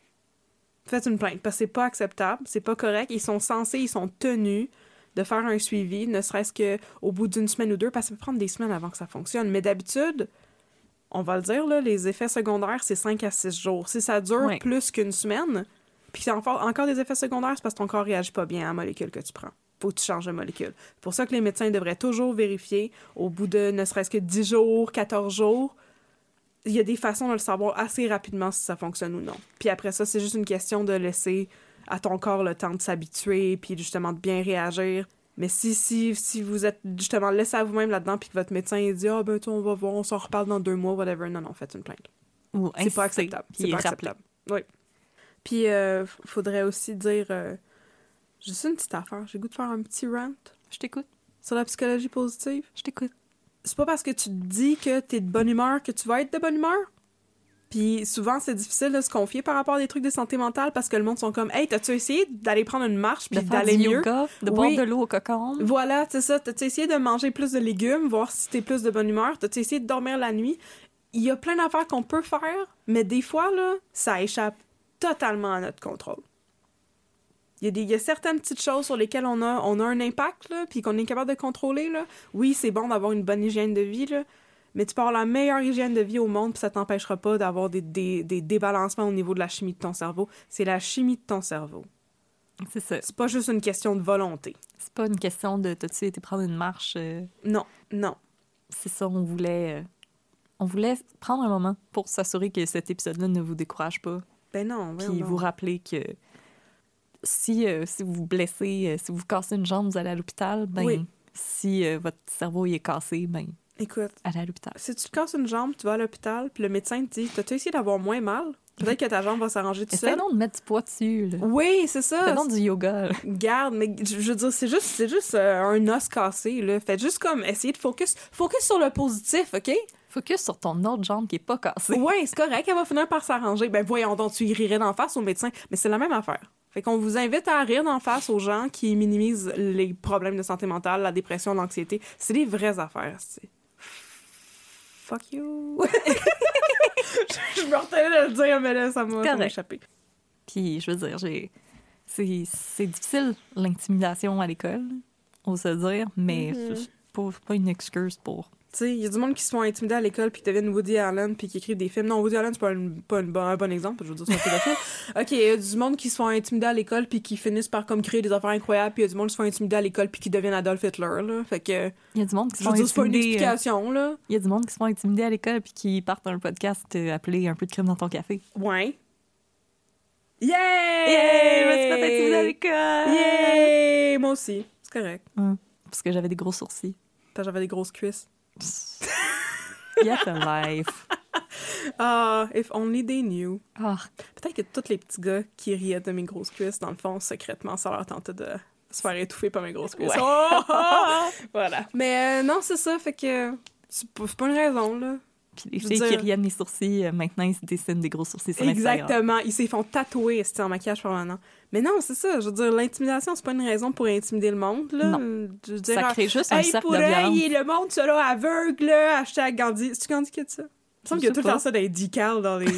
Speaker 4: Faites une plainte, parce que c'est pas acceptable, c'est pas correct. Ils sont censés, ils sont tenus de faire un suivi, ne serait-ce qu'au bout d'une semaine ou deux, parce que ça peut prendre des semaines avant que ça fonctionne. Mais d'habitude... On va le dire, là, les effets secondaires, c'est cinq à six jours. Si ça dure ouais. plus qu'une semaine, puis qu'il y a encore, encore des effets secondaires, c'est parce que ton corps ne réagit pas bien à la molécule que tu prends. Faut que tu changes de molécule. C'est pour ça que les médecins devraient toujours vérifier, au bout de ne serait-ce que dix jours, quatorze jours, il y a des façons de le savoir assez rapidement si ça fonctionne ou non. Puis après ça, c'est juste une question de laisser à ton corps le temps de s'habituer, puis justement de bien réagir. Mais si, si, si vous êtes justement laissé à vous-même là-dedans puis que votre médecin il dit « Ah, ben, on va voir, on s'en reparle dans deux mois, whatever. » Non, non, faites une plainte.
Speaker 5: Ou
Speaker 4: c'est pas acceptable. C'est pas acceptable. Oui. Puis, euh, faudrait aussi dire... Euh, juste une petite affaire. J'ai le goût de faire un petit rant.
Speaker 5: Je t'écoute.
Speaker 4: Sur la psychologie positive.
Speaker 5: Je t'écoute.
Speaker 4: C'est pas parce que tu te dis que t'es de bonne humeur que tu vas être de bonne humeur. Puis souvent, c'est difficile de se confier par rapport à des trucs de santé mentale parce que le monde sont comme « Hey, t'as-tu essayé d'aller prendre une marche puis d'aller mieux? »
Speaker 5: yoga, de boire oui. de l'eau au cocon.
Speaker 4: Voilà, c'est ça. T'as-tu essayé de manger plus de légumes, voir si t'es plus de bonne humeur? T'as-tu essayé de dormir la nuit? Il y a plein d'affaires qu'on peut faire, mais des fois, là, ça échappe totalement à notre contrôle. Il y a, des, il y a certaines petites choses sur lesquelles on a, on a un impact, là, puis qu'on est capable de contrôler, là. Oui, c'est bon d'avoir une bonne hygiène de vie, là, mais tu peux avoir la meilleure hygiène de vie au monde, puis ça t'empêchera pas d'avoir des, des, des débalancements au niveau de la chimie de ton cerveau. C'est la chimie de ton cerveau.
Speaker 5: C'est ça.
Speaker 4: C'est pas juste une question de volonté.
Speaker 5: C'est pas une question de t'as-tu été prendre une marche. Euh...
Speaker 4: Non, non.
Speaker 5: C'est ça, on voulait... Euh... On voulait prendre un moment pour s'assurer que cet épisode-là ne vous décourage pas.
Speaker 4: Ben non,
Speaker 5: Puis vous rappeler que si, euh, si vous vous blessez, euh, si vous vous cassez une jambe, vous allez à l'hôpital, ben
Speaker 4: oui.
Speaker 5: si euh, votre cerveau il est cassé, ben
Speaker 4: écoute,
Speaker 5: allez à l'hôpital.
Speaker 4: Si tu te casses une jambe, tu vas à l'hôpital, puis le médecin te dit « T'as-tu essayé d'avoir moins mal? Peut-être que ta jambe va s'arranger tout seul. »
Speaker 5: Essaye donc de mettre du poids dessus. Là.
Speaker 4: Oui, c'est ça.
Speaker 5: Fais donc du yoga. Là.
Speaker 4: Garde, mais je veux dire, c'est juste, c'est juste euh, un os cassé. Là. Faites juste comme essayer de focus, focus sur le positif, OK?
Speaker 5: Focus sur ton autre jambe qui est pas cassée.
Speaker 4: Oui, c'est correct, elle va finir par s'arranger. Ben voyons donc, tu y rirais d'en face au médecin. Mais c'est la même affaire. Fait qu'on vous invite à rire d'en face aux gens qui minimisent les problèmes de santé mentale, la dépression, l'anxiété. C'est des vraies affaires, c'est... Fuck you! je, je me retenais de le dire, mais là, ça m'a, ça m'a échappé.
Speaker 5: Puis, je veux dire, j'ai... C'est, c'est difficile, l'intimidation à l'école, on se dire, mais mm-hmm. c'est pas, pas une excuse pour...
Speaker 4: Tu sais, il y a du monde qui se font intimider à l'école puis qui deviennent Woody Allen puis qui écrivent des films. Non, Woody Allen, c'est pas, une, pas une, un bon exemple, je veux dire, c'est un pédophile. OK, il y a du monde qui se font intimider à l'école puis qui finissent par comme créer des affaires incroyables, puis il y a du monde qui se font intimider à l'école puis qui deviennent Adolf Hitler, là. Fait que...
Speaker 5: Il y a du monde qui se
Speaker 4: font intimider... c'est pas une explication, là.
Speaker 5: Il y a du monde qui se font intimider à l'école puis qui partent un podcast appelé « Un peu de crime dans ton café ».
Speaker 4: Ouais. Yeah!
Speaker 5: Yeah! Je me suis fait intimider à l'école!
Speaker 4: Yeah! Moi aussi. C'est correct.
Speaker 5: Hum, parce que j'avais des gros sourcils.
Speaker 4: Parce que j'avais des grosses cuisses.
Speaker 5: Get a life.
Speaker 4: Ah, if only they knew.
Speaker 5: Ah,
Speaker 4: Peut-être que tous les petits gars qui riaient de mes grosses cuisses, dans le fond, secrètement, ça leur tentait de se faire étouffer par mes grosses cuisses.
Speaker 5: Ouais.
Speaker 4: Oh, oh! Voilà. Mais euh, non, c'est ça, fait que c'est pas, c'est pas une raison, là.
Speaker 5: puis les
Speaker 4: Je veux
Speaker 5: filles qui
Speaker 4: dire-
Speaker 5: riaient de mes sourcils, euh, maintenant, ils se dessinent des gros sourcils sur Instagram.
Speaker 4: Exactement. Ils se font tatouer, c'était en maquillage permanent. Mais non, c'est ça. Je veux dire, l'intimidation, c'est pas une raison pour intimider le monde, là.
Speaker 5: Non.
Speaker 4: Je veux dire,
Speaker 5: Ça crée juste un
Speaker 4: hey,
Speaker 5: cercle
Speaker 4: pour
Speaker 5: de violence.
Speaker 4: hey, le monde sera aveugle, là. Hashtag Gandhi. C'est-tu Gandhi qui a dit ça? Il me semble
Speaker 5: Je
Speaker 4: qu'il y a
Speaker 5: sais
Speaker 4: tout le temps
Speaker 5: pas.
Speaker 4: ça dans les decals, dans les...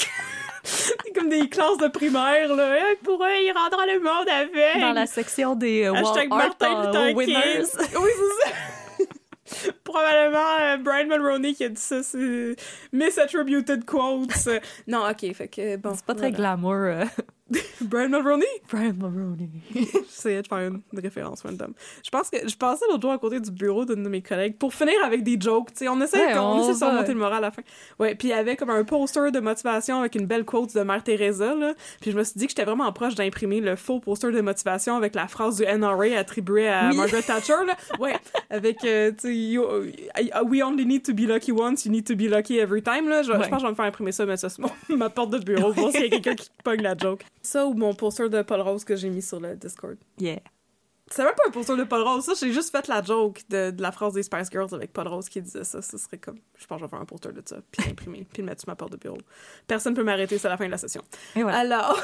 Speaker 4: C'est comme des classes de primaire, là. Hey, pour eux, il rendra le monde aveugle.
Speaker 5: Dans la section des euh, wall
Speaker 4: Hashtag
Speaker 5: art
Speaker 4: Martin
Speaker 5: euh,
Speaker 4: Luther
Speaker 5: winners.
Speaker 4: King. Oui, c'est ça. Probablement euh, Brian Mulroney qui a dit ça. C'est misattributed quotes. Non, OK, fait que bon.
Speaker 5: C'est pas très
Speaker 4: voilà.
Speaker 5: glamour. euh,
Speaker 4: Brian Mulroney?
Speaker 5: Brian Mulroney.
Speaker 4: J'essayais de faire une, une référence random. Je pense que je passais l'autre jour à côté du bureau d'une de mes collègues pour finir avec des jokes. Tu sais, on essaie,
Speaker 5: Ouais,
Speaker 4: on,
Speaker 5: on
Speaker 4: essaie de
Speaker 5: va.
Speaker 4: surmonter le moral à la fin. Ouais, puis il y avait comme un poster de motivation avec une belle quote de Mère Teresa, là. Puis je me suis dit que j'étais vraiment proche d'imprimer le faux poster de motivation avec la phrase du N R A attribuée à
Speaker 5: Oui.
Speaker 4: Margaret Thatcher, là. Ouais, avec, euh, tu sais, you- uh, we only need to be lucky once, you need to be lucky every time, là. Je, je
Speaker 5: Ouais.
Speaker 4: pense que je vais me faire imprimer ça, mais ça, c'est mon- ma porte de bureau, voir s'il y a quelqu'un qui pogne la joke. Ça ou mon poster de Paul Rose que j'ai mis sur le Discord.
Speaker 5: Yeah.
Speaker 4: C'est même pas un poster de Paul Rose, ça, j'ai juste fait la joke de, de la phrase des Spice Girls avec Paul Rose qui disait ça. Ce serait comme, je pense que je vais faire un poster de ça, puis l'imprimer, puis le mettre sur ma porte de bureau. Personne peut m'arrêter, c'est la fin de la session.
Speaker 5: Et voilà.
Speaker 4: Alors,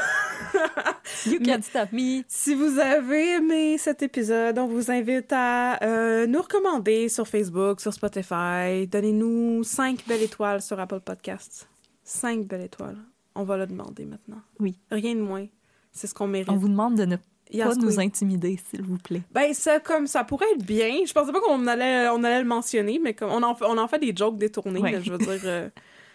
Speaker 5: You can stop me.
Speaker 4: si vous avez aimé cet épisode, on vous invite à euh, nous recommander sur Facebook, sur Spotify. Donnez-nous cinq belles étoiles sur Apple Podcasts. cinq belles étoiles. On va le demander maintenant.
Speaker 5: Oui.
Speaker 4: Rien de moins. C'est ce qu'on mérite.
Speaker 5: On vous demande de ne
Speaker 4: Yes,
Speaker 5: pas nous
Speaker 4: queen.
Speaker 5: intimider, s'il vous plaît.
Speaker 4: Ben, ça, comme, ça pourrait être bien. Je pensais pas qu'on allait, on allait le mentionner, mais comme, on en fait, on en fait des jokes détournés,
Speaker 5: Ouais.
Speaker 4: là, je veux dire... euh,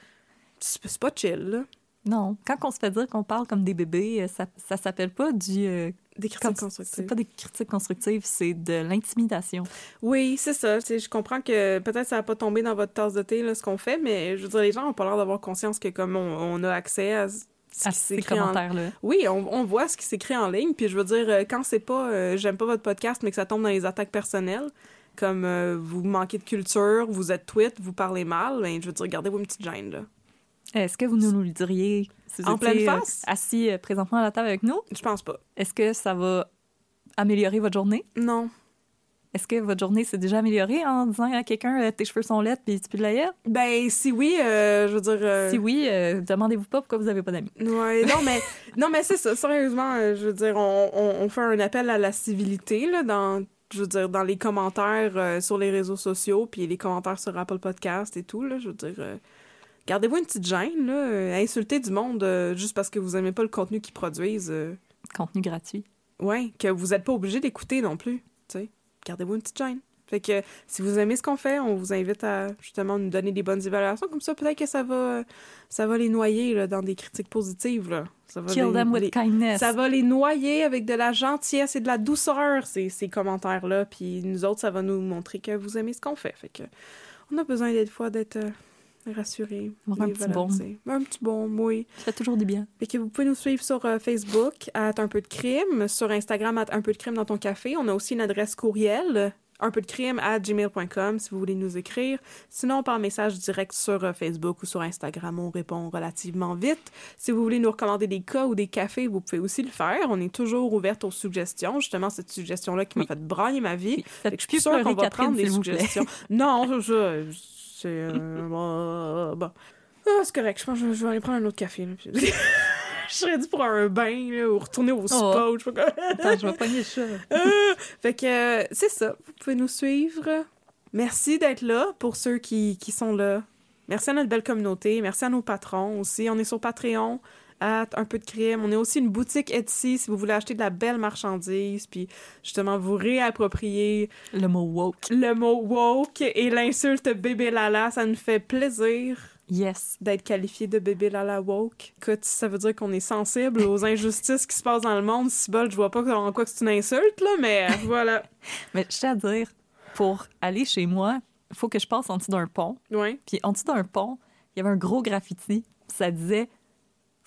Speaker 4: c'est c'est pas chill, là.
Speaker 5: Non, quand on se fait dire qu'on parle comme des bébés, euh, ça, ça s'appelle pas du... euh,
Speaker 4: Des critiques
Speaker 5: comme-
Speaker 4: constructives.
Speaker 5: C'est pas des critiques constructives, c'est de l'intimidation.
Speaker 4: Oui, c'est ça. Tu sais, je comprends que peut-être ça va pas tomber dans votre tasse de thé, là, ce qu'on fait, mais je veux dire, les gens ont pas l'air d'avoir conscience que comme on, on a accès à ce
Speaker 5: À
Speaker 4: qui
Speaker 5: ces
Speaker 4: s'écrit en...
Speaker 5: commentaires-là.
Speaker 4: Oui, on, on voit ce qui s'écrit en ligne, puis je veux dire, euh, quand c'est pas euh, j'aime pas votre podcast, mais que ça tombe dans les attaques personnelles, comme euh, vous manquez de culture, vous êtes tweet, vous parlez mal, ben, je veux dire, gardez-vous une petite gêne, là.
Speaker 5: Est-ce que vous nous le diriez si vous
Speaker 4: En
Speaker 5: étiez,
Speaker 4: pleine
Speaker 5: euh,
Speaker 4: face?
Speaker 5: assis euh, présentement à la table avec nous?
Speaker 4: Je pense pas.
Speaker 5: Est-ce que ça va améliorer votre journée?
Speaker 4: Non.
Speaker 5: Est-ce que votre journée s'est déjà améliorée en disant à quelqu'un euh, tes cheveux sont laids puis tu pues de la gueule?
Speaker 4: Ben, si oui, euh, je veux dire... euh,
Speaker 5: Si oui, euh, demandez-vous pas pourquoi vous avez pas d'amis.
Speaker 4: Ouais, non, mais, non, mais c'est ça. Sérieusement, euh, je veux dire, on, on, on fait un appel à la civilité, là, dans, je veux dire, dans les commentaires euh, sur les réseaux sociaux, puis les commentaires sur Apple Podcast et tout, là, je veux dire... euh, gardez-vous une petite gêne, là. euh, insulter du monde euh, juste parce que vous aimez pas le contenu qu'ils produisent. euh,
Speaker 5: Contenu gratuit.
Speaker 4: ouais, que vous êtes pas obligé d'écouter non plus, tu sais. Gardez-vous une petite gêne. Fait que si vous aimez ce qu'on fait, on vous invite à justement nous donner des bonnes évaluations. Comme ça, peut-être que ça va, ça va les noyer là, dans des critiques positives. Là. Ça va
Speaker 5: Kill
Speaker 4: les-
Speaker 5: them with
Speaker 4: les-
Speaker 5: kindness.
Speaker 4: Ça va les noyer avec de la gentillesse et de la douceur, ces, ces commentaires-là. Puis nous autres, ça va nous montrer que vous aimez ce qu'on fait. Fait que on a besoin des fois d'être euh, rassurés.
Speaker 5: Avoir un
Speaker 4: et
Speaker 5: petit baume.
Speaker 4: valorisés. Un petit baume, oui.
Speaker 5: Ça fait toujours du bien.
Speaker 4: Fait que vous pouvez nous suivre sur euh, Facebook, à Un peu de crime, sur Instagram, à Un peu de crime dans ton café. On a aussi une adresse courriel, un peu de crime à gmail point com, si vous voulez nous écrire. Sinon, par message direct sur euh, Facebook ou sur Instagram, on répond relativement vite. Si vous voulez nous recommander des cas ou des cafés, vous pouvez aussi le faire. On est toujours ouverte aux suggestions. Justement, cette suggestion-là qui m'a
Speaker 5: Oui.
Speaker 4: fait brailler ma vie.
Speaker 5: Oui,
Speaker 4: Fait
Speaker 5: faites
Speaker 4: que je suis
Speaker 5: plus
Speaker 4: sûre
Speaker 5: pleurer
Speaker 4: qu'on va
Speaker 5: Catherine,
Speaker 4: prendre des
Speaker 5: s'il vous plaît.
Speaker 4: suggestions. Non, je... je- c'est... euh, bon, bon. Ah, c'est correct. Je pense que je vais aller prendre un autre café. Là, puis- je serais dû pour un bain là, ou retourner au spa. ou je sais pas quoi.
Speaker 5: Attends, je vais pogner le chat.
Speaker 4: Ah! Fait que euh, c'est ça. Vous pouvez nous suivre. Merci d'être là pour ceux qui, qui sont là. Merci à notre belle communauté. Merci à nos patrons aussi. On est sur Patreon, à Un peu de crime. On est aussi une boutique Etsy si vous voulez acheter de la belle marchandise puis justement vous réapproprier
Speaker 5: Le mot woke.
Speaker 4: le mot woke et l'insulte bébé lala. Ça nous fait plaisir
Speaker 5: Yes.
Speaker 4: d'être qualifié de bébé lala woke. Écoute, ça veut dire qu'on est sensible aux injustices qui se passent dans le monde. Si bol, je vois pas en quoi que c'est une insulte, là, mais euh, voilà.
Speaker 5: Mais je tiens à dire, pour aller chez moi, il faut que je passe en dessous d'un pont.
Speaker 4: Ouais.
Speaker 5: Puis en dessous d'un pont, il y avait un gros graffiti. Ça disait «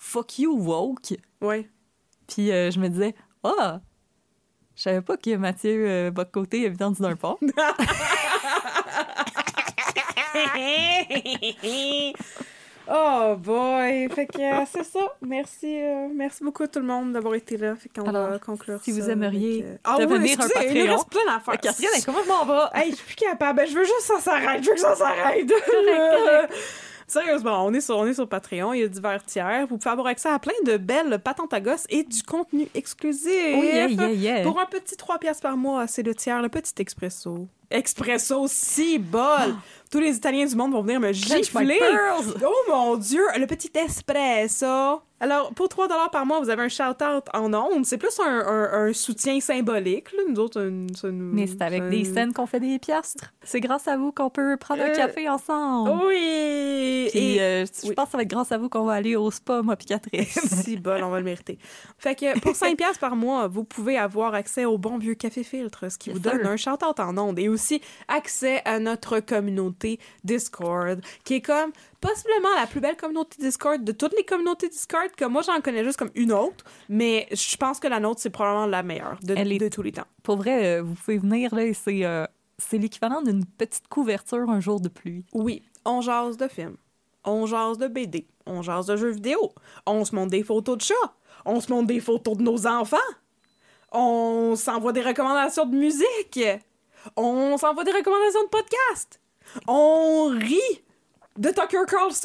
Speaker 5: fuck you woke.
Speaker 4: Ouais.
Speaker 5: Puis euh, je me disais, ah, je savais pas que Mathieu euh, Bocoté habitant du d'un port.
Speaker 4: Oh boy! Fait que euh, c'est ça. Merci, euh, merci beaucoup à tout le monde d'avoir été là. Fait qu'on
Speaker 5: Alors,
Speaker 4: va conclure
Speaker 5: si
Speaker 4: ça
Speaker 5: vous aimeriez
Speaker 4: avec, euh... ah,
Speaker 5: devenir
Speaker 4: oui,
Speaker 5: un
Speaker 4: excusez,
Speaker 5: Patreon.
Speaker 4: Il nous reste plein d'affaires.
Speaker 5: Catherine, comment je m'en vais?
Speaker 4: Hey, je suis plus capable. Ben, je veux juste que ça s'arrête. Je veux que ça s'arrête.
Speaker 5: Correct, correct.
Speaker 4: Sérieusement, on est, sur, on est sur Patreon, il y a divers tiers. Vous pouvez avoir accès à plein de belles patentes à gosses et du contenu exclusif.
Speaker 5: Oh yeah, yeah, yeah.
Speaker 4: Pour un petit trois piastres par mois, c'est le tiers, le petit expresso. Expresso, si bol! Tous les Italiens du monde vont venir me
Speaker 5: Clench my
Speaker 4: gifler.
Speaker 5: pearls.
Speaker 4: Oh mon Dieu, le petit espresso. Alors, pour trois dollars par mois, vous avez un shout-out en ondes. C'est plus un, un, un soutien symbolique. Là. Nous autres, un, ça nous,
Speaker 5: Mais c'est avec
Speaker 4: ça
Speaker 5: des
Speaker 4: nous-
Speaker 5: scènes qu'on fait des piastres. C'est grâce à vous qu'on peut prendre un
Speaker 4: Euh,
Speaker 5: café ensemble.
Speaker 4: Oui!
Speaker 5: Puis,
Speaker 4: Et-
Speaker 5: euh, je
Speaker 4: oui.
Speaker 5: pense que ça va être grâce à vous qu'on va aller au spa, moi puis Catherine.
Speaker 4: Si bol, on va le mériter. Fait que pour cinq piastres par mois, vous pouvez avoir accès au bon vieux café filtre, ce qui
Speaker 5: Yes,
Speaker 4: vous donne
Speaker 5: sir.
Speaker 4: un shout-out en ondes et aussi accès à notre communauté Discord, qui est comme possiblement la plus belle communauté Discord de toutes les communautés Discord, que moi j'en connais juste comme une autre, mais je pense que la nôtre c'est probablement la meilleure de,
Speaker 5: Elle est-
Speaker 4: de tous les temps.
Speaker 5: Pour vrai, euh, vous pouvez venir, là, et c'est, euh, c'est l'équivalent d'une petite couverture un jour de pluie.
Speaker 4: Oui, on jase de films, on jase de B D, on jase de jeux vidéo, on se montre des photos de chats, on se montre des photos de nos enfants, on s'envoie des recommandations de musique, on s'envoie des recommandations de podcast, on rit de Tucker Carlson,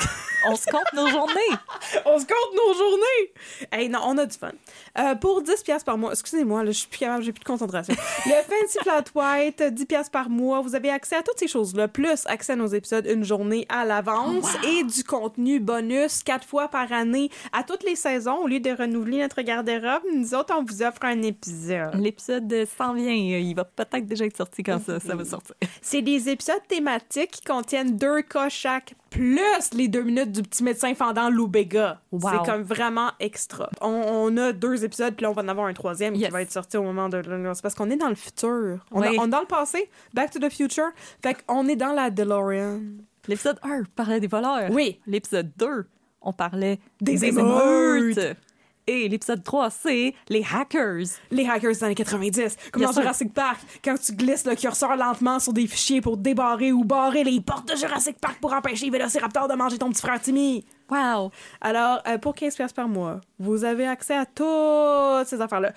Speaker 5: On se compte nos journées.
Speaker 4: on se compte nos journées. Hey, non, on a du fun. Euh, pour dix piastres par mois, excusez-moi, là, je suis plus capable, j'ai plus de concentration. Le Fancy Flat White, dix piastres par mois, vous avez accès à toutes ces choses-là, plus accès à nos épisodes une journée à l'avance et du contenu bonus quatre fois par année à toutes les saisons. Au lieu de renouveler notre garde-robe, nous autres, on vous offre un épisode.
Speaker 5: L'épisode s'en vient. Il va peut-être déjà être sorti quand ça, ça va sortir.
Speaker 4: C'est des épisodes thématiques qui contiennent deux cas chaque, plus les deux minutes du petit médecin fendant Lou Béga.
Speaker 5: Wow.
Speaker 4: C'est comme vraiment extra. On, on a deux épisodes, puis là, on va en avoir un troisième
Speaker 5: Yes.
Speaker 4: qui va être sorti au moment de... C'est parce qu'on est dans le futur. On,
Speaker 5: Oui.
Speaker 4: a- on est dans le passé. Back to the future. Fait qu'on est dans la DeLorean.
Speaker 5: L'épisode un parlait des voleurs.
Speaker 4: Oui.
Speaker 5: L'épisode deux, on parlait
Speaker 4: Des émeutes.
Speaker 5: Et l'épisode trois, c'est les hackers.
Speaker 4: Les hackers des années quatre-vingt-dix. Comme
Speaker 5: Yes,
Speaker 4: dans
Speaker 5: sir.
Speaker 4: Jurassic Park, quand tu glisses le curseur lentement sur des fichiers pour débarrer ou barrer les portes de Jurassic Park pour empêcher les vélociraptors de manger ton petit frère Timmy.
Speaker 5: Wow!
Speaker 4: Alors, euh, pour quinze piastres par mois, vous avez accès à toutes ces affaires-là.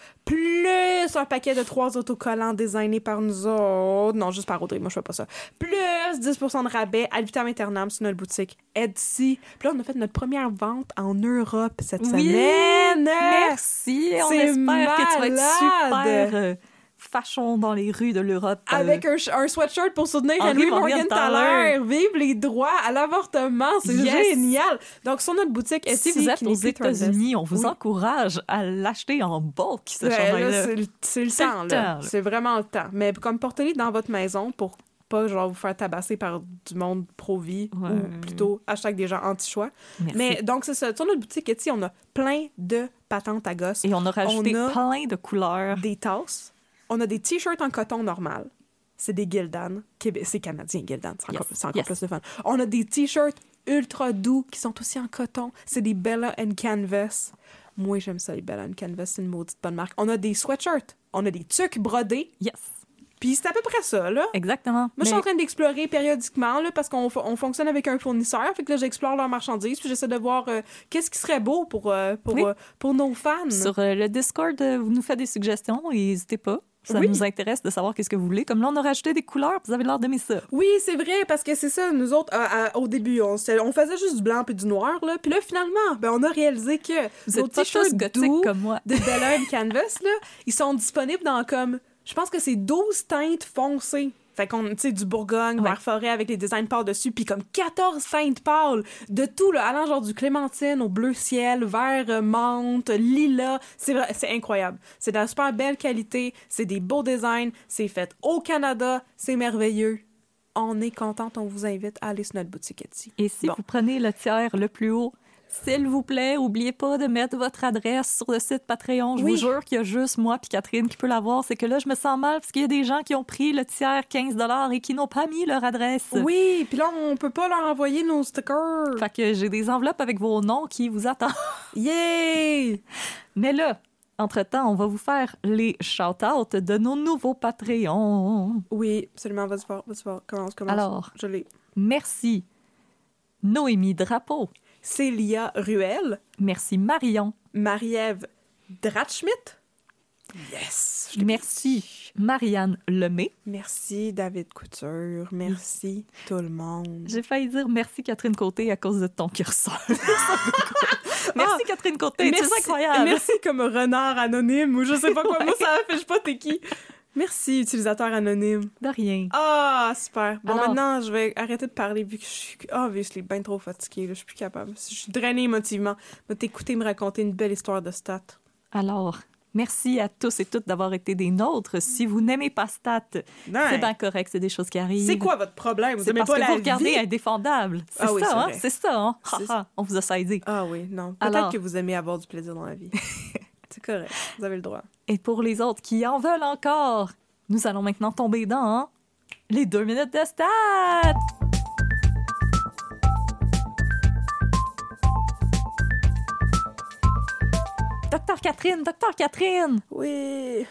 Speaker 4: Plus un paquet de trois autocollants designés par nous autres. Non, juste par Audrey, moi je fais pas ça. Plus dix pour cent de rabais à Vitam Aeternam sur notre boutique Etsy. Puis là, on a fait notre première vente en Europe cette
Speaker 5: Oui!
Speaker 4: semaine.
Speaker 5: Merci! On
Speaker 4: C'est
Speaker 5: espère que tu vas être
Speaker 4: malade.
Speaker 5: super euh, fachon dans les rues de l'Europe. euh,
Speaker 4: Avec un, ch- un sweatshirt pour soutenir
Speaker 5: Henry
Speaker 4: Henry Morgenthaler.
Speaker 5: Morgenthaler.
Speaker 4: Vive les droits à l'avortement. C'est
Speaker 5: Yes.
Speaker 4: génial. Donc, sur notre boutique Etsy,
Speaker 5: Si vous êtes
Speaker 4: qui
Speaker 5: aux
Speaker 4: n'est plus Threadless.
Speaker 5: États-Unis, on vous
Speaker 4: Oui.
Speaker 5: encourage à l'acheter en bulk, ce
Speaker 4: Ouais, là,
Speaker 5: chandail-là.
Speaker 4: c'est le, c'est le
Speaker 5: C'est
Speaker 4: temps,
Speaker 5: le
Speaker 4: là.
Speaker 5: temps, là.
Speaker 4: C'est vraiment le temps. Mais comme portez-les dans votre maison pour pas genre vous faire tabasser par du monde pro-vie
Speaker 5: Ouais.
Speaker 4: ou plutôt hashtag des gens anti-choix.
Speaker 5: Merci.
Speaker 4: Mais donc, c'est ça. Sur notre boutique Etsy, on a plein de patentes à gosses.
Speaker 5: Et on a rajouté
Speaker 4: On a
Speaker 5: plein de couleurs.
Speaker 4: des tasses. On a des t-shirts en coton normal. C'est des Gildan. Québé- C'est canadien, Gildan. C'est encore,
Speaker 5: Yes.
Speaker 4: c'est encore
Speaker 5: Yes.
Speaker 4: plus de fun. On a des t-shirts ultra doux qui sont aussi en coton. C'est des Bella and Canvas. Moi, j'aime ça, les Bella and Canvas. C'est une maudite bonne marque. On a des sweatshirts. On a des tucs brodés.
Speaker 5: Yes,
Speaker 4: Puis c'est à peu près ça, là.
Speaker 5: exactement.
Speaker 4: Moi, je suis
Speaker 5: Mais
Speaker 4: en train d'explorer périodiquement, là, parce qu'on fo- on fonctionne avec un fournisseur. Fait que là, j'explore leurs marchandises, puis j'essaie de voir euh, qu'est-ce qui serait beau pour, euh, pour,
Speaker 5: Oui.
Speaker 4: euh, pour nos fans.
Speaker 5: sur euh, le Discord, euh, vous nous faites des suggestions et n'hésitez pas. Ça
Speaker 4: Oui.
Speaker 5: nous intéresse de savoir qu'est-ce que vous voulez. Comme là, on a rajouté des couleurs, vous avez l'air d'aimer ça.
Speaker 4: Oui, c'est vrai, parce que c'est ça, nous autres, à- à- au début, on, s'est- on faisait juste du blanc puis du noir, là. Puis là, finalement, ben, on a réalisé que
Speaker 5: Vous
Speaker 4: nos
Speaker 5: êtes pas
Speaker 4: t-shirts
Speaker 5: tous gothiques
Speaker 4: doux
Speaker 5: comme moi.
Speaker 4: de Bella and Canvas, là, ils sont disponibles dans comme, je pense que c'est douze teintes foncées. Fait qu'on, tu sais, du Bourgogne,
Speaker 5: Ouais.
Speaker 4: vert forêt avec les designs pâles dessus, puis comme quatorze teintes pâles, de tout, là, allant genre du clémentine au bleu ciel, vert euh, menthe, lilas. C'est vrai, c'est incroyable. C'est de la super belle qualité, c'est des beaux designs, c'est fait au Canada, c'est merveilleux. On est contente, on vous invite à aller sur notre boutique Etsy.
Speaker 5: Et si
Speaker 4: Bon.
Speaker 5: vous prenez le tiers le plus haut, S'il vous plaît, oubliez pas de mettre votre adresse sur le site Patreon. Je
Speaker 4: Oui.
Speaker 5: vous jure qu'il y a juste moi puis Catherine qui peut l'avoir. C'est que là, je me sens mal parce qu'il y a des gens qui ont pris le tiers quinze dollars et qui n'ont pas mis leur adresse.
Speaker 4: Oui, puis là, on peut pas leur envoyer nos stickers.
Speaker 5: Fait que j'ai des enveloppes avec vos noms qui vous attendent.
Speaker 4: Yeah!
Speaker 5: Mais là, entre-temps, on va vous faire les shout-outs de nos nouveaux Patreons.
Speaker 4: Oui, absolument. Vas-y fort, vas-y fort. Commence, commence.
Speaker 5: Alors,
Speaker 4: Je l'ai.
Speaker 5: merci Noémie Drapeau.
Speaker 4: Célia Ruel.
Speaker 5: Merci Marion.
Speaker 4: Marie-Ève Dratschmidt. Yes! je l'ai
Speaker 5: Merci Marianne Lemay.
Speaker 4: Merci David Couture. Merci tout le monde.
Speaker 5: J'ai failli dire merci Catherine Côté à cause de ton curseur. Merci Catherine Côté,
Speaker 4: Merci,
Speaker 5: c'est incroyable.
Speaker 4: merci comme renard anonyme ou je sais pas quoi. Moi, ça affiche pas t'es qui. Merci, utilisateur anonyme.
Speaker 5: De rien.
Speaker 4: Ah, super. Bon,
Speaker 5: Alors-
Speaker 4: maintenant, je vais arrêter de parler vu que je suis... Ah, vu que je suis bien trop fatiguée. Là. Je suis plus capable. Je suis drainée émotivement. Je vais t'écouter me raconter une belle histoire de stats.
Speaker 5: Alors, merci à tous et toutes d'avoir été des nôtres. Si vous n'aimez pas Stat, c'est bien correct, c'est des choses qui arrivent.
Speaker 4: C'est quoi votre problème? Vous
Speaker 5: C'est
Speaker 4: aimez
Speaker 5: parce
Speaker 4: pas
Speaker 5: que
Speaker 4: la
Speaker 5: vous regardez
Speaker 4: vie?
Speaker 5: Indéfendable. C'est
Speaker 4: Ah oui,
Speaker 5: ça,
Speaker 4: c'est
Speaker 5: hein?
Speaker 4: vrai.
Speaker 5: C'est ça, hein?
Speaker 4: C'est
Speaker 5: Ha, ha, on vous a saisi.
Speaker 4: Ah oui, non. Peut-être
Speaker 5: Alors-
Speaker 4: que vous aimez avoir du plaisir dans la vie. C'est correct. Vous avez le droit.
Speaker 5: Et pour les autres qui en veulent encore, nous allons maintenant tomber dans hein, les deux minutes de Stat! Docteur Catherine, Docteur Catherine!
Speaker 4: Oui.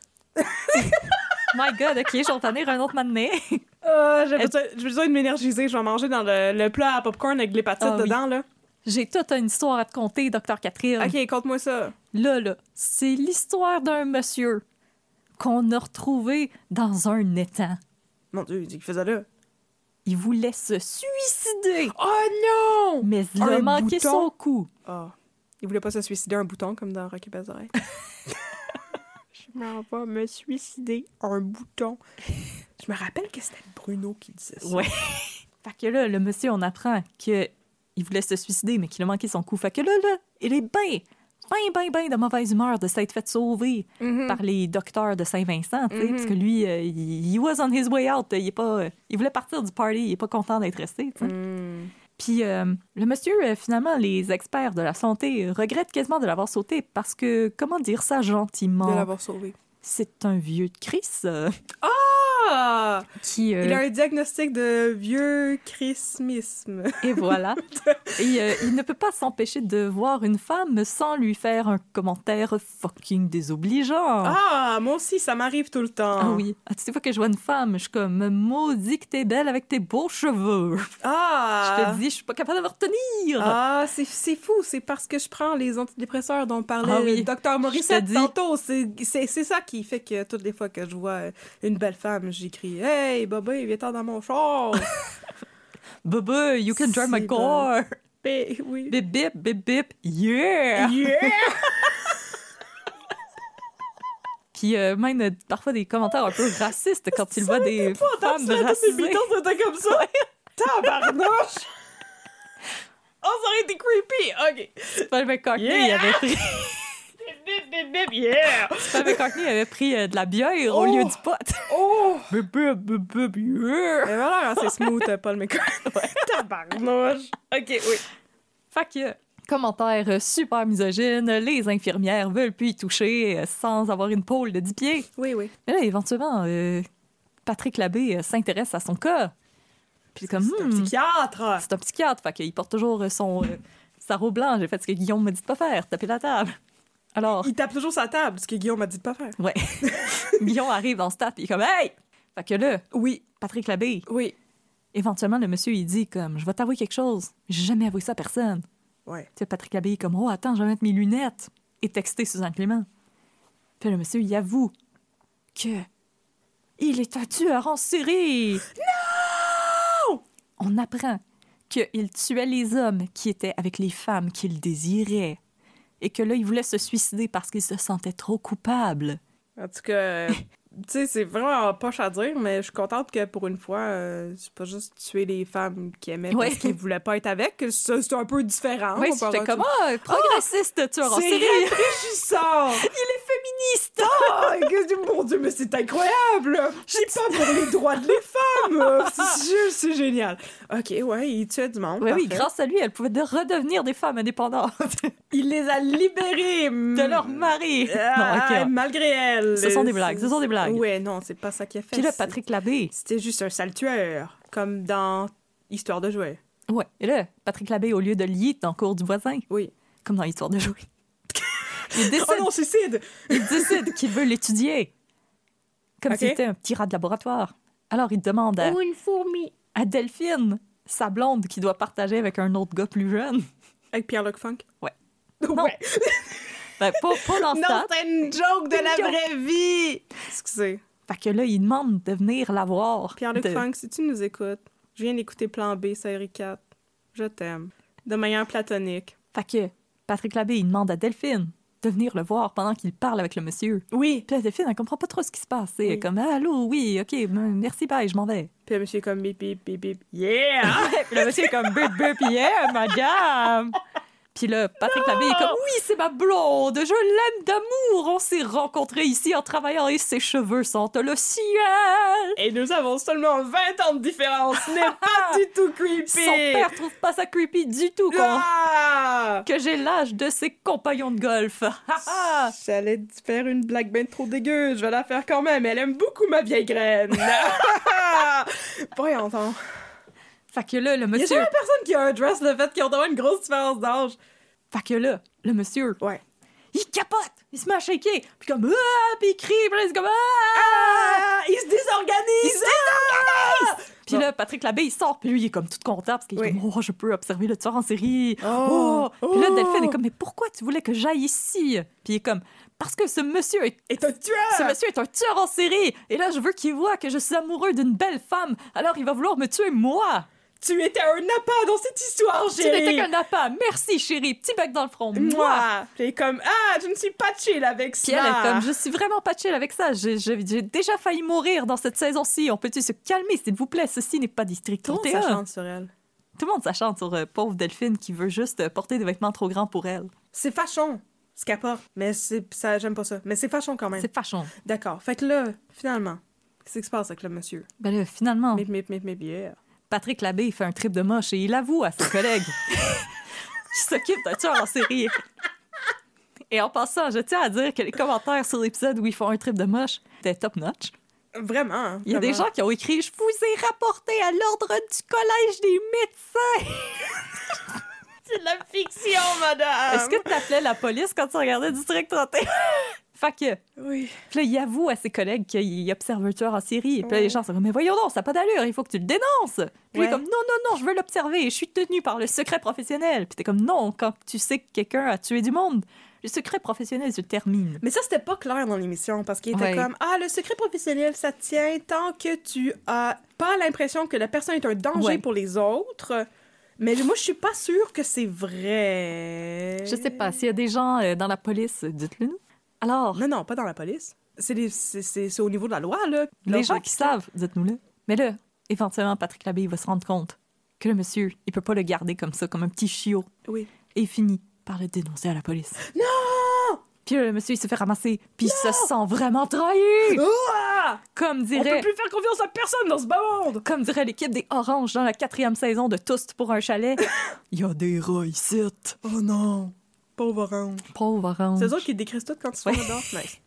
Speaker 5: My God, OK, je vais en tenir un autre matinée.
Speaker 4: Ah, j'ai besoin, j'ai besoin de m'énergiser. Je vais manger dans le, le plat à popcorn avec de l'hépatite
Speaker 5: Ah oui.
Speaker 4: dedans, là.
Speaker 5: J'ai toute une histoire à te conter, Docteur Catherine.
Speaker 4: OK, conte-moi ça.
Speaker 5: Là, là, c'est l'histoire d'un monsieur qu'on a retrouvé dans un étang.
Speaker 4: Mon Dieu, il dit qu'il faisait là.
Speaker 5: Il voulait se suicider,
Speaker 4: Oh non!
Speaker 5: mais il a
Speaker 4: Un
Speaker 5: manqué
Speaker 4: bouton?
Speaker 5: son coup.
Speaker 4: Ah. Il voulait pas se suicider un bouton comme dans Rocky Balboa. Je m'en vais me suicider un bouton. Je me rappelle que c'était Bruno qui disait ça.
Speaker 5: Ouais. Fait que là, le monsieur, on apprend qu'il voulait se suicider, mais qu'il a manqué son coup. Fait que là, là, il est bien, bien, bien, bien de mauvaise humeur de s'être fait sauver
Speaker 4: Mhm.
Speaker 5: par les docteurs de Saint-Vincent, tu sais,
Speaker 4: Mhm.
Speaker 5: parce que lui, euh, il he was on his way out. Il, est pas, euh, il voulait partir du party, il est pas content d'être resté, tu sais.
Speaker 4: Mm.
Speaker 5: Puis euh, le monsieur, euh, finalement, les experts de la santé regrettent quasiment de l'avoir sauté parce que, comment dire ça
Speaker 4: De
Speaker 5: gentiment,
Speaker 4: l'avoir sauvé.
Speaker 5: c'est un vieux de Chris euh,
Speaker 4: Ah!
Speaker 5: qui... euh,
Speaker 4: Il a un diagnostic de vieux chrismisme.
Speaker 5: Et voilà. Et euh, il ne peut pas s'empêcher de voir une femme sans lui faire un commentaire fucking désobligeant.
Speaker 4: Ah, moi aussi, ça m'arrive tout le temps.
Speaker 5: Ah oui. Ah, tu sais, fois que je vois une femme, je suis comme, maudit que t'es belle avec tes beaux cheveux.
Speaker 4: Ah!
Speaker 5: Je te dis, je suis pas capable de me retenir.
Speaker 4: Ah, c'est, c'est fou. C'est parce que je prends les antidépresseurs dont parlait
Speaker 5: Ah oui.
Speaker 4: le docteur Morissette
Speaker 5: Je te dis.
Speaker 4: tantôt. C'est, c'est, c'est ça qui fait que toutes les fois que je vois une belle femme, j'écris « Hey, Bobby, viens-t'en dans mon char!
Speaker 5: Baba, you can drive my
Speaker 4: C'est
Speaker 5: car. »
Speaker 4: Ben oui.
Speaker 5: Bip, bip, bip, bip, yeah!
Speaker 4: Yeah!
Speaker 5: Puis euh, même euh, parfois des commentaires un peu racistes quand il voit des femmes
Speaker 4: Mes
Speaker 5: racisées.
Speaker 4: bitons, c'était comme ça. Tabarnouche! Oh, ça aurait été creepy! OK.
Speaker 5: Paul McCartney
Speaker 4: Yeah!
Speaker 5: il avait pris...
Speaker 4: Bip, bip, bip, yeah!
Speaker 5: Paul McCartney avait pris euh, de la bière au
Speaker 4: Oh!
Speaker 5: lieu du pot.
Speaker 4: Oh!
Speaker 5: Bip, bip, bip, bip, yeah!
Speaker 4: Elle avait l'air assez smooth, euh, Paul McCartney. Tabarnouche! OK, oui.
Speaker 5: Fait que, commentaire euh, super misogyne, les infirmières veulent plus y toucher euh, sans avoir une pôle de dix pieds.
Speaker 4: Oui, oui.
Speaker 5: Mais là, éventuellement, euh, Patrick Labbé euh, s'intéresse à son cas. Puis comme,
Speaker 4: C'est un
Speaker 5: hmm,
Speaker 4: psychiatre!
Speaker 5: c'est un psychiatre, fait qu'il porte toujours euh, son euh, sa robe blanche. J'ai fait ce que Guillaume m'a dit de pas faire, taper la table. Alors,
Speaker 4: Il tape toujours sa table, ce que Guillaume m'a dit de pas faire.
Speaker 5: ouais, Guillaume arrive dans ce stade, puis il est comme, hey! Fait que là,
Speaker 4: Oui,
Speaker 5: Patrick Labbé,
Speaker 4: oui.
Speaker 5: éventuellement, le monsieur, il dit comme, je vais t'avouer quelque chose. J'ai jamais avoué ça à personne.
Speaker 4: Ouais.
Speaker 5: Tu sais, Patrick Labbé est comme, oh, attends, je vais mettre mes lunettes. Et texter Suzanne Clément. Puis le monsieur, il avoue que il est un tueur en série. Non! On apprend qu'il tuait les hommes qui étaient avec les femmes qu'il désirait. Et que là, il voulait se suicider parce qu'il se sentait trop coupable.
Speaker 4: En tout cas, tu sais, c'est vraiment poche à dire, mais je suis contente que pour une fois, euh, c'est pas juste tuer les femmes qu'il aimait
Speaker 5: Ouais.
Speaker 4: parce qu'il voulait pas être avec. que C'est c'est un peu différent.
Speaker 5: Oui,
Speaker 4: comparé
Speaker 5: j'étais
Speaker 4: à
Speaker 5: comme,
Speaker 4: ça.
Speaker 5: ah, progressiste tueur en
Speaker 4: C'est
Speaker 5: série.
Speaker 4: rafraîchissant!
Speaker 5: Il est féministe!
Speaker 4: Oh, mon Dieu, mais c'est incroyable! Je suis pas pour les droits de les femmes! C'est, c'est génial. OK, ouais, il tuait du monde.
Speaker 5: Oui, oui,
Speaker 4: parfait.
Speaker 5: grâce à lui, elles pouvaient de redevenir des femmes indépendantes.
Speaker 4: Il les a libérées
Speaker 5: De leur mari.
Speaker 4: Ah,
Speaker 5: non, ok.
Speaker 4: malgré elles.
Speaker 5: Ce sont des blagues, ce sont des blagues.
Speaker 4: Ouais, non, c'est pas ça qu'il a fait.
Speaker 5: Puis là, Patrick Labbé.
Speaker 4: C'était juste un sale tueur, comme dans Histoire de jouets.
Speaker 5: Ouais. Et là, Patrick Labbé, au lieu de lier dans le cours du voisin,
Speaker 4: Oui.
Speaker 5: comme dans l'histoire de jouer, il décide,
Speaker 4: Oh non, suicide!
Speaker 5: il décide qu'il veut l'étudier. Comme
Speaker 4: Ok.
Speaker 5: si c'était un petit rat de laboratoire. Alors, il demande à,
Speaker 4: Ou une fourmi.
Speaker 5: à Delphine, sa blonde, qui doit partager avec un autre gars plus jeune.
Speaker 4: Avec Pierre-Luc Funk?
Speaker 5: Ouais.
Speaker 4: Non. Ouais.
Speaker 5: Ben, pas, pas dans ce
Speaker 4: Non,
Speaker 5: temps.
Speaker 4: c'est une joke de
Speaker 5: Une
Speaker 4: la
Speaker 5: joke.
Speaker 4: vraie vie! Excusez.
Speaker 5: Fait que là, il demande de venir la voir.
Speaker 4: Pierre-Luc
Speaker 5: De-
Speaker 4: Funk, si tu nous écoutes, je viens d'écouter Plan B, série quatre. Je t'aime. De manière platonique.
Speaker 5: Fait que Patrick Labbé, il demande à Delphine de venir le voir pendant qu'il parle avec le monsieur.
Speaker 4: Oui.
Speaker 5: Puis la Delphine, elle comprend pas trop ce qui se passe. Elle est
Speaker 4: Oui.
Speaker 5: comme, ah, allô, oui, OK, m- merci, bye, je m'en vais.
Speaker 4: Puis le monsieur est comme bip, bip, bip, bip. Yeah!
Speaker 5: Puis le monsieur est comme, bip, bip, yeah, madame. Puis là, Patrick Labbé est comme, oui, c'est ma blonde, je l'aime d'amour. On s'est rencontrés ici en travaillant et ses cheveux sentent le ciel.
Speaker 4: Et nous avons seulement vingt ans de différence. Ce n'est pas du tout creepy.
Speaker 5: Son père trouve pas ça creepy du tout qu'on-
Speaker 4: Ah!
Speaker 5: que j'ai l'âge de ses compagnons de golf.
Speaker 4: J'allais te faire une blague ben trop dégueu. Je vais la faire quand même. Elle aime beaucoup ma vieille graine. Voyons donc.
Speaker 5: Fait que là, le
Speaker 4: Il y a
Speaker 5: monsieur...
Speaker 4: jamais personne qui a un dress le fait qu'ils ont vraiment une grosse différence d'âge.
Speaker 5: Fait que là, le monsieur,
Speaker 4: Ouais.
Speaker 5: il capote, il se met à shaker, puis comme, ah, puis il crie, puis là, il est comme, ah!
Speaker 4: Ah! Il se désorganise!
Speaker 5: Il se désorganise! Puis là, Patrick Labbé, il sort, puis lui, il est comme tout content, parce qu'il est
Speaker 4: Oui.
Speaker 5: comme, oh, je peux observer le tueur en série.
Speaker 4: Oh!
Speaker 5: Oh! Puis là,
Speaker 4: Oh!
Speaker 5: Delphine est comme, mais pourquoi tu voulais que j'aille ici? Puis il est comme, parce que ce monsieur est...
Speaker 4: Et un tueur!
Speaker 5: Ce monsieur est un tueur en série! Et là, je veux qu'il voit que je suis amoureux d'une belle femme, alors il va vouloir me tuer moi!
Speaker 4: Tu étais un appât dans cette histoire,
Speaker 5: Tu
Speaker 4: chérie!
Speaker 5: n'étais qu'un appât! Merci, chérie! Petit bec dans le front! Moi!
Speaker 4: Moi! Puis comme, ah, je ne suis pas chill avec ça!
Speaker 5: Puis elle est comme, je suis vraiment pas chill avec ça. J'ai, j'ai, j'ai déjà failli mourir dans cette saison-ci. On peut-tu se calmer, s'il vous plaît? Ceci n'est pas District
Speaker 4: Tout le monde
Speaker 5: trente et un.
Speaker 4: s'achante sur elle.
Speaker 5: Tout le monde s'achante sur euh, pauvre Delphine qui veut juste euh, porter des vêtements trop grands pour elle.
Speaker 4: C'est fachon, ce qu'elle porte. Mais c'est, ça, j'aime pas ça. Mais c'est fachon quand même.
Speaker 5: C'est fâchant.
Speaker 4: D'accord. Fait que là, finalement, qu'est-ce qui se passe avec le monsieur?
Speaker 5: Ben là, finalement,
Speaker 4: Mip, mip, mip, mip, yeah.
Speaker 5: Patrick Labbé fait un trip de moche et il avoue à ses collègues qu'il s'occupe d'un tueur en série. Et en passant, je tiens à dire que les commentaires sur l'épisode où ils font un trip de moche étaient top-notch.
Speaker 4: Vraiment.
Speaker 5: Il y a des gens qui ont écrit « Je vous ai rapporté à l'ordre du collège des médecins! »
Speaker 4: C'est de la fiction, madame!
Speaker 5: Est-ce que tu appelais la police quand tu regardais District trente et un? Fait que,
Speaker 4: Oui.
Speaker 5: puis là, il avoue à ses collègues qu'il observe un tueur en série. Puis là, les gens sont comme, mais voyons donc, ça n'a pas d'allure, il faut que tu le dénonces. Puis lui,
Speaker 4: Ouais.
Speaker 5: est comme, non, non, non, je veux l'observer, je suis tenu par le secret professionnel. Puis t'es comme, non, quand tu sais que quelqu'un a tué du monde, le secret professionnel se termine.
Speaker 4: Mais ça, c'était pas clair dans l'émission parce qu'il était
Speaker 5: Ouais.
Speaker 4: comme ah, le secret professionnel, ça tient tant que tu as pas l'impression que la personne est un danger
Speaker 5: Ouais.
Speaker 4: pour les autres. Mais moi, je suis pas sûre que c'est vrai.
Speaker 5: Je sais pas, s'il y a des gens euh, dans la police, dites-le nous. Alors,
Speaker 4: Non, non, pas dans la police. C'est, les- c'est, c'est, c'est au niveau de la loi, là.
Speaker 5: les
Speaker 4: Leur-
Speaker 5: gens qui savent, dites-nous-le. Mais là, éventuellement, Patrick Labbé il va se rendre compte que le monsieur, il peut pas le garder comme ça, comme un petit chiot.
Speaker 4: Oui.
Speaker 5: Et il finit par le dénoncer à la police.
Speaker 4: Non!
Speaker 5: Puis là, le monsieur, il se fait ramasser, puis il se sent vraiment trahi!
Speaker 4: Ouah!
Speaker 5: Comme
Speaker 4: On peut
Speaker 5: dirait,
Speaker 4: plus faire confiance à personne dans ce bas monde!
Speaker 5: comme dirait l'équipe des Oranges dans la quatrième saison de Toast pour un chalet. Il y a des rats ici.
Speaker 4: Oh non! Pauvre orange.
Speaker 5: Pauvre Orange.
Speaker 4: C'est eux autres qui décrivent tout quand ils sont
Speaker 5: Ouais.
Speaker 4: là-dedans. Nice.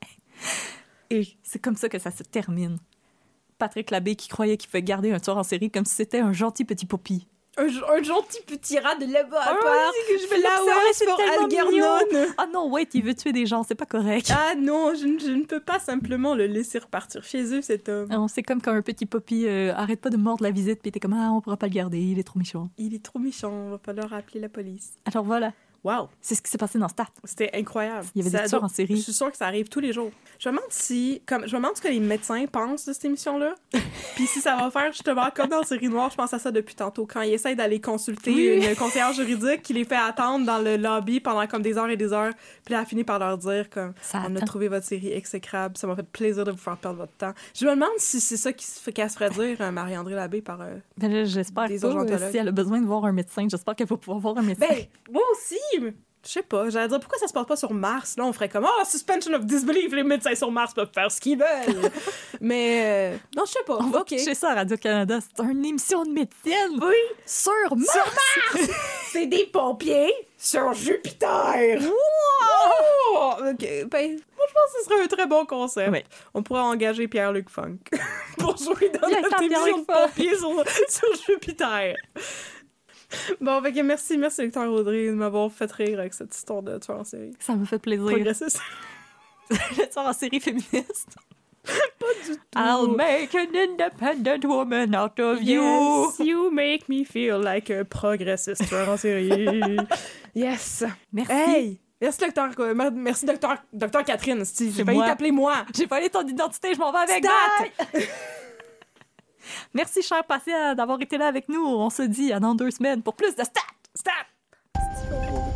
Speaker 5: Et c'est comme ça que ça se termine. Patrick Labbé qui croyait qu'il pouvait garder un tueur en série comme si c'était un gentil petit poppy.
Speaker 4: Un, un gentil petit rat de laboratoire.
Speaker 5: Ah oui, que je vais l'observer,
Speaker 4: Flowers
Speaker 5: c'est
Speaker 4: for
Speaker 5: tellement
Speaker 4: Algernon.
Speaker 5: Ah non, wait, il veut tuer des gens, c'est pas correct.
Speaker 4: Ah non, je, ne- je ne peux pas simplement le laisser repartir chez eux, cet homme.
Speaker 5: Non, c'est comme quand un petit poppy euh, arrête pas de mordre la visite, puis t'es comme, ah, on pourra pas le garder, il est trop méchant.
Speaker 4: Il est trop méchant, on va falloir appeler la police.
Speaker 5: Alors voilà,
Speaker 4: Wow,
Speaker 5: c'est ce qui s'est passé dans Stat.
Speaker 4: c'était incroyable.
Speaker 5: Il y avait
Speaker 4: Ça
Speaker 5: des tueurs
Speaker 4: doit-
Speaker 5: en série.
Speaker 4: Je suis sûre que ça arrive tous les jours. Je me demande si, comme, je me demande ce que les médecins pensent de cette émission-là. Puis si ça va faire justement comme dans Série Noire, je pense à ça depuis tantôt, quand ils essayent d'aller consulter
Speaker 5: Oui.
Speaker 4: une conseillère juridique qui les fait attendre dans le lobby pendant comme des heures et des heures. Puis là, elle finit par leur dire comme,
Speaker 5: Ça
Speaker 4: on a
Speaker 5: attend.
Speaker 4: trouvé votre série exécrable, ça m'a fait plaisir de vous faire perdre votre temps. Je me demande si c'est ça qui se fait- qu'elle se ferait dire, euh, Marie-André Labbé, par... euh,
Speaker 5: Ben là, j'espère
Speaker 4: Des
Speaker 5: pas, euh,
Speaker 4: urgentologues.
Speaker 5: si elle a besoin de voir un médecin, j'espère qu'elle va pouvoir voir un médecin.
Speaker 4: Ben, moi aussi! Je sais pas, j'allais dire, pourquoi ça se passe pas sur Mars? Là, on ferait comme, oh, suspension of disbelief, les médecins sur Mars peuvent faire ce qu'ils veulent. Mais, euh, non, je sais pas.
Speaker 5: On va
Speaker 4: OK.
Speaker 5: pitcher ça à Radio-Canada. C'est une émission de médecine.
Speaker 4: Oui.
Speaker 5: Sur Mars.
Speaker 4: Sur Mars! C'est des pompiers sur Jupiter! Wow! OK, ben, moi, je pense que ce serait un très bon concept.
Speaker 5: Oui.
Speaker 4: On pourrait engager Pierre-Luc Funk pour jouer dans
Speaker 5: Bien,
Speaker 4: notre émission
Speaker 5: Pierre-Luc
Speaker 4: de
Speaker 5: Funk.
Speaker 4: pompiers sur, sur Jupiter. Bon, fait que merci, merci, docteur Audrey, de m'avoir fait rire avec cette histoire de tueur en série.
Speaker 5: Ça me fait plaisir.
Speaker 4: Progressiste.
Speaker 5: Le tueur en série féministe.
Speaker 4: Pas du tout.
Speaker 5: I'll make an independent woman out of you.
Speaker 4: Yes, you make me feel like a progressiste tueur en série. Yes.
Speaker 5: Merci.
Speaker 4: Hey! Merci, docteur. Merci, docteur, docteur Catherine. Si, j'ai
Speaker 5: C'est
Speaker 4: failli
Speaker 5: moi.
Speaker 4: t'appeler moi.
Speaker 5: J'ai volé ton identité, je m'en vais avec.
Speaker 4: Stat!
Speaker 5: Bye! Merci, cher patient, d'avoir été là avec nous. On se dit à dans deux semaines pour plus de stats.
Speaker 4: Stop!